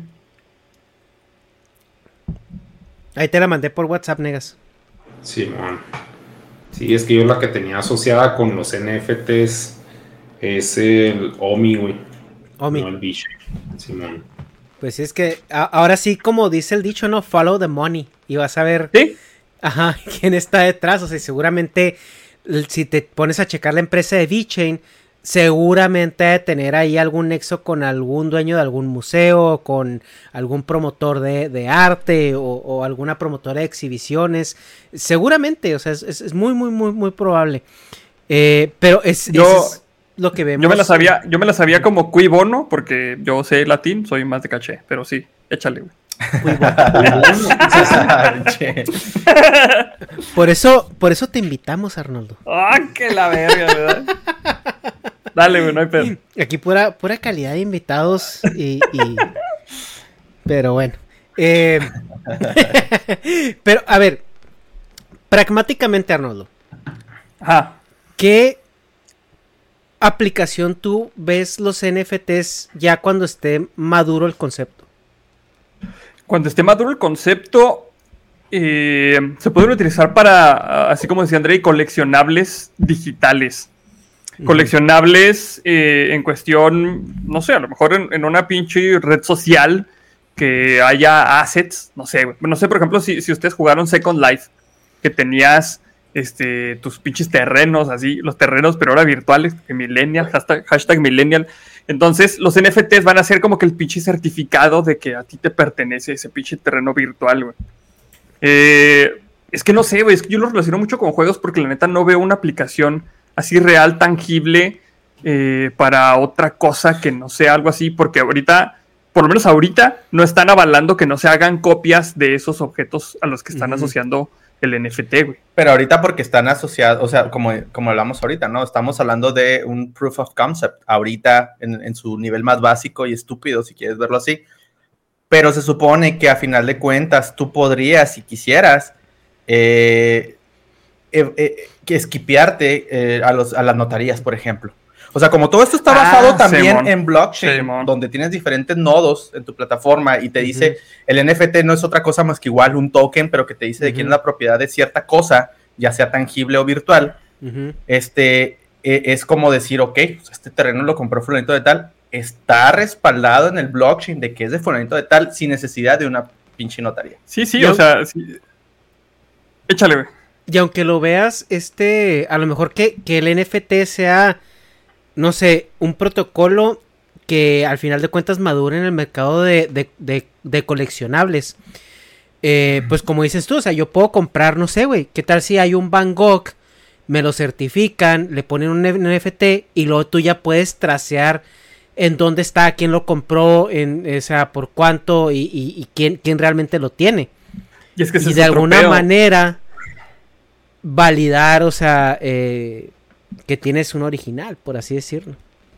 Ahí te la mandé por WhatsApp, Negas. Simón. Sí, es que yo la que tenía asociada con los NFTs es el OMI, güey. OMI. No el VeChain. Simón. Pues es que ahora sí, como dice el dicho, ¿no? Follow the money. Y vas a ver quién está detrás. O sea, seguramente si te pones a checar la empresa de VeChain, seguramente ha de tener ahí algún nexo con algún dueño de algún museo, con algún promotor de arte o alguna promotora de exhibiciones. Seguramente, o sea, es muy, muy, muy, muy probable. Pero es lo que vemos. Yo me la sabía como cui bono, porque yo sé latín, soy más de caché, pero sí, échale, güey. Por eso te invitamos, Arnoldo. Que la verga, ¿verdad? Dale, güey, no hay pedo. Aquí pura calidad de invitados pero bueno. Pero, a ver, pragmáticamente, Arnoldo. Ajá. ¿Qué aplicación tú ves los NFTs ya cuando esté maduro el concepto? Cuando esté maduro el concepto, se pueden utilizar para, así como decía Andrei, coleccionables digitales. Coleccionables en cuestión, no sé, a lo mejor en una pinche red social que haya assets, no sé, por ejemplo, si ustedes jugaron Second Life, que tenías tus pinches terrenos, así, los terrenos, pero ahora virtuales, que millennial, hashtag millennial. Entonces, los NFTs van a ser como que el pinche certificado de que a ti te pertenece ese pinche terreno virtual, güey. Es que no sé, güey, es que yo lo relaciono mucho con juegos porque la neta no veo una aplicación así real, tangible, para otra cosa que no sea algo así, porque ahorita, por lo menos ahorita, no están avalando que no se hagan copias de esos objetos a los que están asociando el NFT, güey. Pero ahorita porque están asociados, o sea, como hablamos ahorita, ¿no? Estamos hablando de un proof of concept, ahorita en su nivel más básico y estúpido, si quieres verlo así. Pero se supone que a final de cuentas tú podrías, si quisieras, que esquipearte a las notarías, por ejemplo. O sea, como todo esto está basado también en blockchain, donde tienes diferentes nodos en tu plataforma y te dice, el NFT no es otra cosa más que igual un token, pero que te dice de quién es la propiedad de cierta cosa, ya sea tangible o virtual. Es como decir, ok, este terreno lo compró fulanito de tal, está respaldado en el blockchain de que es de fulanito de tal, sin necesidad de una pinche notaría. Sí, o sea, sí. Échale, güey. Y aunque lo veas, a lo mejor que el NFT sea, no sé, un protocolo que al final de cuentas maduren en el mercado de coleccionables. Pues como dices tú, o sea, yo puedo comprar, no sé, güey, ¿qué tal si hay un Van Gogh, me lo certifican, le ponen un NFT y luego tú ya puedes tracear en dónde está, quién lo compró, o sea, por cuánto y quién realmente lo tiene. Y es que de alguna manera validar, o sea, que tienes un original, por así decirlo.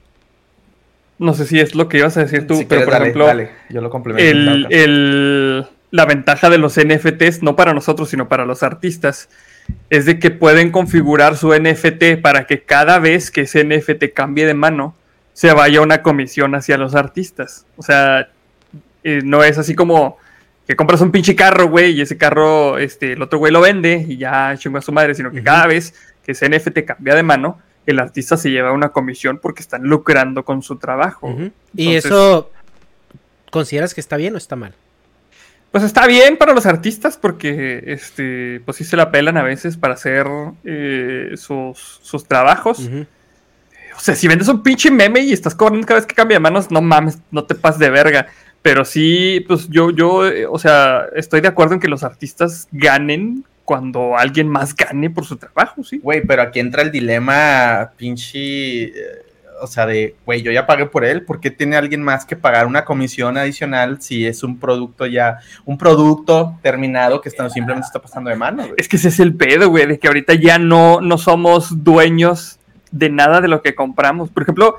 No sé si es lo que ibas a decir tú, si pero por ejemplo, yo lo complemento. La ventaja de los NFTs, no para nosotros, sino para los artistas, es de que pueden configurar su NFT para que cada vez que ese NFT cambie de mano, se vaya una comisión hacia los artistas. O sea, no es así como que compras un pinche carro, güey, y ese carro, el otro güey lo vende y ya chingó a su madre, sino que cada vez que ese NFT cambia de mano, el artista se lleva una comisión porque están lucrando con su trabajo. ¿Y entonces, eso consideras que está bien o está mal? Pues está bien para los artistas porque pues sí se la pelan a veces para hacer sus trabajos. O sea, si vendes un pinche meme y estás cobrando cada vez que cambia de manos, no mames, no te pases de verga. Pero sí, pues yo o sea, estoy de acuerdo en que los artistas ganen cuando alguien más gane por su trabajo, ¿sí? Güey, pero aquí entra el dilema pinche... o sea, güey, yo ya pagué por él, ¿por qué tiene alguien más que pagar una comisión adicional si es un producto terminado que simplemente está pasando de mano, güey? Es que ese es el pedo, güey, de que ahorita ya no somos dueños de nada de lo que compramos. Por ejemplo,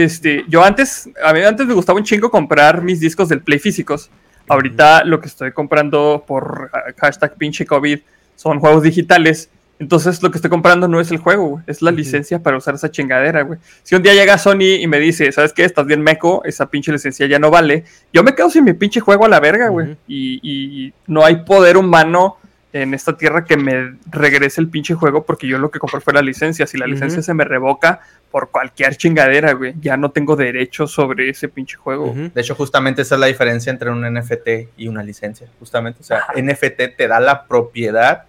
a mí antes me gustaba un chingo comprar mis discos del Play físicos. Ahorita lo que estoy comprando por hashtag pinche COVID son juegos digitales. Entonces lo que estoy comprando no es el juego, güey, es la licencia para usar esa chingadera, güey. Si un día llega Sony y me dice, ¿sabes qué? Estás bien meco, esa pinche licencia ya no vale. Yo me quedo sin mi pinche juego a la verga, güey. Y no hay poder humano en esta tierra que me regrese el pinche juego porque yo lo que compré fue la licencia. Si la licencia se me revoca por cualquier chingadera, güey, ya no tengo derecho sobre ese pinche juego. De hecho, justamente esa es la diferencia entre un NFT y una licencia. Justamente, o sea, NFT te da la propiedad.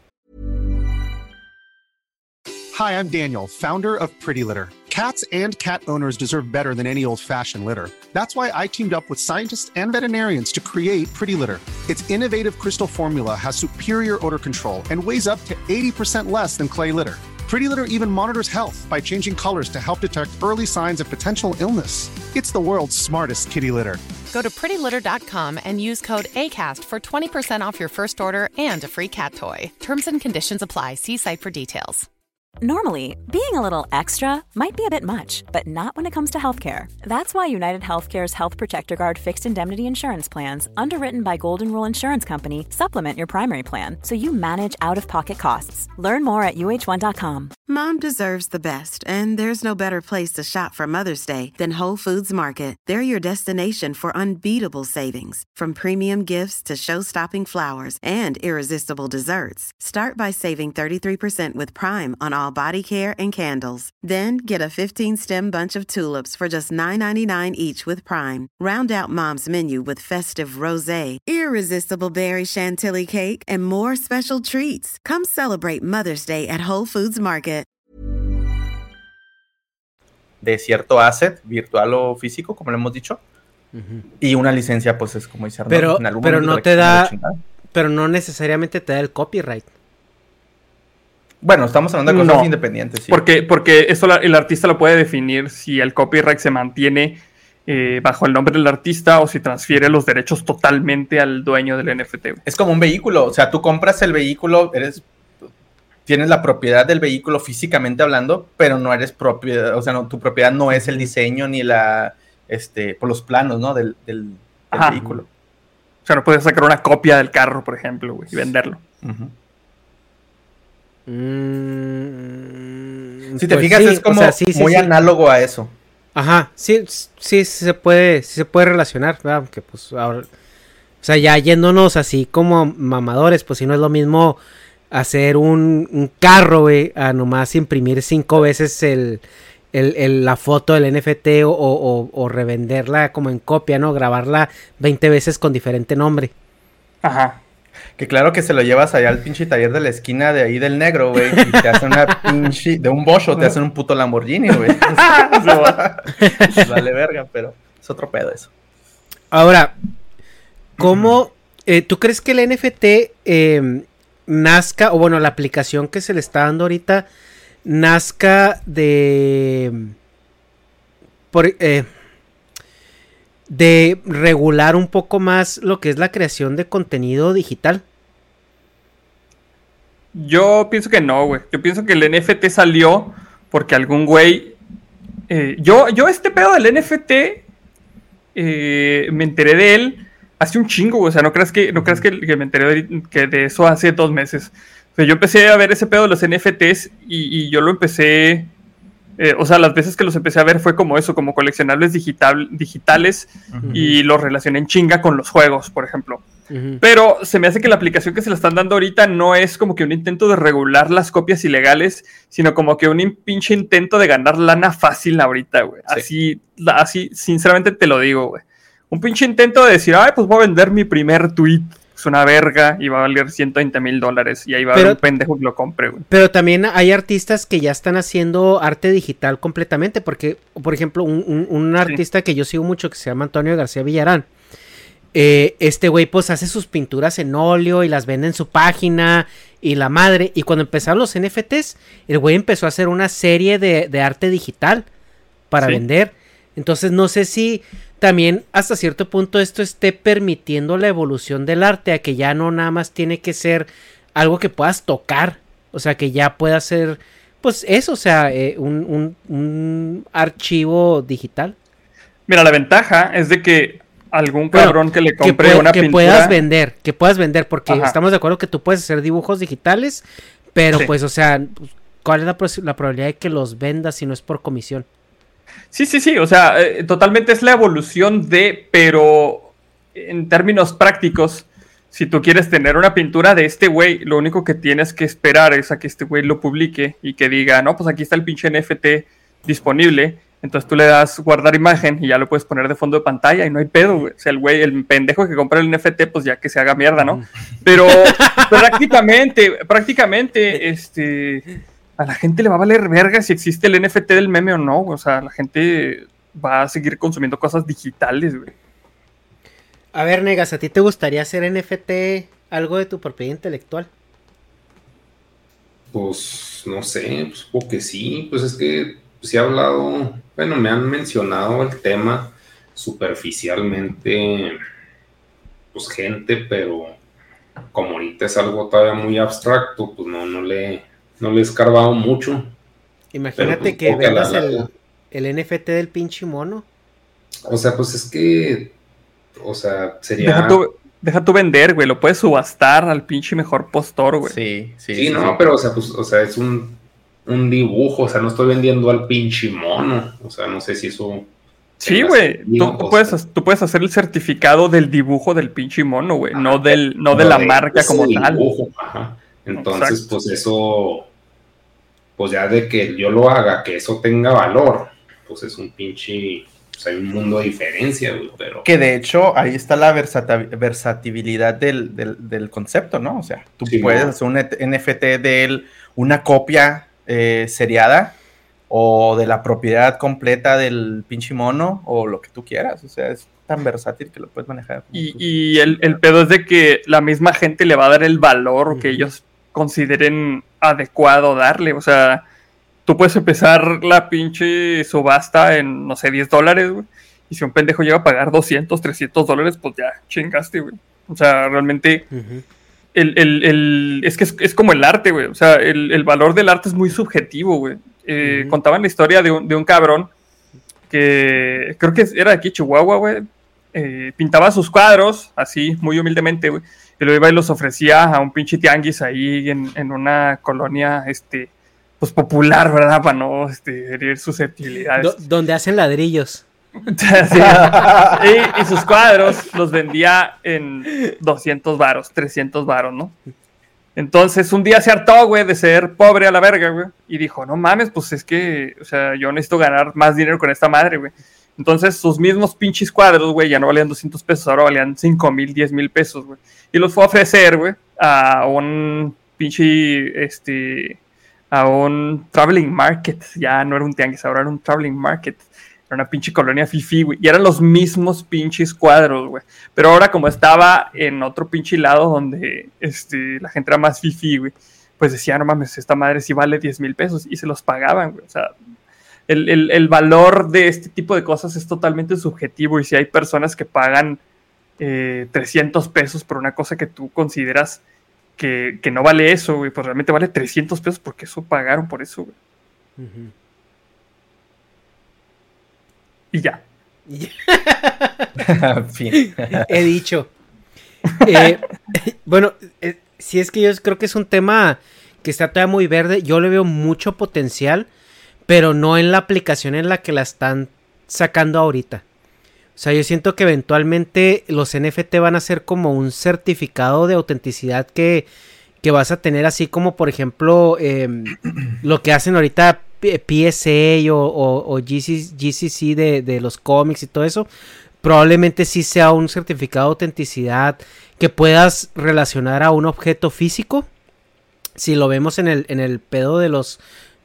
Hi, I'm Daniel, founder of Pretty Litter. Cats and cat owners deserve better than any old-fashioned litter. That's why I teamed up with scientists and veterinarians to create Pretty Litter. Its innovative crystal formula has superior odor control and weighs up to 80% less than clay litter. Pretty Litter even monitors health by changing colors to help detect early signs of potential illness. It's the world's smartest kitty litter. Go to prettylitter.com and use code ACAST for 20% off your first order and a free cat toy. Terms and conditions apply. See site for details. Normally, being a little extra might be a bit much, but not when it comes to healthcare. That's why United Healthcare's Health Protector Guard fixed indemnity insurance plans, underwritten by Golden Rule Insurance Company, supplement your primary plan so you manage out-of-pocket costs. Learn more at uh1.com. Mom deserves the best, and there's no better place to shop for Mother's Day than Whole Foods Market. They're your destination for unbeatable savings, from premium gifts to show-stopping flowers and irresistible desserts. Start by saving 33% with Prime on all body care and candles. Then get a 15-stem bunch of tulips for just $9.99 each with Prime. Round out Mom's menu with festive rosé, irresistible berry chantilly cake, and more special treats. Come celebrate Mother's Day at Whole Foods Market. De cierto asset, virtual o físico, como lo hemos dicho. Y una licencia, pues es como dice Arnold. Pero no te da... Pero no necesariamente te da el copyright. Bueno, estamos hablando de cosas independientes. Sí. Porque eso el artista lo puede definir si el copyright se mantiene bajo el nombre del artista o si transfiere los derechos totalmente al dueño del NFT. Es como un vehículo. O sea, tú compras el vehículo, tienes la propiedad del vehículo físicamente hablando, pero no eres propiedad. O sea, tu propiedad no es el diseño ni por los planos, ¿no? del vehículo. O sea, no puedes sacar una copia del carro, por ejemplo, güey, y venderlo. Si te fijas, es como muy análogo a eso. Ajá, sí se puede relacionar, ¿verdad? Aunque pues ahora, o sea, ya yéndonos así como mamadores, pues si no es lo mismo hacer un carro, güey, a nomás imprimir 5 veces la foto del NFT o revenderla como en copia, ¿no? Grabarla 20 veces con diferente nombre. Ajá. Que claro que se lo llevas allá al pinche taller de la esquina de ahí del negro, güey, y te hacen una pinche... De un Bosch te hacen un puto Lamborghini, güey. Vale verga, pero... Es otro pedo eso. Ahora, ¿cómo tú crees que el NFT nazca, o bueno, la aplicación que se le está dando ahorita, nazca de regular un poco más lo que es la creación de contenido digital? Yo pienso que no, güey. Yo pienso que el NFT salió porque algún güey... yo este pedo del NFT me enteré de él hace un chingo, güey. O sea, no creas que me enteré de eso hace 2 meses. O sea, yo empecé a ver ese pedo de los NFTs y yo lo empecé... o sea, las veces que los empecé a ver fue como eso, como coleccionables digitales, y los relacioné en chinga con los juegos, por ejemplo. Pero se me hace que la aplicación que se le están dando ahorita no es como que un intento de regular las copias ilegales, sino como que un pinche intento de ganar lana fácil ahorita, güey. Sí. Así, sinceramente te lo digo, güey. Un pinche intento de decir, ay, pues voy a vender mi primer tweet. Es una verga y va a valer $120,000 y ahí va a haber un pendejo que lo compre, güey. Pero también hay artistas que ya están haciendo arte digital completamente, porque, por ejemplo, un artista que yo sigo mucho que se llama Antonio García Villarán, este güey pues hace sus pinturas en óleo y las vende en su página y la madre, y cuando empezaron los NFTs, el güey empezó a hacer una serie de arte digital para vender. Entonces no sé si también hasta cierto punto esto esté permitiendo la evolución del arte, a que ya no nada más tiene que ser algo que puedas tocar, o sea, que ya pueda ser, pues eso, o sea, un archivo digital. Mira, la ventaja es de que algún cabrón que le compre una pintura... Que puedas vender, porque estamos de acuerdo que tú puedes hacer dibujos digitales, pero pues, o sea, ¿cuál es la probabilidad de que los vendas si no es por comisión? Sí, o sea, totalmente es la evolución de, pero en términos prácticos, si tú quieres tener una pintura de este güey, lo único que tienes que esperar es a que este güey lo publique y que diga, no, pues aquí está el pinche NFT disponible, entonces tú le das guardar imagen y ya lo puedes poner de fondo de pantalla y no hay pedo, güey. O sea, el güey, el pendejo que compra el NFT, pues ya que se haga mierda, ¿no? Pero prácticamente, a la gente le va a valer verga si existe el NFT del meme o no. O sea, la gente va a seguir consumiendo cosas digitales, güey. A ver, Negas, ¿a ti te gustaría hacer NFT algo de tu propiedad intelectual? Pues, no sé, pues supongo que sí. Pues es que sí he hablado, bueno, me han mencionado el tema superficialmente, pues gente, pero como ahorita es algo todavía muy abstracto, pues no le he escarbado mucho. Imagínate pues, que vendas el NFT del pinche mono. O sea, pues es que, o sea, sería... Deja tú vender, güey, lo puedes subastar al pinche mejor postor, güey. Sí, no, pero, o sea, pues, o sea, es un dibujo, o sea, no estoy vendiendo al pinche mono, o sea, no sé si eso... Sí, güey, tú puedes hacer el certificado del dibujo del pinche mono, güey, no de la marca como tal. Ajá. Entonces, exacto. Pues eso, pues ya de que yo lo haga, que eso tenga valor, pues es un pinche, pues hay un mundo de diferencia, güey, pero... Que de hecho, ahí está la versatilidad del concepto, ¿no? O sea, tú puedes hacer un NFT de una copia seriada, o de la propiedad completa del pinche mono, o lo que tú quieras, o sea, es tan versátil que lo puedes manejar. Y el pedo es de que la misma gente le va a dar el valor que ellos consideren adecuado darle, o sea, tú puedes empezar la pinche subasta en, no sé, $10, güey, y si un pendejo llega a pagar $200, $300, pues ya chingaste, güey, o sea, realmente es que es como el arte, güey, o sea, el valor del arte es muy subjetivo, güey. Contaban la historia de un cabrón que creo que era de aquí, Chihuahua, güey, pintaba sus cuadros, así, muy humildemente, güey, y lo iba y los ofrecía a un pinche tianguis ahí en una colonia, pues popular, ¿verdad? Para no herir susceptibilidades. Donde hacen ladrillos. Sí. Y sus cuadros los vendía en $200, $300, ¿no? Entonces un día se hartó, güey, de ser pobre a la verga, güey, y dijo, no mames, pues es que, o sea, yo necesito ganar más dinero con esta madre, güey. Entonces sus mismos pinches cuadros, güey, ya no valían $200, ahora valían 5,000, 10,000 pesos, güey. Y los fue a ofrecer, güey, a un pinche, a un traveling market. Ya no era un tianguis, ahora era un traveling market. Era Era una pinche colonia fifí, güey. Y eran los mismos pinches cuadros, güey. Pero ahora como estaba en otro pinche lado donde la gente era más fifí, güey, pues decía, no mames, esta madre sí vale 10,000 pesos. Y se los pagaban, güey. O sea, el valor de este tipo de cosas es totalmente subjetivo. Y si hay personas que pagan 300 pesos por una cosa que tú consideras que no vale eso, güey, pues realmente vale 300 pesos porque eso pagaron por eso, güey. Uh-huh. Y ya. Fin. He dicho. Bueno, si es que yo creo que es un tema que está todavía muy verde. Yo le veo mucho potencial, pero no en la aplicación en la que la están sacando ahorita. O sea, yo siento que eventualmente los NFT van a ser como un certificado de autenticidad que vas a tener, así como por ejemplo lo que hacen ahorita PSA o GCC de los cómics y todo eso. Probablemente sí sea un certificado de autenticidad que puedas relacionar a un objeto físico. Si lo vemos en el pedo de los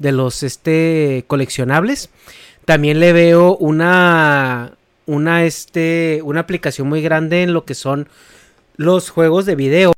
coleccionables. También le veo una aplicación muy grande en lo que son los juegos de video.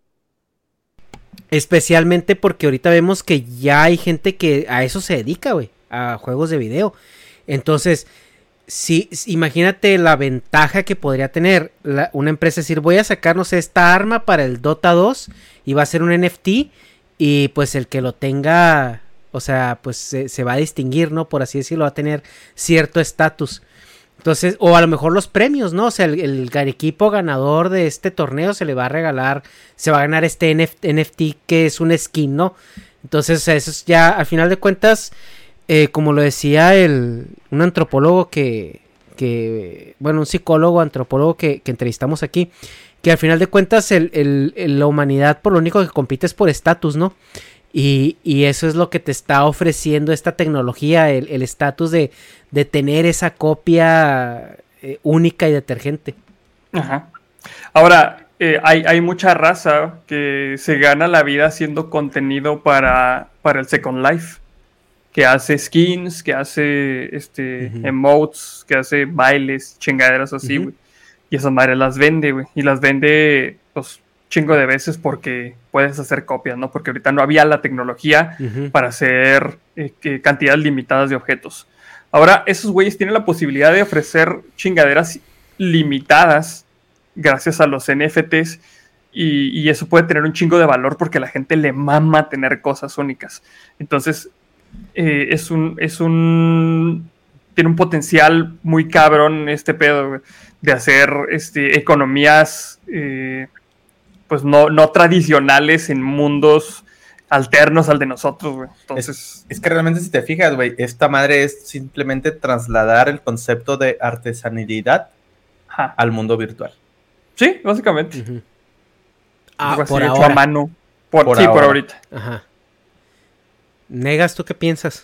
Especialmente porque ahorita vemos que ya hay gente que a eso se dedica, güey, a juegos de video. Entonces, si imagínate la ventaja que podría tener una empresa, decir, voy a sacar, no sé, esta arma para el Dota 2 y va a ser un NFT y pues el que lo tenga, o sea, pues se va a distinguir, ¿no? Por así decirlo, va a tener cierto estatus. Entonces, o a lo mejor los premios, ¿no? O sea, el equipo ganador de este torneo se le va a regalar, se va a ganar este NFT que es un skin, ¿no? Entonces, o sea, eso es ya, al final de cuentas, como lo decía un antropólogo bueno, un psicólogo, antropólogo que entrevistamos aquí, que al final de cuentas la humanidad por lo único que compite es por estatus, ¿no? Y eso es lo que te está ofreciendo esta tecnología, el estatus de tener esa copia única y detergente. Ajá. Ahora, hay mucha raza que se gana la vida haciendo contenido para el Second Life, que hace skins, que hace emotes, que hace bailes, chingaderas así, güey. Y esas madres las vende, güey. Y las vende, pues, chingo de veces porque puedes hacer copias, ¿no? Porque ahorita no había la tecnología para hacer cantidades limitadas de objetos. Ahora, esos güeyes tienen la posibilidad de ofrecer chingaderas limitadas gracias a los NFTs y eso puede tener un chingo de valor porque a la gente le mama tener cosas únicas. Entonces, tiene un potencial muy cabrón este pedo, güey, de hacer economías pues no tradicionales en mundos alternos al de nosotros, güey. Entonces, es que realmente si te fijas, güey, esta madre es simplemente trasladar el concepto de artesanalidad al mundo virtual. Sí, básicamente. Por ahora. A mano. Por ahorita. Ajá. Negas, ¿tú qué piensas?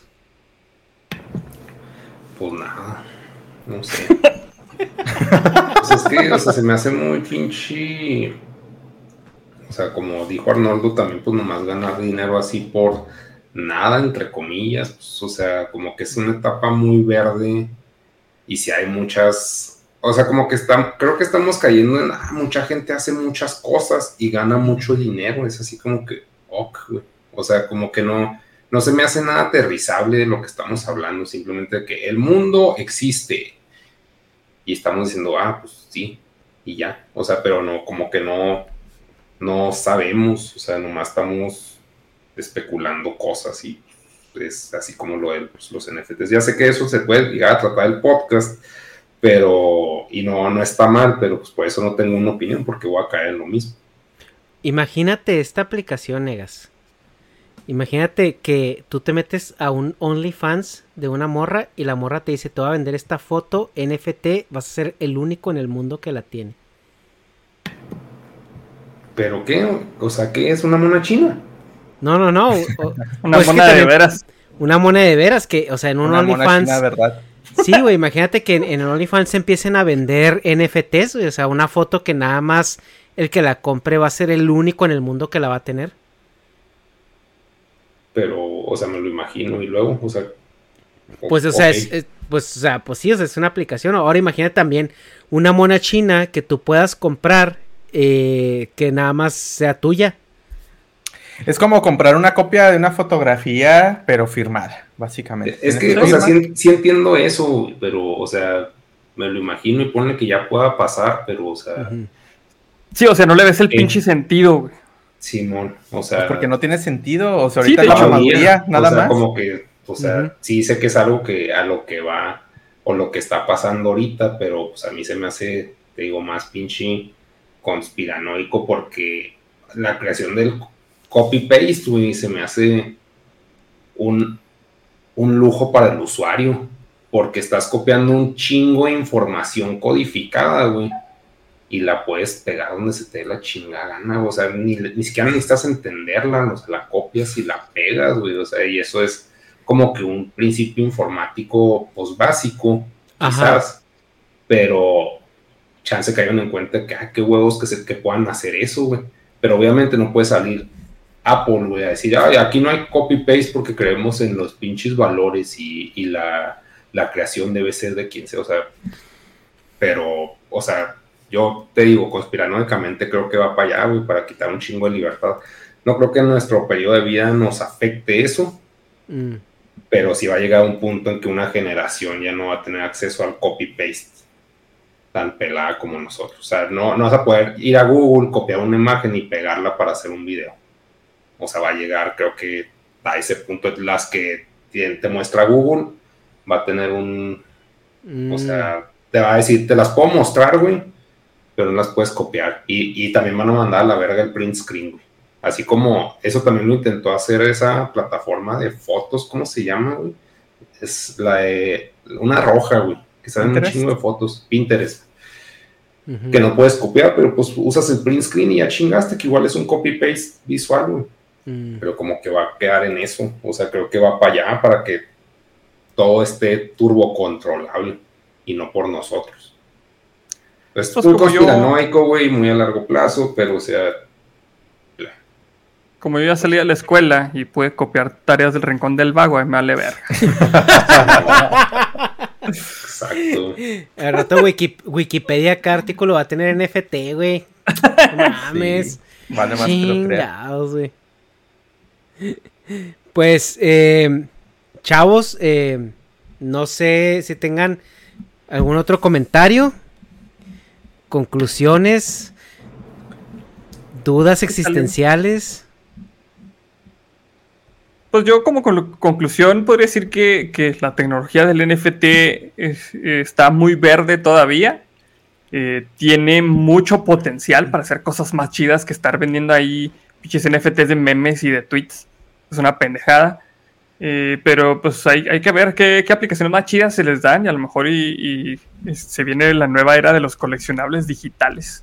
Pues nada, no sé. Pues es que, o sea, se me hace muy pinche. O sea, como dijo Arnoldo, también pues nomás ganar dinero así por nada, entre comillas, pues, o sea, como que es una etapa muy verde y si hay muchas, o sea, como que creo que estamos cayendo en, mucha gente hace muchas cosas y gana mucho dinero, es así como que, güey, o sea, como que no se me hace nada aterrizable de lo que estamos hablando, simplemente de que el mundo existe y estamos diciendo, pues sí, y ya, o sea, pero no, como que no sabemos, o sea, nomás estamos especulando cosas y es así como lo de los NFTs. Ya sé que eso se puede llegar a tratar el podcast, pero, y no está mal, pero pues por eso no tengo una opinión, porque voy a caer en lo mismo. Imagínate esta aplicación, Negas. Imagínate que tú te metes a un OnlyFans de una morra y la morra te dice, te voy a vender esta foto NFT, vas a ser el único en el mundo que la tiene. ¿Pero qué? O sea, ¿qué es una mona china? No. Una mona de veras. Una mona de veras que, o sea, en un OnlyFans. China, ¿verdad? Sí, güey, imagínate que en el OnlyFans se empiecen a vender NFTs, o sea, una foto que nada más el que la compre va a ser el único en el mundo que la va a tener. Pero, o sea, me lo imagino y luego, o sea... Pues, o sea, pues sí, o sea, es una aplicación. Ahora imagina también una mona china que tú puedas comprar que nada más sea tuya. Es como comprar una copia de una fotografía, pero firmada, básicamente. Es que, o sea, sí entiendo eso, pero, o sea, me lo imagino y ponle que ya pueda pasar, pero, o sea... Sí, o sea, no le ves el pinche sentido, güey. Simón, o sea... Pues porque no tiene sentido, o sea, ahorita sí, la chamaduría, nada más. Como que, o sea, sí sé que es algo que a lo que va, o lo que está pasando ahorita, pero, pues, a mí se me hace, te digo, más pinche conspiranoico, porque la creación del copy-paste, güey, se me hace un lujo para el usuario, porque estás copiando un chingo de información codificada, güey, y la puedes pegar donde se te dé la chingada gana, o sea, ni siquiera necesitas entenderla, o sea, la copias y la pegas, güey, o sea, y eso es como que un principio informático, pues, básico, quizás, pero chance caigan en cuenta que, qué huevos que puedan hacer eso, güey, pero obviamente no puede salir Apple, güey, a decir, aquí no hay copy-paste porque creemos en los pinches valores y la creación debe ser de quien sea, o sea, pero, o sea, yo te digo, conspiranoicamente creo que va para allá, güey, para quitar un chingo de libertad. No creo que en nuestro periodo de vida nos afecte eso, pero sí va a llegar a un punto en que una generación ya no va a tener acceso al copy-paste tan pelada como nosotros. O sea, no vas a poder ir a Google, copiar una imagen y pegarla para hacer un video. O sea, va a llegar, creo que a ese punto, las que te muestra Google, va a tener o sea, te va a decir, te las puedo mostrar, güey, pero no las puedes copiar. Y también van a mandar a la verga el print screen, güey. Así como eso también lo intentó hacer esa plataforma de fotos, ¿cómo se llama, güey? Es la de una roja, güey, que salen un chingo de fotos, Pinterest. Que no puedes copiar, pero pues usas el print screen y ya chingaste, que igual es un copy-paste visual, güey. Pero como que va a quedar en eso. O sea, creo que va para allá para que todo esté turbo controlable y no por nosotros. Es muy conspiranoico, güey, muy a largo plazo, pero o sea... Como yo ya salí de la escuela y pude copiar tareas del Rincón del Vago, me vale ver. Exacto. Al rato Wikipedia, cada artículo va a tener NFT, güey. No mames. Sí. Vale más que lo crean. Güey. Pues, chavos, no sé si tengan algún otro comentario, conclusiones, dudas existenciales. Pues yo como conclusión podría decir que la tecnología del NFT está muy verde todavía. Tiene mucho potencial para hacer cosas más chidas que estar vendiendo ahí pinches NFTs de memes y de tweets. Es una pendejada. Pero pues hay que ver qué aplicaciones más chidas se les dan y a lo mejor y se viene la nueva era de los coleccionables digitales.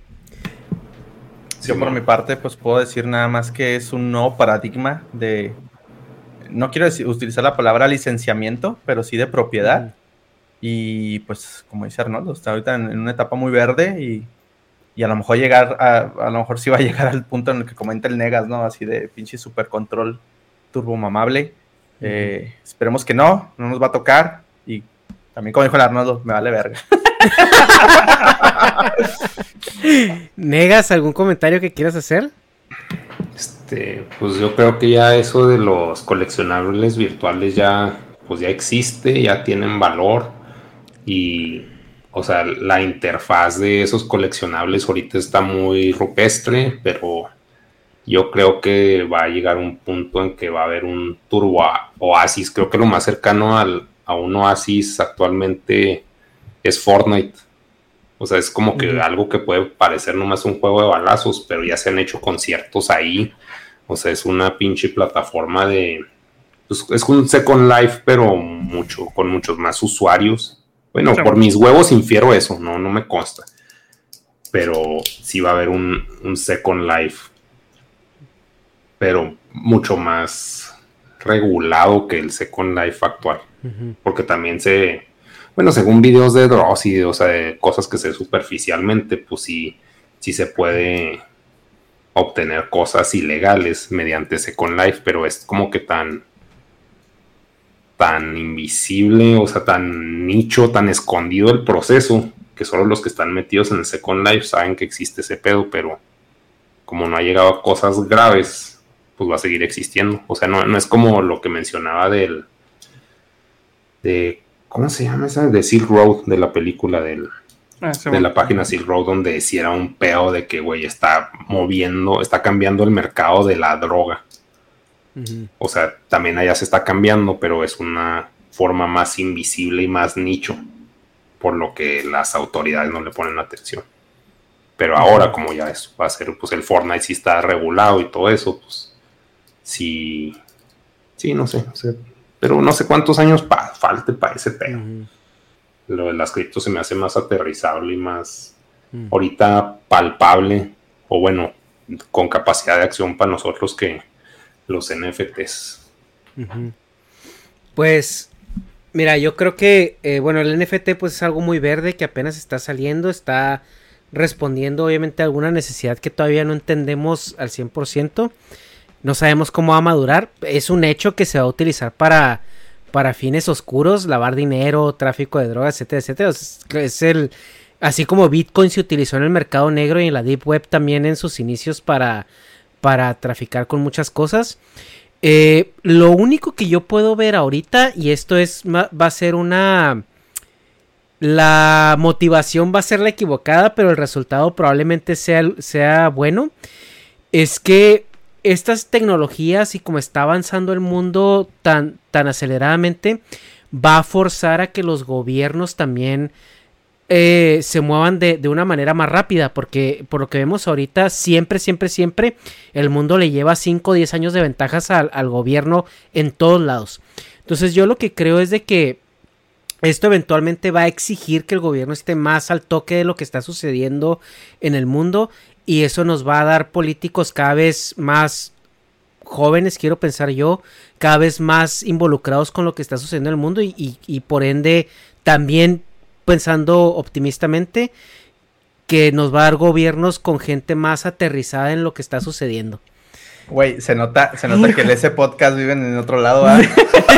Yo por mi parte pues puedo decir nada más que es un nuevo paradigma de... No quiero utilizar la palabra licenciamiento, pero sí de propiedad. Y pues, como dice Arnoldo, está ahorita en una etapa muy verde y a lo mejor a lo mejor sí va a llegar al punto en el que comenta el Negas, ¿no? Así de pinche super control turbomamable. Esperemos que no nos va a tocar. Y también, como dijo el Arnoldo, me vale verga. Negas, ¿algún comentario que quieras hacer? Pues yo creo que ya eso de los coleccionables virtuales ya existe, ya tienen valor y, o sea, la interfaz de esos coleccionables ahorita está muy rupestre, pero yo creo que va a llegar un punto en que va a haber un turbo oasis. Creo que lo más cercano a un oasis actualmente es Fortnite. O sea, es como que algo que puede parecer nomás un juego de balazos, pero ya se han hecho conciertos ahí. O sea, es una pinche plataforma pues es un Second Life, pero con muchos más usuarios. Bueno, por mis huevos infiero eso, no me consta. Pero sí va a haber un Second Life, pero mucho más regulado que el Second Life actual. Porque también según videos de Dross y o sea, de cosas que se superficialmente, pues sí se puede obtener cosas ilegales mediante Second Life, pero es como que tan tan invisible, o sea, tan nicho, tan escondido el proceso, que solo los que están metidos en el Second Life saben que existe ese pedo, pero como no ha llegado a cosas graves, pues va a seguir existiendo. O sea, no es como lo que mencionaba de ¿cómo se llama esa? De Silk Road, de la película de la página Silk Road, donde sí era un pedo de que, güey, está cambiando el mercado de la droga. Uh-huh. O sea, también allá se está cambiando, pero es una forma más invisible y más nicho, por lo que las autoridades no le ponen atención. Pero ahora, como ya eso va a ser, pues el Fortnite sí está regulado y todo eso, pues sí, no sé, pero no sé cuántos años falte para ese pedo. Uh-huh. Lo de las criptos se me hace más aterrizable y más ahorita palpable, o bueno, con capacidad de acción para nosotros que los NFTs. Uh-huh. Pues, mira, yo creo que, bueno, el NFT pues es algo muy verde que apenas está saliendo, está respondiendo obviamente a alguna necesidad que todavía no entendemos al 100%. No sabemos cómo va a madurar. Es un hecho que se va a utilizar para fines oscuros, lavar dinero, tráfico de drogas, etcétera, etcétera. Así como Bitcoin se utilizó en el mercado negro y en la Deep Web también en sus inicios para traficar con muchas cosas. Lo único que yo puedo ver ahorita, y esto va a ser la motivación va a ser la equivocada, pero el resultado probablemente sea bueno, es que estas tecnologías y como está avanzando el mundo tan aceleradamente, va a forzar a que los gobiernos también se muevan de una manera más rápida, porque por lo que vemos ahorita, siempre el mundo le lleva 5 o 10 años de ventajas al gobierno en todos lados. Entonces yo lo que creo es de que esto eventualmente va a exigir que el gobierno esté más al toque de lo que está sucediendo en el mundo, y eso nos va a dar políticos cada vez más jóvenes, quiero pensar yo, cada vez más involucrados con lo que está sucediendo en el mundo, y por ende también pensando optimistamente que nos va a dar gobiernos con gente más aterrizada en lo que está sucediendo. Güey, se nota que en ese podcast viven en otro lado, ¿eh?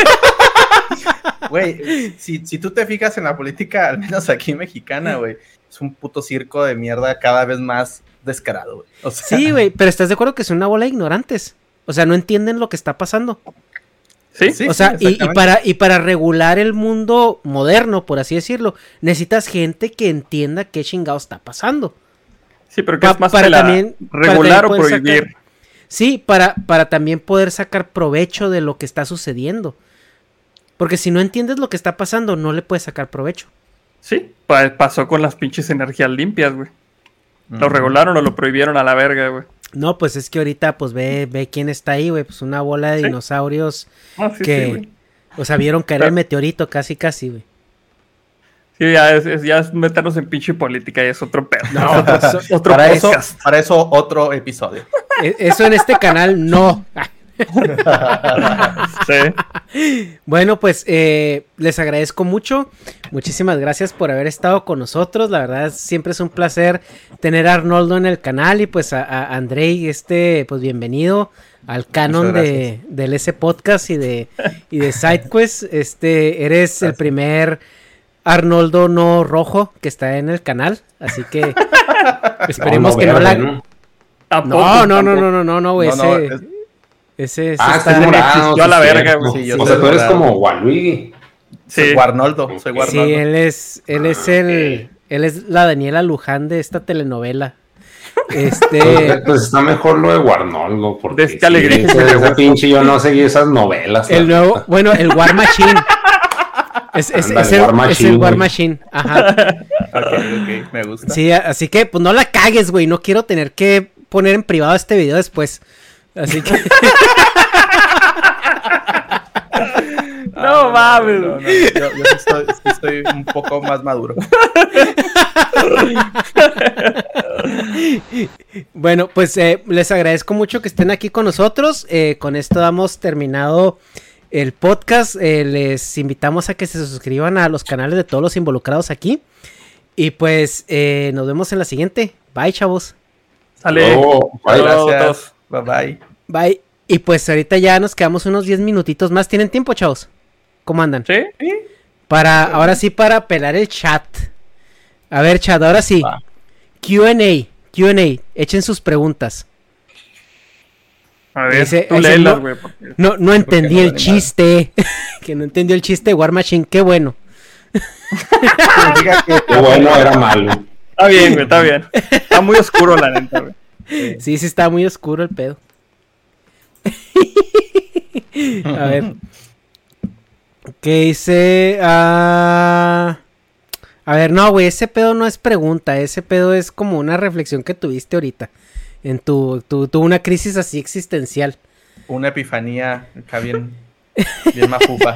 Güey, si tú te fijas en la política, al menos aquí mexicana, güey, es un puto circo de mierda cada vez más descarado, güey. O sea... Sí, güey, pero ¿estás de acuerdo que son una bola de ignorantes? O sea, no entienden lo que está pasando. Sí, o sea, y para regular el mundo moderno, por así decirlo, necesitas gente que entienda qué chingado está pasando. Sí, pero que es más para también regular o prohibir. Sí, para también poder sacar provecho de lo que está sucediendo. Porque si no entiendes lo que está pasando, no le puedes sacar provecho. Sí, pasó con las pinches energías limpias, güey. Lo regularon o lo prohibieron a la verga, güey. No, pues es que ahorita, pues ve quién está ahí, güey. Pues una bola de dinosaurios que, o sea, vieron caer el meteorito casi, güey. Sí, ya es meternos en pinche política y es otro pedo. No, otro podcast. Para eso otro episodio. Eso en este canal no. Sí. Bueno, pues les agradezco mucho. Muchísimas gracias por haber estado con nosotros. La verdad siempre es un placer tener a Arnoldo en el canal, y pues a Andrei, pues bienvenido al canon del S Podcast y de SideQuest. Eres el primer Arnoldo no rojo que está en el canal, así que esperemos que no la... No, güey, ese está morado, a la verga, güey. Sí, o sea, tú eres como Waluigi. Sí. Soy Guarnoldo. Sí, él es la Daniela Luján de esta telenovela. Pues está mejor lo de Guarnoldo, porque de alegría. Ese pinche yo no seguí esas novelas. El nuevo, bueno, el War Machine. Es el War Machine. Ajá. Ok, me gusta. Sí, así que pues no la cagues, güey. No quiero tener que poner en privado este video después. Así que... No mames. No. Yo estoy un poco más maduro. Bueno, pues les agradezco mucho que estén aquí con nosotros. Con esto damos terminado el podcast. Les invitamos a que se suscriban a los canales de todos los involucrados aquí. Y pues nos vemos en la siguiente. Bye, chavos. Sale. Bye, gracias. Bye. Bye. Y pues ahorita ya nos quedamos unos 10 minutitos más. ¿Tienen tiempo, chavos? ¿Cómo andan? ¿Sí? Ahora sí, para pelar el chat. A ver, chat, ahora sí. Q&A. Echen sus preguntas. A ver, Dice, tú léelas, güey. No entendí el chiste. Que no entendió el chiste de War Machine. Qué bueno. Qué bueno, era malo. Está bien, güey, está bien. Está muy oscuro, la neta, güey. Sí, está muy oscuro el pedo. A ver. ¿Qué dice? A ver, no, güey, ese pedo no es pregunta. Ese pedo es como una reflexión que tuviste ahorita. En tu una crisis así existencial. Una epifanía acá bien mafufa.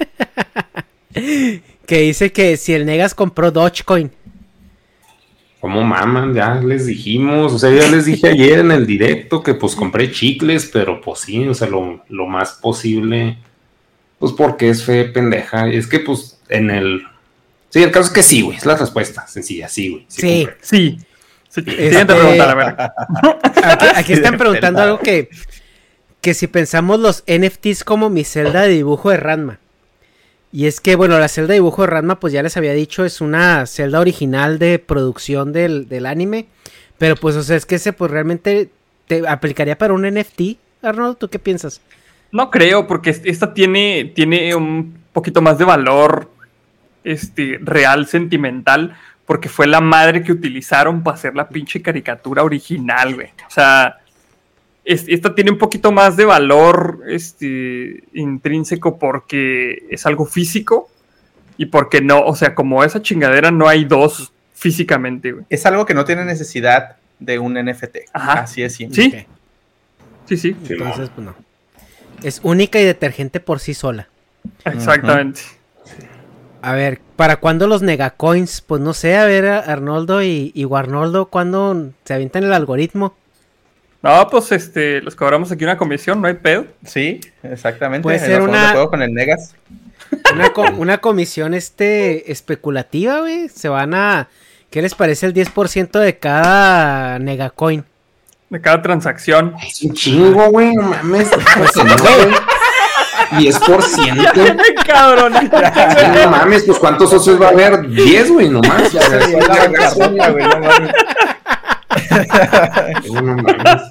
Que dice que si el Negas compró Dogecoin. ¿Cómo maman? Ya les dijimos, o sea, ya les dije ayer en el directo que pues compré chicles, pero pues sí, o sea, lo más posible, pues porque es fe pendeja. Es que pues sí, el caso es que sí, güey, es la respuesta sencilla, sí, güey. Sí. Siguiente pregunta, a ver. Aquí están preguntando algo que si pensamos los NFTs como mi celda de dibujo de Ranma. Y es que, bueno, la celda de dibujo de Ranma, pues ya les había dicho, es una celda original de producción del anime. Pero pues, o sea, es que ese pues realmente te aplicaría para un NFT. Arnold, ¿tú qué piensas? No creo, porque esta tiene un poquito más de valor real, sentimental, porque fue la madre que utilizaron para hacer la pinche caricatura original, güey. O sea, esta tiene un poquito más de valor intrínseco porque es algo físico y porque no, o sea, como esa chingadera no hay dos físicamente, güey. Es algo que no tiene necesidad de un NFT. Ajá. Así es simple. Sí. Okay. Sí. Entonces, pues no. Es única y detergente por sí sola. Exactamente. A ver, ¿para cuándo los Negacoins? Pues no sé, a ver, Arnoldo y Warnoldo, ¿cuándo se avientan el algoritmo? No, pues los cobramos aquí una comisión, no hay pedo. Sí, exactamente. Puede ser de juego con el Negas. Una comisión especulativa, güey. Se van a... ¿Qué les parece el 10% de cada Negacoin? De cada transacción. Es un chingo, güey, no mames. 10%. Cabrón. No mames, pues ¿cuántos socios va a haber? 10, güey, nomás. Ya se dio la bancarrota, güey, no mames. No mames.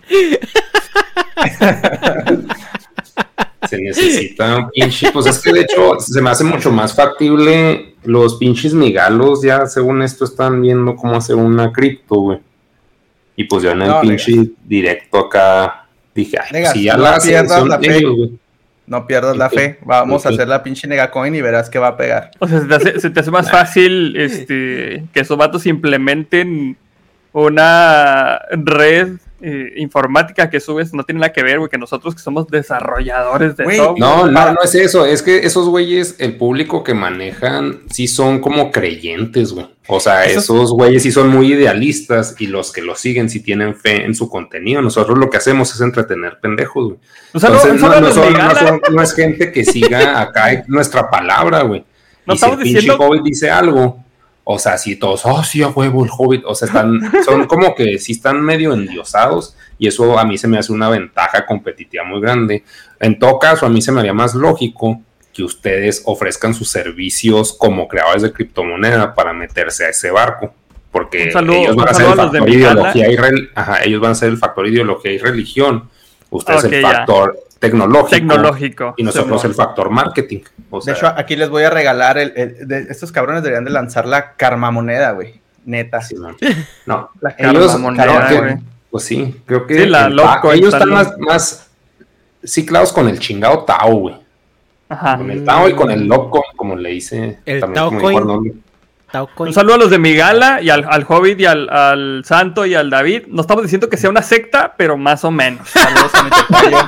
Se necesita un pinche, pues es que de hecho se me hace mucho más factible los pinches migalos, ya según esto están viendo cómo hacer una cripto, güey. Y pues yo en el pinche directo acá dije, ay, Negas, si ya no la pierdas la fe. ellos, güey. No pierdas la fe. Vamos a hacer la pinche Negacoin y verás que va a pegar. O sea, se te hace más fácil que esos vatos implementen una red informática que subes, no tiene nada que ver, güey, que nosotros que somos desarrolladores de software. No es eso, es que esos güeyes, el público que manejan, sí son como creyentes, güey. O sea, esos güeyes sí son muy idealistas y los que los siguen sí tienen fe en su contenido. Nosotros lo que hacemos es entretener pendejos, güey. Entonces, no es gente que siga acá nuestra palabra, güey. No y si el pinche diciendo... Hobbit dice algo, o sea, si todos, sí, a huevo, el Hobbit, o sea, son como que sí están medio endiosados y eso a mí se me hace una ventaja competitiva muy grande. En todo caso, a mí se me haría más lógico que ustedes ofrezcan sus servicios como creadores de criptomoneda para meterse a ese barco, porque ellos van a ser el factor ideología ellos van a ser el factor ideología y religión, ustedes el factor tecnológico y nosotros el factor marketing. O sea, de hecho, aquí les voy a regalar estos cabrones deberían de lanzar la karma moneda, güey. Neta. Sí, no. La karma moneda, güey. Pues sí, creo que sí, ellos están más ciclados con el chingado Tao, güey. Ajá. Con el Tao y con el Lopcoin, como le dice el también Taocoin. Un saludo a los de Migala y al Hobbit y al Santo y al David. No estamos diciendo que sea una secta, pero más o menos. Saludos a mi tocayo.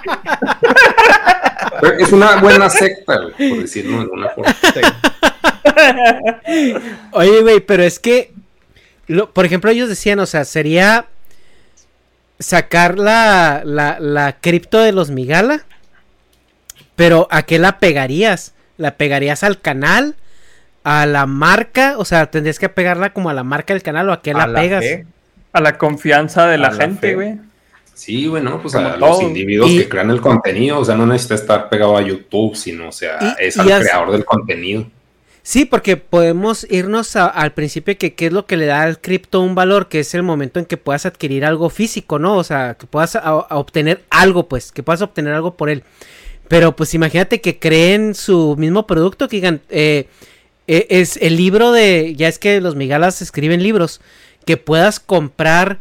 Es una buena secta, güey, por decirlo de alguna forma. Oye, güey, pero es que, por ejemplo, ellos decían, o sea, sería sacar la cripto de los Migala, pero ¿a qué la pegarías? ¿La pegarías al canal? ¿A la marca? O sea, tendrías que pegarla como a la marca del canal, ¿o a qué la pegas? A la confianza de la gente, güey. Sí, bueno, pues a los individuos que crean el contenido, o sea, no necesita estar pegado a YouTube, sino, o sea, es al creador del contenido. Sí, porque podemos irnos al principio que qué es lo que le da al cripto un valor, que es el momento en que puedas adquirir algo físico, ¿no? O sea, que puedas obtener algo, pues, que puedas obtener algo por él. Pero pues imagínate que creen su mismo producto, que digan, es el libro de, ya es que los migalas escriben libros, que puedas comprar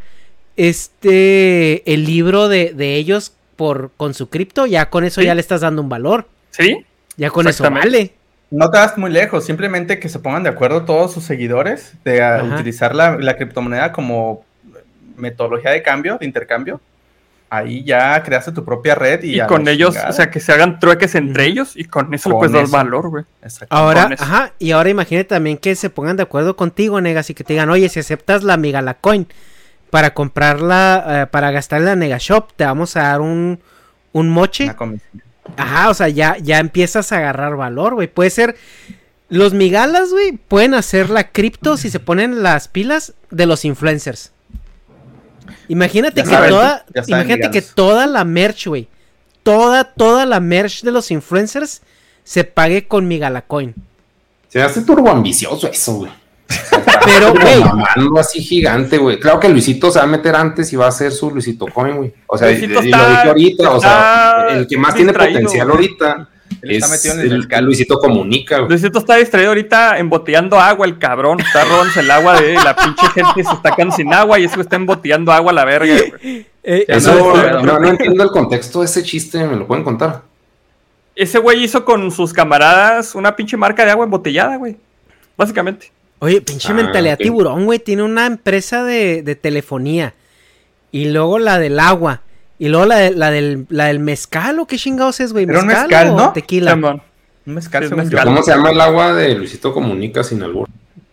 el libro de ellos con su cripto, ya con eso ya le estás dando un valor. Sí. Ya con eso vale. No te vas muy lejos, simplemente que se pongan de acuerdo todos sus seguidores de utilizar la criptomoneda como metodología de intercambio. Ahí ya creaste tu propia red y ya con ellos, o sea, que se hagan trueques entre ellos y con eso le puedes dar valor, güey. Ahora, y ahora imagínate también que se pongan de acuerdo contigo, Negas, y que te digan, oye, si aceptas la Migala Coin para comprarla, para gastar en la Nega Shop, te vamos a dar un moche. Una comisión. Ajá, o sea, ya empiezas a agarrar valor, güey. Puede ser, los migalas, güey, pueden hacer la cripto si se ponen las pilas de los influencers. Imagínate que toda la merch, güey, toda la merch de los influencers se pague con Migalacoin. Se hace turbo ambicioso eso, güey. Pero, güey, mamando así gigante, güey. Claro que Luisito se va a meter antes y va a hacer su Luisito Coin, güey. O sea, lo dije ahorita, o sea, el que más tiene potencial ahorita es el Luisito Comunica, güey. Luisito está distraído ahorita embotellando agua, el cabrón. Está robándose el agua de la pinche gente, se está quedando sin agua y eso está embotellando agua a la verga, güey. No entiendo el contexto de ese chiste, ¿me lo pueden contar? Ese güey hizo con sus camaradas una pinche marca de agua embotellada, güey. Básicamente. Oye, pinche mentalidad tiburón, güey. Tiene una empresa de telefonía. Y luego la del agua. Y luego la del mezcal, ¿o qué chingados es, güey? Pero un mezcal, ¿no? Tequila. Un mezcal. ¿Cómo se llama el agua de Luisito Comunica sin albur?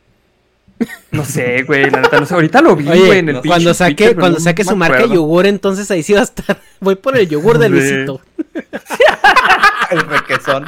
No sé, güey, la neta no sé. Ahorita lo vi, güey, en el cuando saque su marca de yogur, entonces ahí sí va a estar. Voy por el yogur de Luisito. El requesón.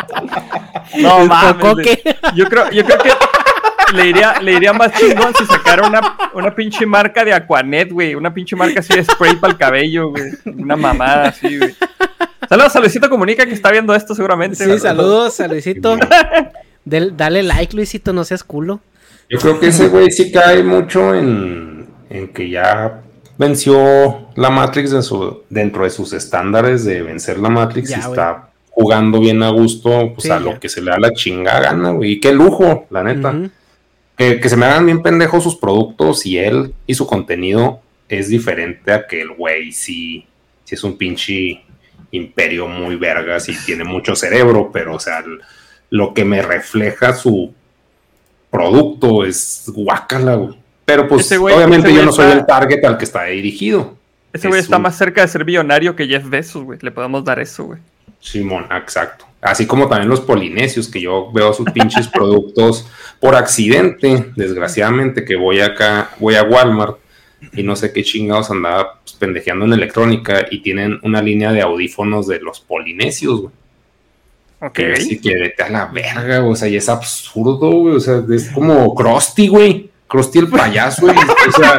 No mames. Yo creo que le iría más chingón si sacara una pinche marca de Aquanet, güey. Una pinche marca así de spray para el cabello, güey. Una mamada así, güey. Saludos a Luisito Comunica que está viendo esto seguramente. Sí, saludos a Luisito. Dale like, Luisito, no seas culo. Yo creo que ese güey sí cae mucho en que ya venció la Matrix dentro de sus estándares de vencer la Matrix y está jugando bien a gusto, pues sí, a lo que se le da la chingada gana, güey. Y qué lujo, la neta. Uh-huh. Que se me hagan bien pendejos sus productos y él y su contenido es diferente a que el güey sí es un pinche imperio muy vergas y tiene mucho cerebro, pero o sea, lo que me refleja su producto es guácala, güey. Pero pues obviamente yo no soy el target al que está dirigido. Ese güey está más cerca de ser billonario que Jeff Bezos, güey. Le podemos dar eso, güey. Simón, exacto. Así como también los polinesios, que yo veo sus pinches productos por accidente, desgraciadamente, que voy a Walmart y no sé qué chingados andaba pues, pendejeando en electrónica y tienen una línea de audífonos de los polinesios, güey. Ok. Así que vete a la verga, güey. O sea, y es absurdo, güey. O sea, es como Krusty, güey. Krusty el payaso, güey. O sea...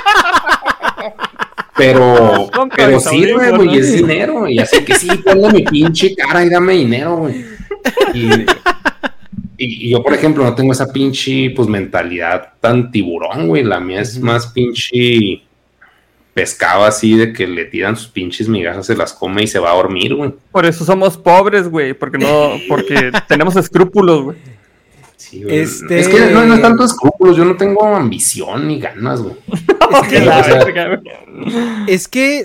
Pero sirve, güey, es dinero, y así que sí, ponle mi pinche cara y dame dinero, güey. Y yo, por ejemplo, no tengo esa pinche, pues, mentalidad tan tiburón, güey. La mía es más pinche pescado así de que le tiran sus pinches migajas, se las come y se va a dormir, güey. Por eso somos pobres, güey, porque tenemos escrúpulos, güey. Sí, es que no es tanto escrúpulos, yo no tengo ambición ni ganas, güey. Es que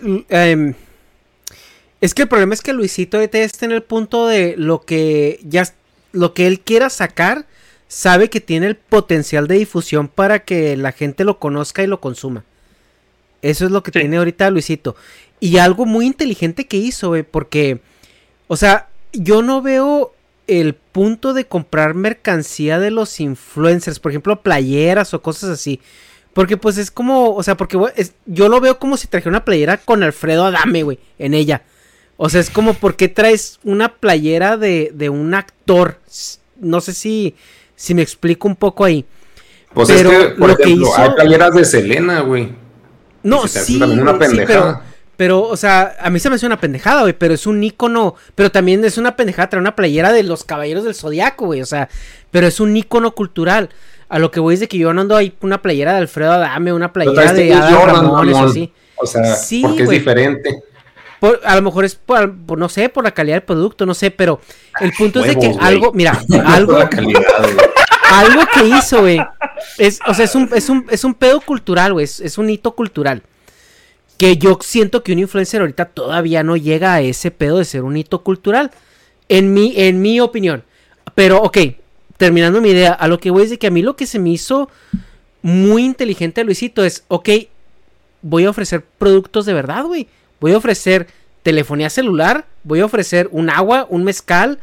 el problema es que Luisito ahorita está en el punto de lo que él quiera sacar, sabe que tiene el potencial de difusión para que la gente lo conozca y lo consuma. Eso es lo que tiene ahorita Luisito. Y algo muy inteligente que hizo, güey, porque, o sea, yo no veo el punto de comprar mercancía de los influencers, por ejemplo, playeras o cosas así. Porque pues es como, o sea, porque yo lo veo como si trajera una playera con Alfredo Adame, güey, en ella. O sea, es como, ¿por qué traes una playera de un actor? No sé si me explico un poco ahí. Pues pero es que, por ejemplo, hay playeras de Selena, güey. No, sí, una pendejada. Pero, o sea, a mí se me hace una pendejada, güey, pero es un ícono, pero también es una pendejada traer una playera de los Caballeros del Zodiaco, güey, o sea, pero es un ícono cultural. A lo que voy es de que yo no ando ahí una playera de Alfredo Adame, una playera de Adal Ramones, así. O sea, sí, porque es diferente. A lo mejor es por, no sé, por la calidad del producto, no sé, pero el punto es de que algo, mira, algo que hizo, güey, o sea, es un pedo cultural, güey, es un hito cultural. Que yo siento que un influencer ahorita todavía no llega a ese pedo de ser un hito cultural. En mi opinión. Pero, ok, terminando mi idea, a lo que voy es de que a mí lo que se me hizo muy inteligente a Luisito es, ok, voy a ofrecer productos de verdad, güey. Voy a ofrecer telefonía celular, voy a ofrecer un agua, un mezcal,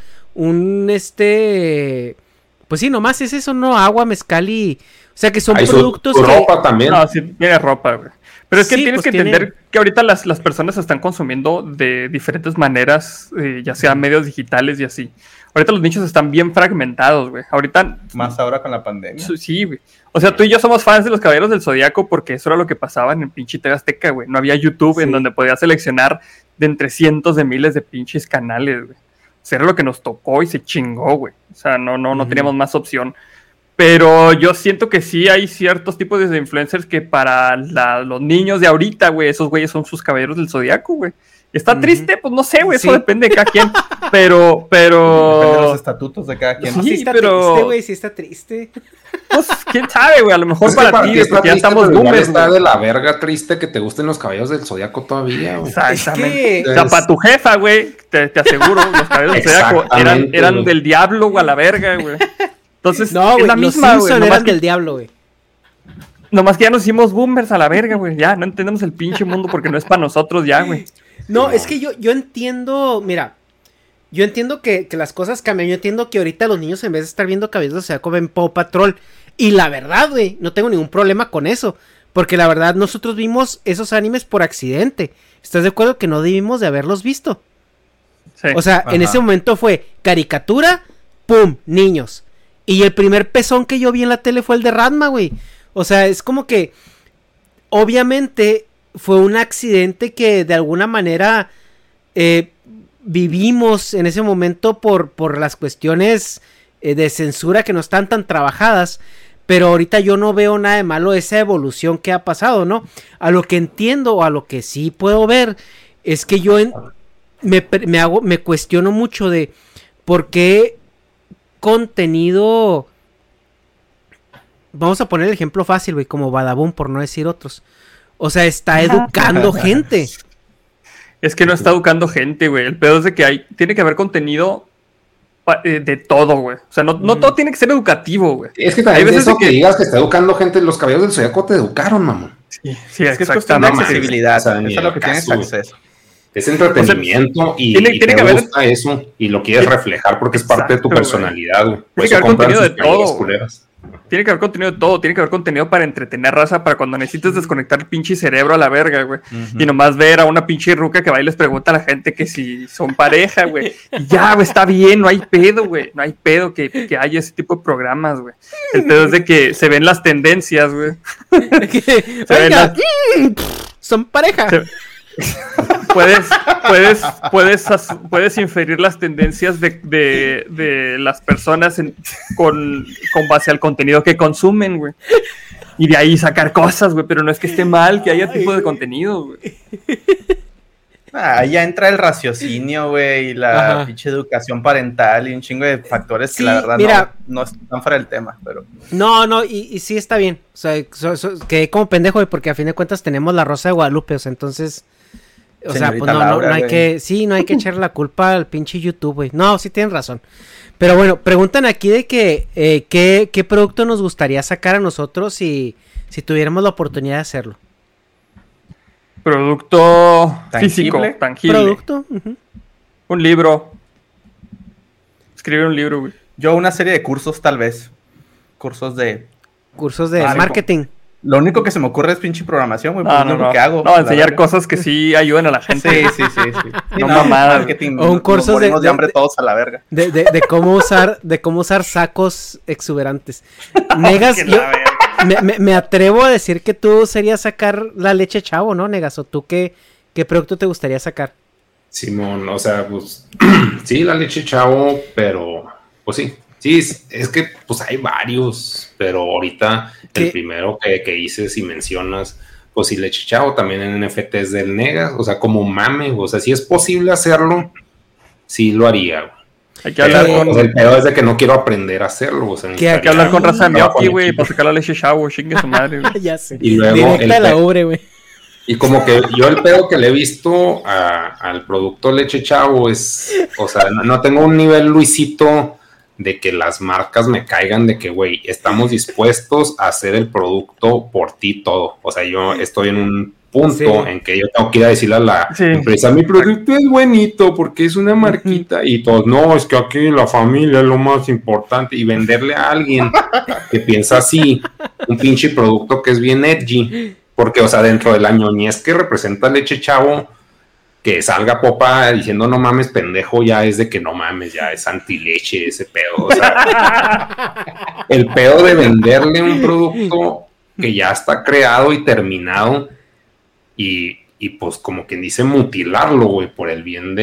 pues sí, nomás es eso, no, agua, mezcal y... O sea, que son productos su ropa también. No, sí, tiene ropa, güey. Pero es que sí, tienes que entender que ahorita las personas están consumiendo de diferentes maneras, ya sea medios digitales y así. Ahorita los nichos están bien fragmentados, güey. Ahorita... Más ahora con la pandemia. Sí, güey. O sea, tú y yo somos fans de los Caballeros del Zodiaco porque eso era lo que pasaba en el pinche TV Azteca, güey. No había YouTube en donde podías seleccionar de entre cientos de miles de pinches canales, güey. O sea, era lo que nos tocó y se chingó, güey. O sea, no teníamos más opción. Pero yo siento que sí hay ciertos tipos de influencers que para los niños de ahorita, güey, esos güeyes son sus Caballeros del Zodiaco, güey. ¿Está triste? Pues no sé, güey, eso depende de cada quien. Pero... Depende de los estatutos de cada quien. Sí, está triste, güey, sí está triste. Pues, quién sabe, güey, a lo mejor para ti, porque ya estamos boomers. Está de la verga triste que te gusten los Caballeros del Zodiaco todavía, güey. Exactamente. O sea, para tu jefa, güey, te aseguro, los Caballeros del Zodiaco eran del diablo, güey, a la verga, güey. Entonces, no, es la misma, güey. No eran del diablo, güey. Nomás que ya nos hicimos boomers a la verga, güey. Ya, no entendemos el pinche mundo porque no es para nosotros ya, güey. No, es que yo entiendo, mira, yo entiendo que las cosas cambian. Yo entiendo que ahorita los niños en vez de estar viendo Caballeros del Zodiaco ven Paw Patrol. Y la verdad, güey, no tengo ningún problema con eso. Porque la verdad, nosotros vimos esos animes por accidente. ¿Estás de acuerdo que no debimos de haberlos visto? Sí. O sea, en ese momento fue caricatura, pum, niños. Y el primer pezón que yo vi en la tele fue el de Ranma, güey. O sea, es como que... Obviamente fue un accidente que de alguna manera vivimos en ese momento por las cuestiones de censura que no están tan trabajadas. Pero ahorita yo no veo nada de malo de esa evolución que ha pasado, ¿no? A lo que entiendo o a lo que sí puedo ver es que yo me cuestiono mucho de por qué contenido... Vamos a poner el ejemplo fácil, güey, como Badabun, por no decir otros. O sea, está educando gente. Es que no está educando gente, güey. El pedo es de que tiene que haber contenido de todo, güey. O sea, no todo tiene que ser educativo, güey. Es que también eso que digas que está educando gente, los Caballeros del Zodiaco te educaron, mamón. Sí, es que es cuestión de accesibilidad. O sea, eso es lo que tienes acceso. Es entretenimiento y te gusta eso y lo quieres reflejar porque es parte de tu personalidad, güey. Tiene que haber contenido de todo. Tiene que haber contenido de todo, tiene que haber contenido para entretener raza, para cuando necesites desconectar el pinche cerebro a la verga, güey. Y nomás ver a una pinche ruca que va y les pregunta a la gente que si son pareja, güey. Y ya, güey, está bien, no hay pedo, güey. No hay pedo que haya ese tipo de programas, güey. El pedo es de que se ven las tendencias, güey. Son pareja. Puedes inferir las tendencias de las personas con base al contenido que consumen, güey. Y de ahí sacar cosas, güey. Pero no es que esté mal que haya tipo de contenido, güey. Ahí ya entra el raciocinio, güey, y la pinche educación parental y un chingo de factores que la verdad no están fuera del tema, pero... No, y sí está bien. O sea, quedé como pendejo, güey, porque a fin de cuentas tenemos la Rosa de Guadalupe, o sea, entonces... O sea, pues no hay que... Sí, no hay que echar la culpa al pinche YouTube, güey. No, sí tienen razón. Pero bueno, preguntan aquí de que... ¿qué producto nos gustaría sacar a nosotros si tuviéramos la oportunidad de hacerlo? Producto físico, tangible. Producto. Un libro. Escribir un libro, güey. Yo una serie de cursos, tal vez. Cursos de marketing. Lo único que se me ocurre es pinche programación, güey. Pues lo que hago. No, enseñar cosas que sí ayuden a la gente. Sí. No mamadas. Marketing. O un curso de hambre todos a la verga. De cómo usar sacos exuberantes. Negas, me atrevo a decir que tú serías sacar la leche chavo, ¿no, Negas? ¿O tú qué ¿Qué producto te gustaría sacar? Simón, o sea, pues sí, la leche Chavo, pero pues sí, es que pues hay varios, pero ahorita el primero que hice, si mencionas, pues sí, leche Chavo, también en NFTs del Negas, o sea, como mame, o sea, si es posible hacerlo, sí lo haría, güey. Hay que hablar con... O sea, el peor es de que no quiero aprender a hacerlo, o sea, hay que hablar con raza de Miyoki, güey, para sacar la leche Chavo, chingue su madre, güey. Ya sé. Y luego directa a la ubre, güey. Y como que yo el pedo que le he visto al producto leche Chavo es, o sea, no tengo un nivel Luisito de que las marcas me caigan de que, güey, estamos dispuestos a hacer el producto por ti todo. O sea, yo estoy en un punto en que yo tengo que ir a decirle a la empresa, mi producto es buenito porque es una marquita, y todos, no, es que aquí la familia es lo más importante, y venderle a alguien que piensa así, un pinche producto que es bien edgy. Porque, o sea, dentro de la ñoñez que representa leche Chavo, que salga Popa diciendo no mames, pendejo, ya es de que no mames, ya es antileche ese pedo. O sea, el pedo de venderle un producto que ya está creado y terminado y pues como quien dice mutilarlo, güey, por el bien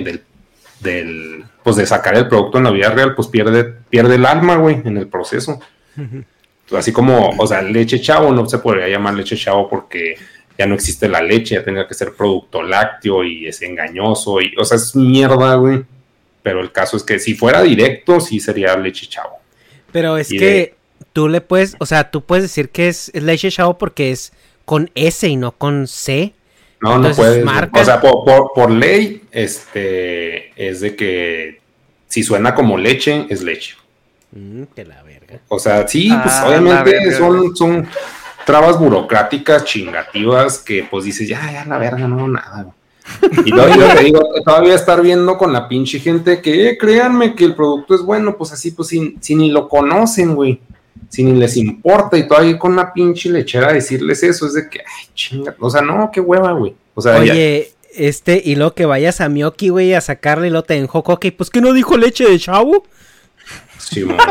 pues de sacar el producto en la vida real, pues pierde el alma, güey, en el proceso. Así como, o sea, leche Chavo no se podría llamar leche Chavo porque ya no existe la leche, ya tendría que ser producto lácteo y es engañoso, y, o sea, es mierda, güey. Pero el caso es que si fuera directo, sí sería leche Chavo. Pero es que tú le puedes, o sea, tú puedes decir que es leche Chavo porque es con S y no con C. No, entonces, no puedes. Marca... O sea, por ley, es de que si suena como leche, es leche. Que la verga. O sea, sí, pues obviamente son trabas burocráticas chingativas que pues dices, ya la verga, no, nada. Y todavía te digo, todavía estar viendo con la pinche gente que créanme que el producto es bueno, pues así, pues si ni lo conocen, güey, si ni les importa, y todavía con una pinche lechera decirles eso, es de que, ay, chinga, o sea, no, qué hueva, güey. O sea, oye, y luego que vayas a Miyoki, güey, a sacarle y lo te enjoco, ok, pues que no dijo leche de Chavo. Sí, man.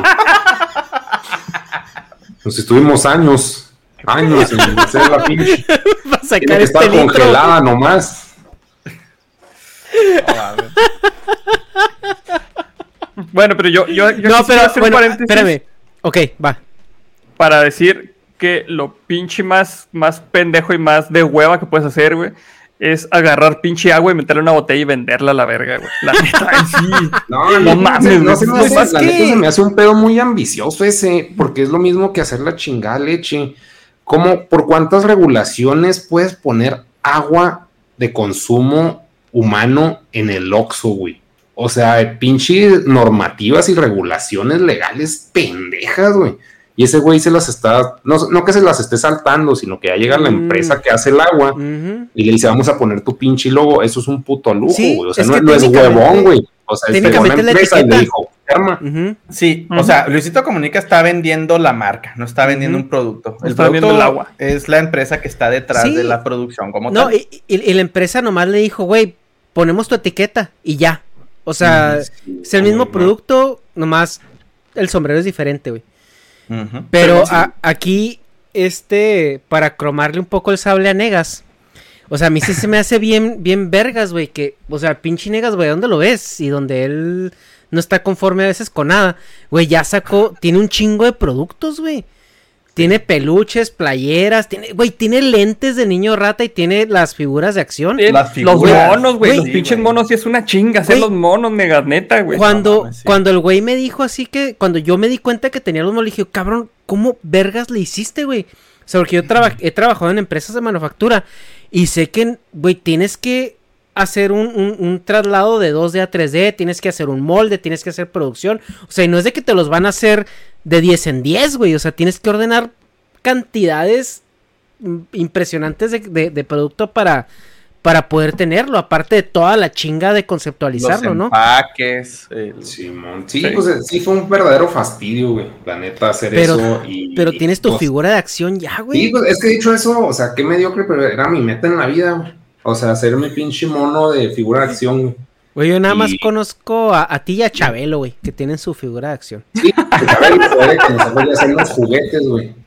Pues estuvimos años en hacer la pinche. Va a sacar tiene que estar congelada nomás. Bueno, pero yo no, pero hacer bueno, espérame. Ok, va. Para decir que lo pinche más pendejo y más de hueva que puedes hacer, güey, es agarrar pinche agua y meterle una botella y venderla a la verga, güey. La neta, sí. No mames. La neta se me hace un pedo muy ambicioso ese, porque es lo mismo que hacer la chingada leche. ¿Cómo, por cuántas regulaciones puedes poner agua de consumo humano en el Oxxo, güey? O sea, pinche normativas y regulaciones legales pendejas, güey. Y ese güey se las está, no que se las esté saltando, sino que ya llega la empresa que hace el agua y le dice, vamos a poner tu pinche logo. Eso es un puto lujo, güey. O sea, no es huevón, güey. O sea, es una empresa y le dijo, sí, o sea, Luisito Comunica está vendiendo la marca, no está vendiendo un producto. El está producto vendiendo el agua. Es la empresa que está detrás de la producción, como tal. Y la empresa nomás le dijo, güey, ponemos tu etiqueta y ya. O sea, es el mismo producto, nomás el sombrero es diferente, güey. Pero aquí, para cromarle un poco el sable a Negas, o sea, a mí sí se me hace bien vergas, güey, que, o sea, pinche Negas, güey, ¿dónde lo ves? Y donde él no está conforme a veces con nada, güey, ya tiene un chingo de productos, güey. Tiene peluches, playeras, tiene lentes de niño rata y tiene las figuras de acción. Los monos, güey, los pinches monos sí es una chinga hacer los monos, mega neta, güey. Cuando el güey me dijo así que, cuando yo me di cuenta que tenía los monos, le dije, cabrón, ¿cómo vergas le hiciste, güey? O sea, porque yo he trabajado en empresas de manufactura y sé que, güey, tienes que hacer un traslado de 2D a 3D, tienes que hacer un molde, tienes que hacer producción. O sea, y no es de que te los van a hacer de 10 en 10, güey. O sea, tienes que ordenar cantidades impresionantes de producto para poder tenerlo, aparte de toda la chinga de conceptualizarlo, ¿no? Los empaques. Simón. Sí, pues sí fue un verdadero fastidio, güey, la neta, hacer eso. Pero tienes tu figura de acción ya, güey. Sí, pues es que dicho eso, o sea, qué mediocre, pero era mi meta en la vida, güey. O sea, hacer mi pinche mono de figura de acción, güey. Güey, yo nada más conozco a ti y a Chabelo, güey, que tienen su figura de acción. Sí, Chabelo, que nosotros ya hacemos juguetes, güey.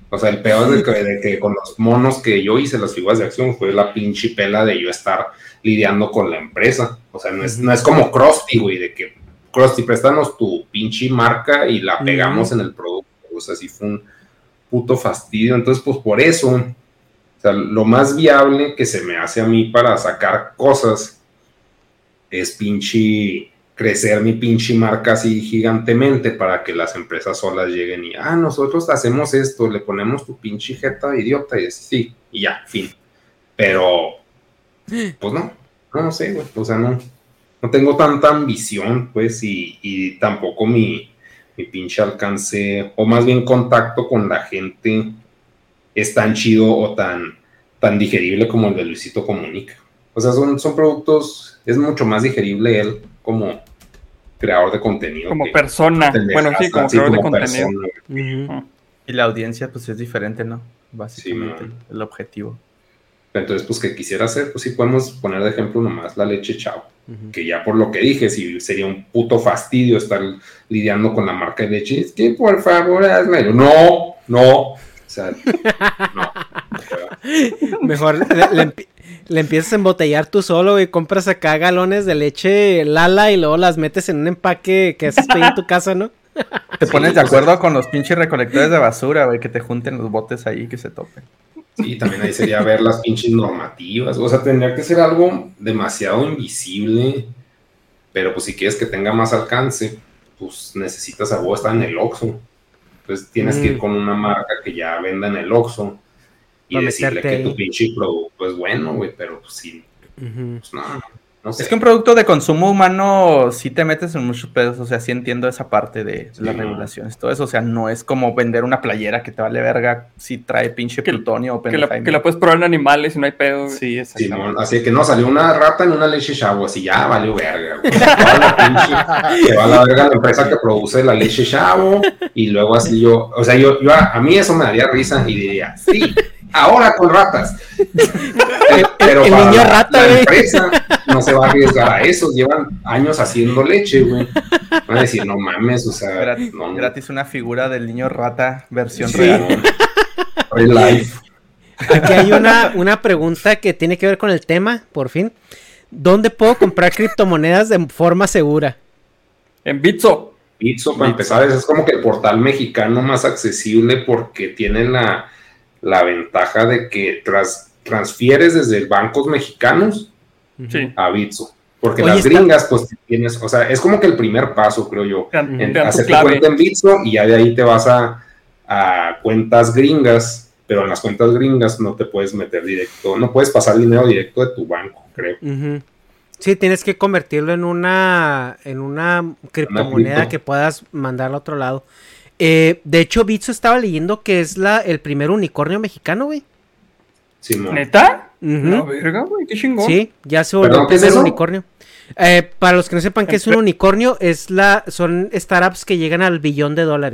O sea, el peor de que con los monos que yo hice, las figuras de acción, fue la pinche pela de yo estar lidiando con la empresa. O sea, no es como Krusty, güey, de que Krusty, préstanos tu pinche marca y la pegamos en el producto. O sea, sí fue un puto fastidio. Entonces, pues por eso, o sea, lo más viable que se me hace a mí para sacar cosas es pinche crecer mi pinche marca así gigantemente para que las empresas solas lleguen y, nosotros hacemos esto, le ponemos tu pinche jeta idiota y así, sí, y ya, fin. Pero, pues no sé, güey, o sea, no tengo tanta ambición, pues, y tampoco mi pinche alcance, o más bien contacto con la gente es tan chido o tan digerible como el de Luisito Comunica. O sea, son productos, es mucho más digerible él como creador de contenido. Como persona. Bueno, sí, como creador de contenido. Y la audiencia, pues, es diferente, ¿no? Básicamente, sí, el objetivo. Entonces, pues, que quisiera hacer, pues sí podemos poner de ejemplo nomás la leche Chao. Que ya por lo que dije, sí sería un puto fastidio estar lidiando con la marca de leche. Es que, por favor, hazme. No. O sea, no. Mejor le empiezas a embotellar tú solo y compras acá galones de leche Lala y luego las metes en un empaque que haces tú en tu casa, ¿no? Te pones de acuerdo con los pinches recolectores de basura, güey, que te junten los botes ahí, que se topen. Sí, también ahí sería ver las pinches normativas. O sea, tendría que ser algo demasiado invisible. Pero pues si quieres que tenga más alcance, pues necesitas a vos estar en el Oxxo. Entonces tienes que ir con una marca que ya venda en el Oxxo y decirle que tu pinche producto es bueno, güey, pero pues sí, pues no sé. Es que un producto de consumo humano sí te metes en muchos pedos, o sea, sí entiendo esa parte de las regulaciones, todo eso, o sea, no es como vender una playera que te vale verga si trae pinche plutonio o que la puedes probar en animales y no hay pedo. Sí, exactamente. Así que no, salió una rata en una leche Chavo, así ya valió verga, güey. Se va a la verga la empresa que produce la leche Chavo y luego así yo a mí eso me daría risa y diría, sí, ahora con ratas. Pero el para niño rata, la empresa no se va a arriesgar a eso. Llevan años haciendo leche, güey. Van a decir, no mames, o sea, gratis una figura del niño rata versión real. Real life. Aquí hay una pregunta que tiene que ver con el tema, por fin. ¿Dónde puedo comprar criptomonedas de forma segura? En Bitso. Bitso, para empezar, es como que el portal mexicano más accesible porque tiene la ventaja de que transfieres desde bancos mexicanos a Bitso. Porque las gringas, pues tienes, o sea, es como que el primer paso, creo yo, en hacer tu cuenta en Bitso y ya de ahí te vas a cuentas gringas, pero en las cuentas gringas no te puedes meter directo, no puedes pasar dinero directo de tu banco, creo. Sí, tienes que convertirlo en una criptomoneda que puedas mandar al otro lado. De hecho, Bitso estaba leyendo que es el primer unicornio mexicano, güey. Sí, no. ¿Neta? No, verga, güey, qué chingón. Sí, ya se volvió el primer unicornio. Para los que no sepan qué es un unicornio, son startups que llegan al $1 billón.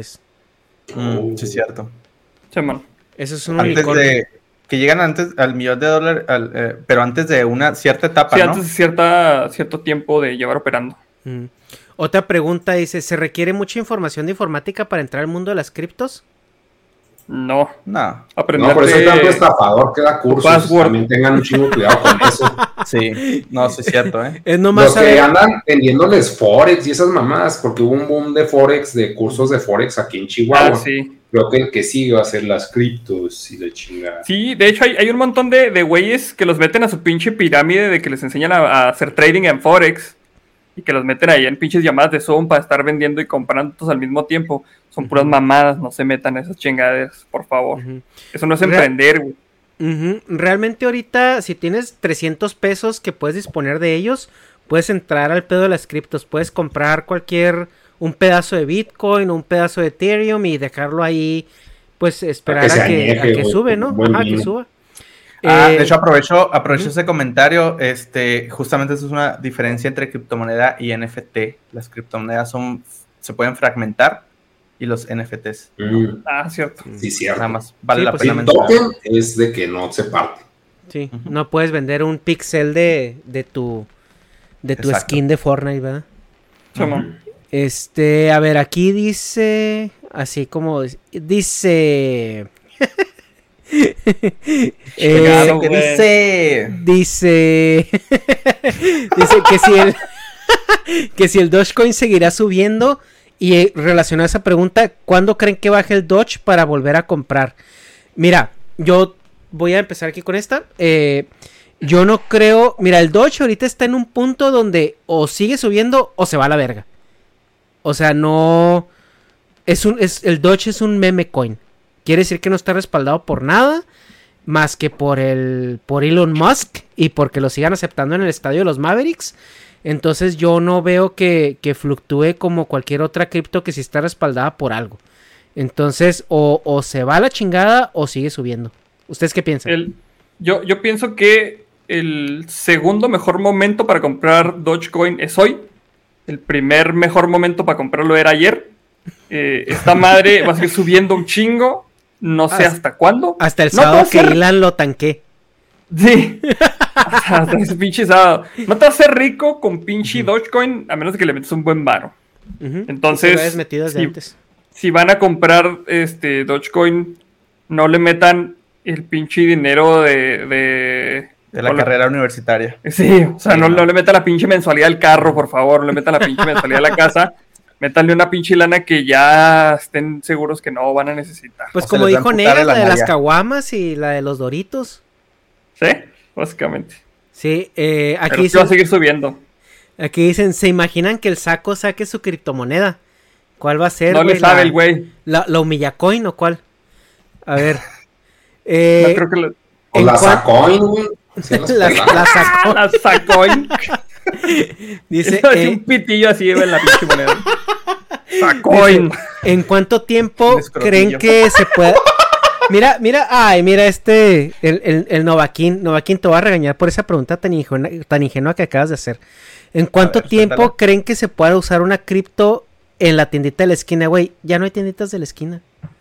Sí, es cierto. Sí, man. Eso es un unicornio. Que llegan antes al $1 millón, pero antes de una cierta etapa, sí, ¿no? Antes de cierto tiempo de llevar operando. Otra pregunta dice, ¿se requiere mucha información de informática para entrar al mundo de las criptos? No. Aprender no, por eso hay tanto estafador que da cursos. Password. También tengan un chingo cuidado con eso. Sí, no, sí es cierto, Es nomás los que andan vendiéndoles Forex y esas mamadas, porque hubo un boom de Forex, de cursos de Forex aquí en Chihuahua. Sí. Creo que el que sigue va a ser las criptos y la chingada. Sí, de hecho hay un montón de güeyes que los meten a su pinche pirámide de que les enseñan a hacer trading en Forex. Y que los meten ahí en pinches llamadas de Zoom para estar vendiendo y comprando todos al mismo tiempo. Son puras mamadas, no se metan esas chingaderas, por favor. Eso no es emprender, güey. Realmente ahorita, si tienes 300 pesos que puedes disponer de ellos, puedes entrar al pedo de las criptos. Puedes comprar un pedazo de Bitcoin, un pedazo de Ethereum y dejarlo ahí, pues esperar a que sube, ¿no? Que suba. De hecho, aprovecho ese comentario. Justamente eso es una diferencia entre criptomoneda y NFT. Las criptomonedas se pueden fragmentar y los NFTs. Cierto. Sí, cierto. Nada más vale la pena mencionar. El token es de que no se parte. Sí, no puedes vender un pixel de tu skin de Fortnite, ¿verdad? Sí, a ver, aquí dice, así como dice Dice que si el Dogecoin seguirá subiendo. Y relacionado a esa pregunta, ¿cuándo creen que baje el Doge para volver a comprar? Mira, yo voy a empezar aquí con esta. Yo no creo... Mira, el Doge ahorita está en un punto donde o sigue subiendo o se va a la verga. O sea, no... el Doge es un meme coin. Quiere decir que no está respaldado por nada más que por Elon Musk y porque lo sigan aceptando en el estadio de los Mavericks. Entonces yo no veo que fluctúe como cualquier otra cripto que sí está respaldada por algo. Entonces o se va a la chingada o sigue subiendo. ¿Ustedes qué piensan? Yo pienso que el segundo mejor momento para comprar Dogecoin es hoy. El primer mejor momento para comprarlo era ayer. Esta madre va a seguir subiendo un chingo. No sé hasta cuándo. Hasta el sábado que Elon lo tanqué. Sí. Hasta ese pinche sábado. No te vas a hacer rico con pinche Dogecoin a menos de que le metas un buen varo. Entonces, si van a comprar Dogecoin, no le metan el pinche dinero de la carrera universitaria. Sí, o sea, no le metan la pinche mensualidad del carro, por favor. No le metan la pinche mensualidad de la casa. Métanle una pinche lana que ya estén seguros que no van a necesitar. Pues como dijo Negas, la de las caguamas y la de los Doritos. Sí, básicamente. Sí, aquí pero dicen, va a seguir subiendo. Aquí dicen, ¿se imaginan que el Saco saque su criptomoneda? ¿Cuál va a ser? No le sabe el güey. ¿La Humillacoin o cuál? A ver. No creo que o la Sacoin, güey. Sí, la Sacoin. Dice es un pitillo así en la pinche moneda. Sacoin. ¿En cuánto tiempo creen que se pueda? Mira, el Novaquín. Novaquín, te voy a regañar por esa pregunta tan ingenua que acabas de hacer. ¿En cuánto tiempo creen que se pueda usar una cripto en la tiendita de la esquina, güey? Ya no hay tienditas de la esquina.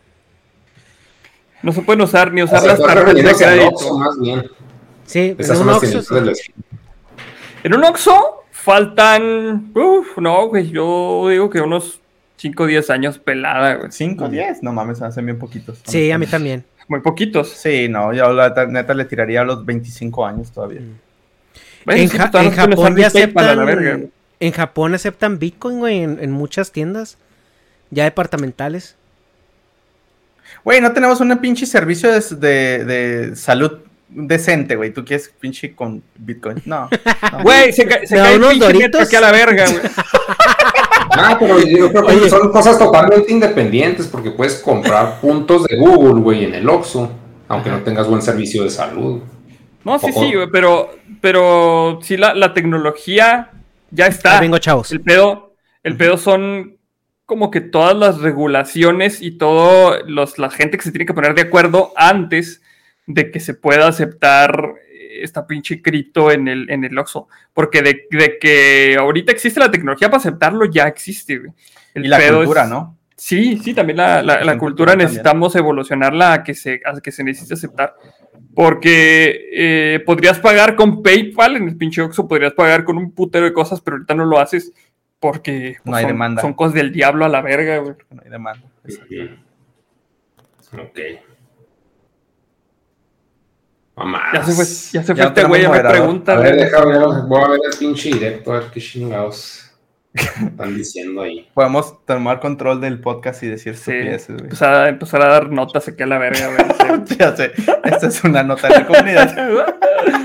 No se pueden usar ni usar las tarjetas de crédito. Más bien. Sí, esas son las tienditas de la esquina. En un Oxxo faltan... no, güey, yo digo que unos 5 o 10 años pelada, güey. 5 o 10, no mames, hacen bien poquitos. Sí, a mí también. Muy poquitos. Sí, no, yo la neta le tiraría a los 25 años todavía. En Japón ya aceptan... En Japón aceptan Bitcoin, güey, en muchas tiendas. Ya departamentales. Güey, no tenemos un pinche servicio de salud decente, güey. ¿Tú quieres pinche con Bitcoin? No. Güey, se cae unos Doritos aquí a la verga, güey. Pero yo creo que son cosas totalmente independientes porque puedes comprar puntos de Google, güey, en el Oxxo, aunque no tengas buen servicio de salud. No, sí, güey, pero sí la tecnología ya está. Vengo, chavos. El pedo son como que todas las regulaciones y todo la gente que se tiene que poner de acuerdo antes de que se pueda aceptar esta pinche cripto en el Oxxo. Porque de que ahorita existe la tecnología para aceptarlo, ya existe, güey. Y la cultura, ¿no? Sí, también la cultura necesitamos evolucionarla a que se necesite aceptar. Porque podrías pagar con PayPal en el pinche Oxxo, podrías pagar con un putero de cosas, pero ahorita no lo haces porque no hay demanda. Son cosas del diablo a la verga, güey. No hay demanda. Ok. Mamá. Ya se fue este güey, me pregunta. A ver, déjame ver, voy a ver el pinche directo, a ver qué chingados están diciendo ahí. Podemos tomar control del podcast y decir estupideces, güey. Empezar a dar notas aquí a la verga, güey. Ya sé, esta es una nota de la comunidad.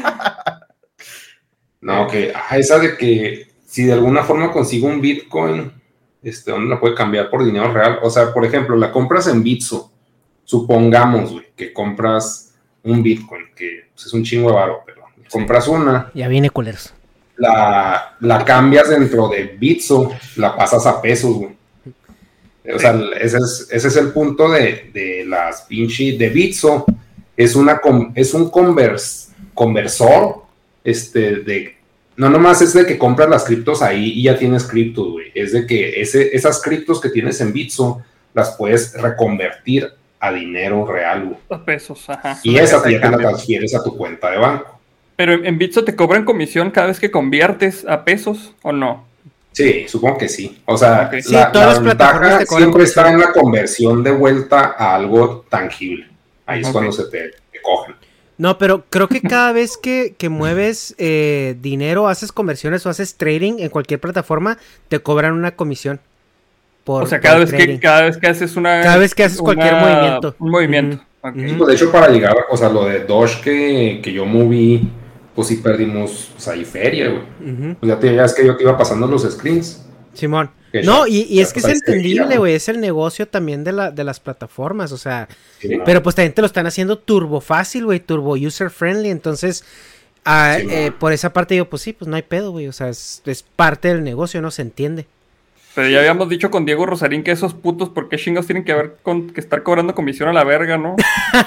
No, que esa de que si de alguna forma consigo un Bitcoin, ¿dónde la puede cambiar por dinero real? O sea, por ejemplo, la compras en Bitso. Supongamos, güey, que compras un Bitcoin, que pues, es un chingo de varo, pero compras una. Ya viene culeros. La cambias dentro de Bitso, la pasas a pesos, güey. O sea, ese es el punto de las pinche de Bitso. Es un conversor, no nomás es de que compras las criptos ahí y ya tienes criptos, güey. Es de que esas criptos que tienes en Bitso las puedes reconvertir a dinero real, güey. A pesos, ajá. Y esa ya te la transfieres a tu cuenta de banco. Pero en Bitso te cobran comisión cada vez que conviertes a pesos, ¿o no? Sí, supongo que sí. O sea, todas las plataformas ventaja siempre está en la conversión de vuelta a algo tangible. Ahí es cuando se te cogen. No, pero creo que cada vez que mueves dinero, haces conversiones o haces trading en cualquier plataforma, te cobran una comisión. O sea, cada vez que haces cualquier movimiento. Un movimiento. Okay. Pues de hecho, para llegar, o sea, lo de Doge que yo moví, pues sí perdimos, pues ahí feria, güey. Pues ya es que yo te iba pasando los screens. Simón. No, y es que es entendible, güey, es el negocio también de las plataformas, o sea, sí, pero pues también te lo están haciendo turbo fácil, güey, turbo user friendly, entonces, por esa parte digo, pues sí, pues no hay pedo, güey, o sea, es parte del negocio, no se entiende. Pero ya habíamos dicho con Diego Rosarín que esos putos, ¿por qué chingados tienen que estar cobrando comisión a la verga, no?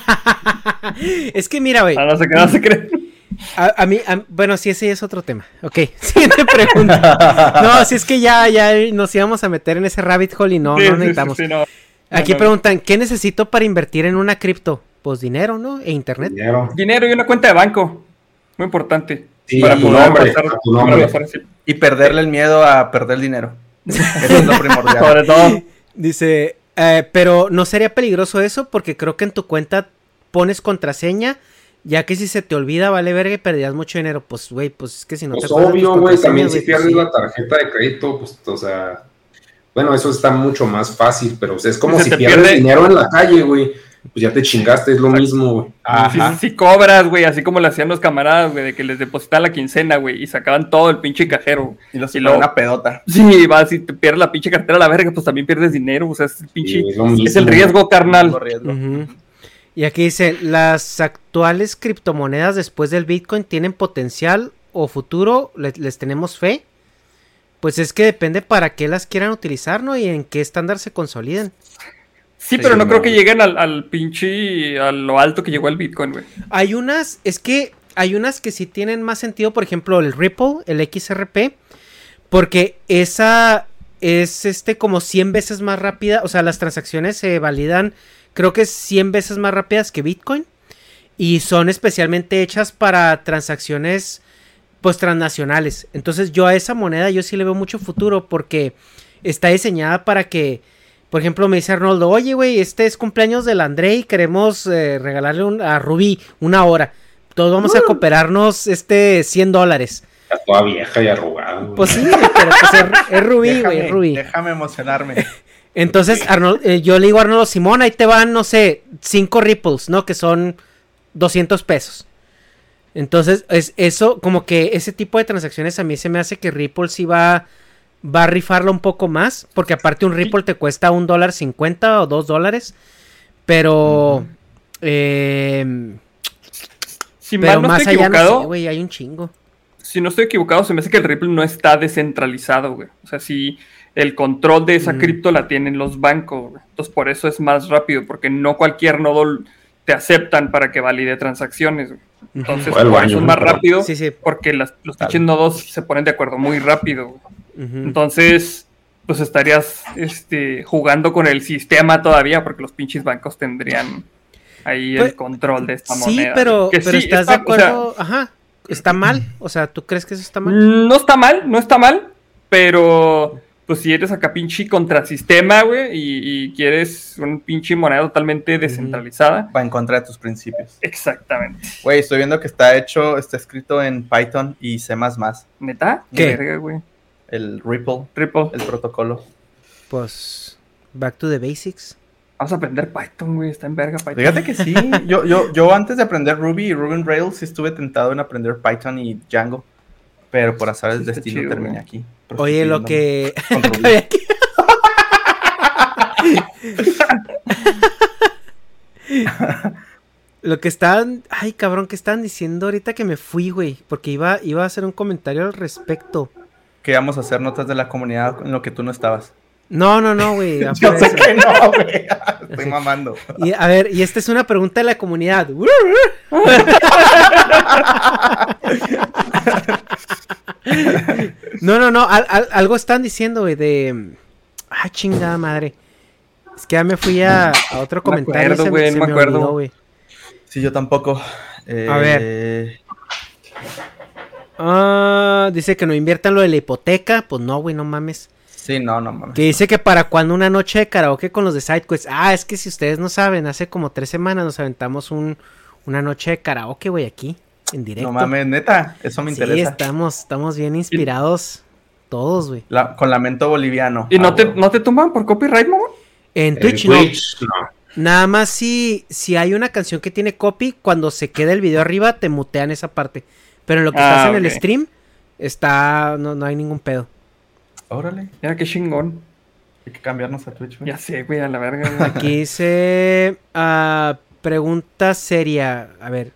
Es que mira, güey. No se cree. A mí, bueno, sí, ese es otro tema. Ok, siguiente pregunta. No, si es que ya nos íbamos a meter en ese rabbit hole y no necesitamos. Sí, no. Aquí preguntan, ¿qué necesito para invertir en una cripto? Pues dinero, ¿no? E internet. Dinero y una cuenta de banco. Muy importante. Sí, para tu nombre. Y perderle el miedo a perder dinero. Eso es lo primordial. Sobre todo. Dice, pero ¿no sería peligroso eso? Porque creo que en tu cuenta pones contraseña, ya que si se te olvida, vale verga y perdías mucho dinero. Pues, güey, pues es que si no pues te acuerdas. Obvio, güey, también si pierdes la tarjeta de crédito, pues, o sea, bueno, eso está mucho más fácil, pero o sea, es como si pierdes dinero en la calle, güey. Pues ya te chingaste, es lo mismo, güey. Si cobras, güey, así como le hacían los camaradas, güey, de que les depositaban la quincena, güey, y sacaban todo el pinche cajero. Y luego una pedota. Sí, si te pierdes la pinche cartera a la verga, pues también pierdes dinero, o sea, es el pinche, es el riesgo, carnal. Y aquí dice, ¿las actuales criptomonedas después del Bitcoin tienen potencial o futuro? ¿Les tenemos fe? Pues es que depende para qué las quieran utilizar, ¿no? Y en qué estándar se consoliden. Sí, pero no creo que lleguen al pinche, a lo alto que llegó el Bitcoin, güey. Hay unas que sí tienen más sentido, por ejemplo, el Ripple, el XRP, porque esa es como 100 veces más rápida, o sea, las transacciones se validan, creo que es 100 veces más rápidas que Bitcoin, y son especialmente hechas para transacciones, pues, transnacionales. Entonces, yo a esa moneda, yo sí le veo mucho futuro, porque está diseñada para que, por ejemplo, me dice Arnoldo, oye, güey, este es cumpleaños del André y queremos regalarle a Rubí una hora. Todos vamos a cooperarnos $100. Está toda vieja y arrugada, güey. Pues sí, pero pues es Rubí, güey, es Rubí. Déjame emocionarme. Entonces, yo le digo a Arnoldo, Simón, ahí te van, no sé, 5 ripples, ¿no? Que son $200. Entonces, eso, como que ese tipo de transacciones a mí se me hace que Ripple sí va a rifarla un poco más, porque aparte un Ripple te cuesta $1.50 o $2, pero si pero mal no estoy equivocado, no sé, güey, hay un chingo. Si no estoy equivocado, se me hace que el Ripple no está descentralizado, güey. O sea, si el control de esa cripto la tienen los bancos, güey. Entonces por eso es más rápido, porque no cualquier nodo te aceptan para que valide transacciones, güey. Entonces por eso es más rápido, porque los pinches nodos se ponen de acuerdo muy rápido, güey. Entonces, pues estarías jugando con el sistema todavía, porque los pinches bancos tendrían ahí el control de esta moneda. Sí, pero ¿estás de acuerdo? O sea, ajá, ¿está mal? O sea, ¿tú crees que eso está mal? No está mal, pero pues si eres acá pinche contrasistema, güey, y quieres un pinche moneda totalmente descentralizada. Va en contra de tus principios. Exactamente. Güey, estoy viendo que está escrito en Python y C++. ¿Neta? ¿Qué? Verga, güey. El Ripple, el protocolo. Pues, back to the basics. Vamos a aprender Python, güey, está en verga Python. Fíjate que sí, yo antes de aprender Ruby y Ruby on Rails sí estuve tentado en aprender Python y Django, pero por azar del destino terminé aquí. Oye, lo que... Lo que estaban... Ay, cabrón, ¿qué estaban diciendo ahorita que me fui, güey? Porque iba a hacer un comentario al respecto. Que íbamos a hacer notas de la comunidad en lo que tú no estabas. No, güey. Yo sé que no, güey. Estoy mamando. Y, a ver, y esta es una pregunta de la comunidad. No. Algo están diciendo, güey, de... Ah, chingada madre. Es que ya me fui a otro comentario. No me acuerdo. Sí, yo tampoco. A ver. Dice que no inviertan lo de la hipoteca. Pues no, güey, no mames. Sí, no mames. Que dice que para cuando una noche de karaoke con los de SideQuest. Es que si ustedes no saben, hace como 3 semanas nos aventamos una noche de karaoke, güey, aquí, en directo. No mames, neta, eso me interesa. Sí, estamos bien inspirados todos, güey. Con lamento boliviano. ¿Y no te tumban por copyright, mamón? En Twitch no. Nada más si hay una canción que tiene copy, cuando se queda el video arriba, te mutean esa parte. Pero en lo que estás en el stream, no hay ningún pedo. Órale. Mira qué chingón. Hay que cambiarnos a Twitch, güey. Ya sé, güey, a la verga. Güey. Aquí dice... pregunta seria. A ver.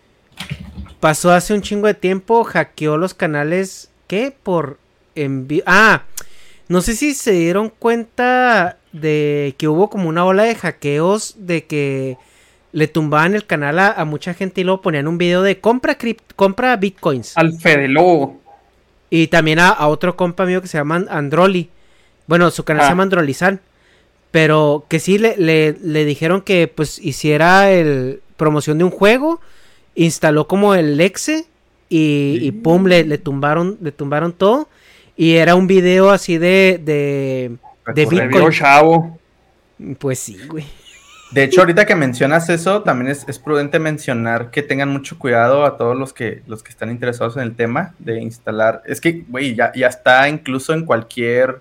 Pasó hace un chingo de tiempo, hackeó los canales... ¿Qué? Por envío... no sé si se dieron cuenta de que hubo como una ola de hackeos de que le tumbaban el canal a mucha gente y luego ponían un video de compra bitcoins. Al Fede Lobo. Y también a otro compa mío que se llama Androli. Bueno, su canal se llama Androlizan. Pero que sí le dijeron que pues hiciera promoción de un juego. Instaló como el exe. Y pum, le tumbaron todo. Y era un video así de Bitcoin. Chavo. Pues sí, güey. De hecho, ahorita que mencionas eso, también es prudente mencionar que tengan mucho cuidado a todos los que están interesados en el tema de instalar. Es que, güey, ya está incluso en cualquier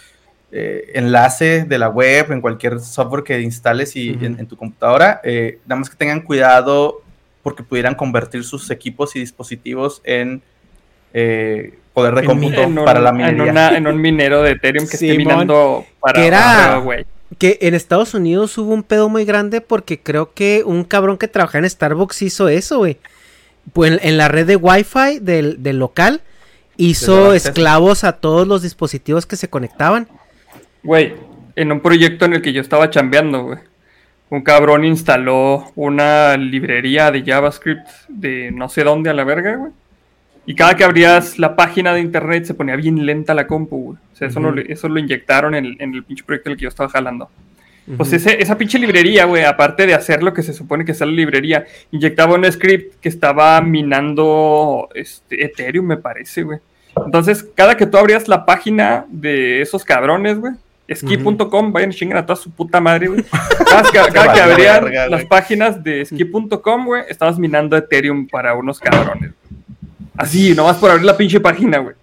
enlace de la web, en cualquier software que instales en tu computadora. Nada más que tengan cuidado porque pudieran convertir sus equipos y dispositivos en poder de cómputo para la minería. En un minero de Ethereum que esté minando para... Que en Estados Unidos hubo un pedo muy grande porque creo que un cabrón que trabajaba en Starbucks hizo eso, güey. Pues en la red de Wi-Fi del local hizo esclavos a todos los dispositivos que se conectaban. Güey, en un proyecto en el que yo estaba chambeando, güey. Un cabrón instaló una librería de JavaScript de no sé dónde a la verga, güey. Y cada que abrías la página de internet se ponía bien lenta la compu, güey. O sea, eso lo inyectaron en el pinche proyecto en el que yo estaba jalando. Pues esa pinche librería, güey, aparte de hacer lo que se supone que es la librería, inyectaba un script que estaba minando Ethereum, me parece, güey. Entonces, cada que tú abrías la página de esos cabrones, güey, ski.com, vayan y chingan a toda su puta madre, güey. Cada que abrían las páginas de ski.com, güey, estabas minando Ethereum para unos cabrones, güey. Así, nomás por abrir la pinche página, güey.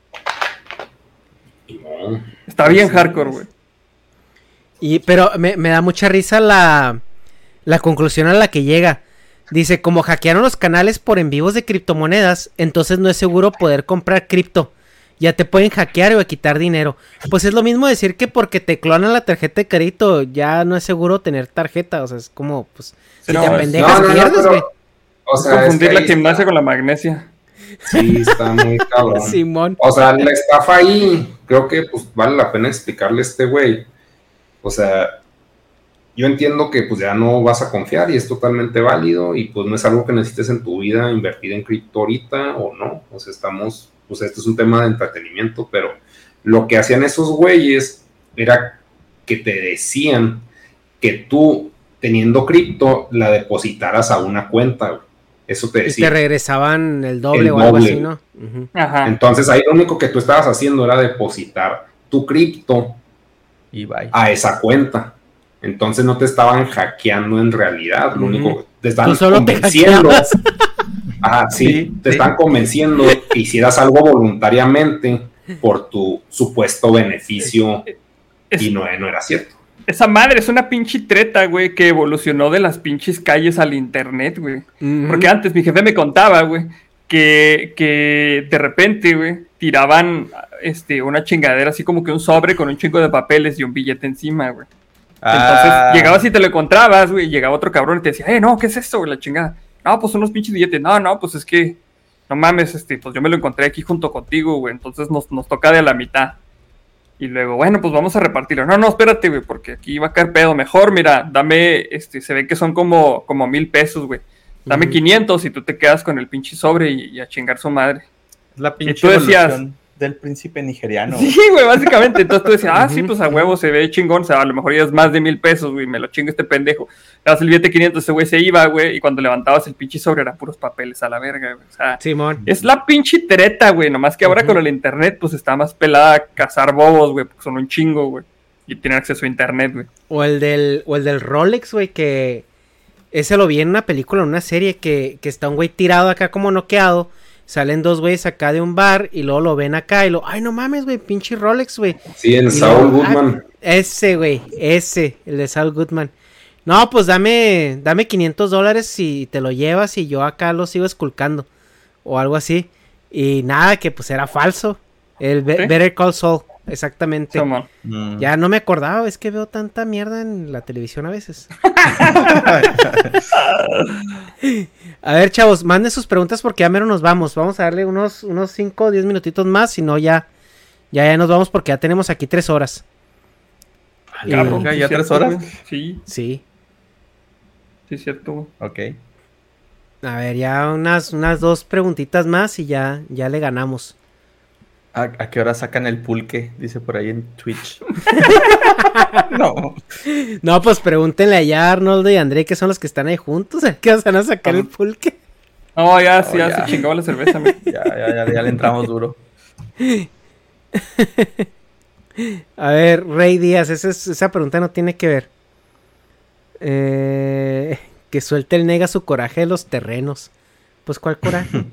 Está bien hardcore, güey. Pero me da mucha risa la conclusión a la que llega. Dice, como hackearon los canales por envíos de criptomonedas, entonces no es seguro poder comprar cripto. Ya te pueden hackear o quitar dinero. Pues es lo mismo decir que porque te clonan la tarjeta de crédito, ya no es seguro tener tarjeta. O sea, es como, pues, si te apendejas, pierdes, güey. O sea, confundir la gimnasia con la magnesia. Sí, está muy cabrón. Simón. O sea, la estafa ahí, creo que pues vale la pena explicarle a este güey. O sea, yo entiendo que pues ya no vas a confiar y es totalmente válido y pues no es algo que necesites en tu vida invertir en cripto ahorita o no. O sea, pues esto es un tema de entretenimiento, pero lo que hacían esos güeyes era que te decían que tú, teniendo cripto, la depositaras a una cuenta, güey. Eso te decía. Y te regresaban el doble o algo así, ¿no? Ajá. Entonces ahí lo único que tú estabas haciendo era depositar tu cripto a esa cuenta. Entonces no te estaban hackeando en realidad. Lo único que te estaban convenciendo. Te están convenciendo que hicieras algo voluntariamente por tu supuesto beneficio y no era cierto. Esa madre es una pinche treta, güey, que evolucionó de las pinches calles al internet, güey. Porque antes mi jefe me contaba, güey, que de repente, güey, tiraban una chingadera así como que un sobre con un chingo de papeles y un billete encima, güey. Entonces llegabas y te lo encontrabas, güey, y llegaba otro cabrón y te decía, no, ¿qué es esto, güey, la chingada? No, pues son unos pinches billetes. No, pues es que, no mames, pues yo me lo encontré aquí junto contigo, güey, entonces nos toca de a la mitad. Y luego, bueno, pues vamos a repartirlo. No, espérate, güey, porque aquí va a caer pedo. Mejor, mira, dame, se ve que son como 1,000 pesos, güey. Dame 500 y tú te quedas con el pinche sobre y a chingar su madre. La pinche y tú decías, del príncipe nigeriano. Sí, güey, básicamente. Entonces tú decías, sí, pues a huevo se ve chingón, o sea, a lo mejor ya es más de 1,000 pesos, güey, me lo chingo este pendejo. Le das el billete 500, ese güey se iba, güey, y cuando levantabas el pinche sobre eran puros papeles a la verga, güey. O sea, Simón. Es la pinche treta, güey, nomás que ahora con el internet, pues está más pelada a cazar bobos, güey, porque son un chingo, güey, y tienen acceso a internet, güey. O el del Rolex, güey, que ese lo vi en una película, en una serie, que está un güey tirado acá como noqueado. Salen 2 güeyes acá de un bar y luego lo ven acá y ay, no mames, güey, pinche Rolex, güey. Sí, el Saul Goodman. Ese, güey, el de Saul Goodman. No, pues dame $500 y te lo llevas y yo acá lo sigo esculcando. O algo así. Y nada, que pues era falso. El Better Call Saul, exactamente. Ya no me acordaba, es que veo tanta mierda en la televisión a veces. A ver, chavos, manden sus preguntas porque ya mero nos vamos. Vamos a darle unos 5 o 10 minutitos más, si no ya nos vamos porque ya tenemos aquí 3 horas. ¿Ya 3 horas? Sí. Sí. Sí, cierto. Ok. A ver, ya unas 2 preguntitas más y ya le ganamos. ¿A qué hora sacan el pulque? Dice por ahí en Twitch. No, pues pregúntenle allá a Arnoldo y a André, que son los que están ahí juntos. ¿A qué van a sacar el pulque? No, ya se chingaba la cerveza. Ya le entramos duro. A ver, Rey Díaz, esa pregunta no tiene que ver. Que suelte el nega su coraje de los terrenos. Pues, ¿cuál coraje?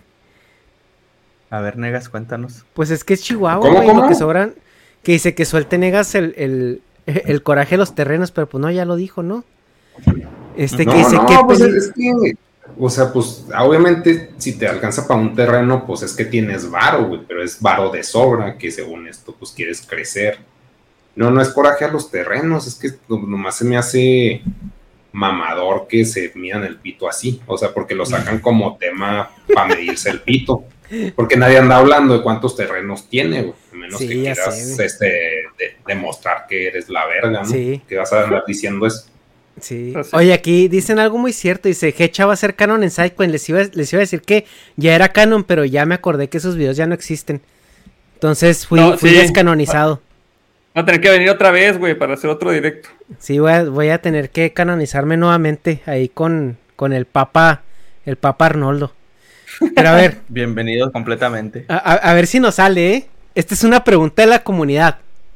A ver, Negas, cuéntanos. Pues es que es Chihuahua, güey, lo que sobran. Que dice que suelte Negas el coraje de los terrenos, pero pues no, ya lo dijo, ¿no? Que dice que... Pues es que, o sea, pues obviamente si te alcanza para un terreno, pues es que tienes varo, güey, pero es varo de sobra, que según esto, pues quieres crecer. No es coraje a los terrenos, es que nomás se me hace mamador que se midan el pito así, o sea, porque lo sacan como tema para medirse el pito. Porque nadie anda hablando de cuántos terrenos tiene, güey. A menos que quieras demostrar que eres la verga, ¿no? Sí. Que vas a andar diciendo eso. Sí. Oye, aquí dicen algo muy cierto. Dice, Hecha va a ser canon en SideQuest. Les iba a decir que ya era canon, pero ya me acordé que esos videos ya no existen. Entonces fui descanonizado. Va a tener que venir otra vez, güey, para hacer otro directo. Sí, voy a tener que canonizarme nuevamente ahí con el Papa Arnoldo. Pero a ver. Bienvenido completamente. A ver si nos sale, ¿eh? Esta es una pregunta de la comunidad.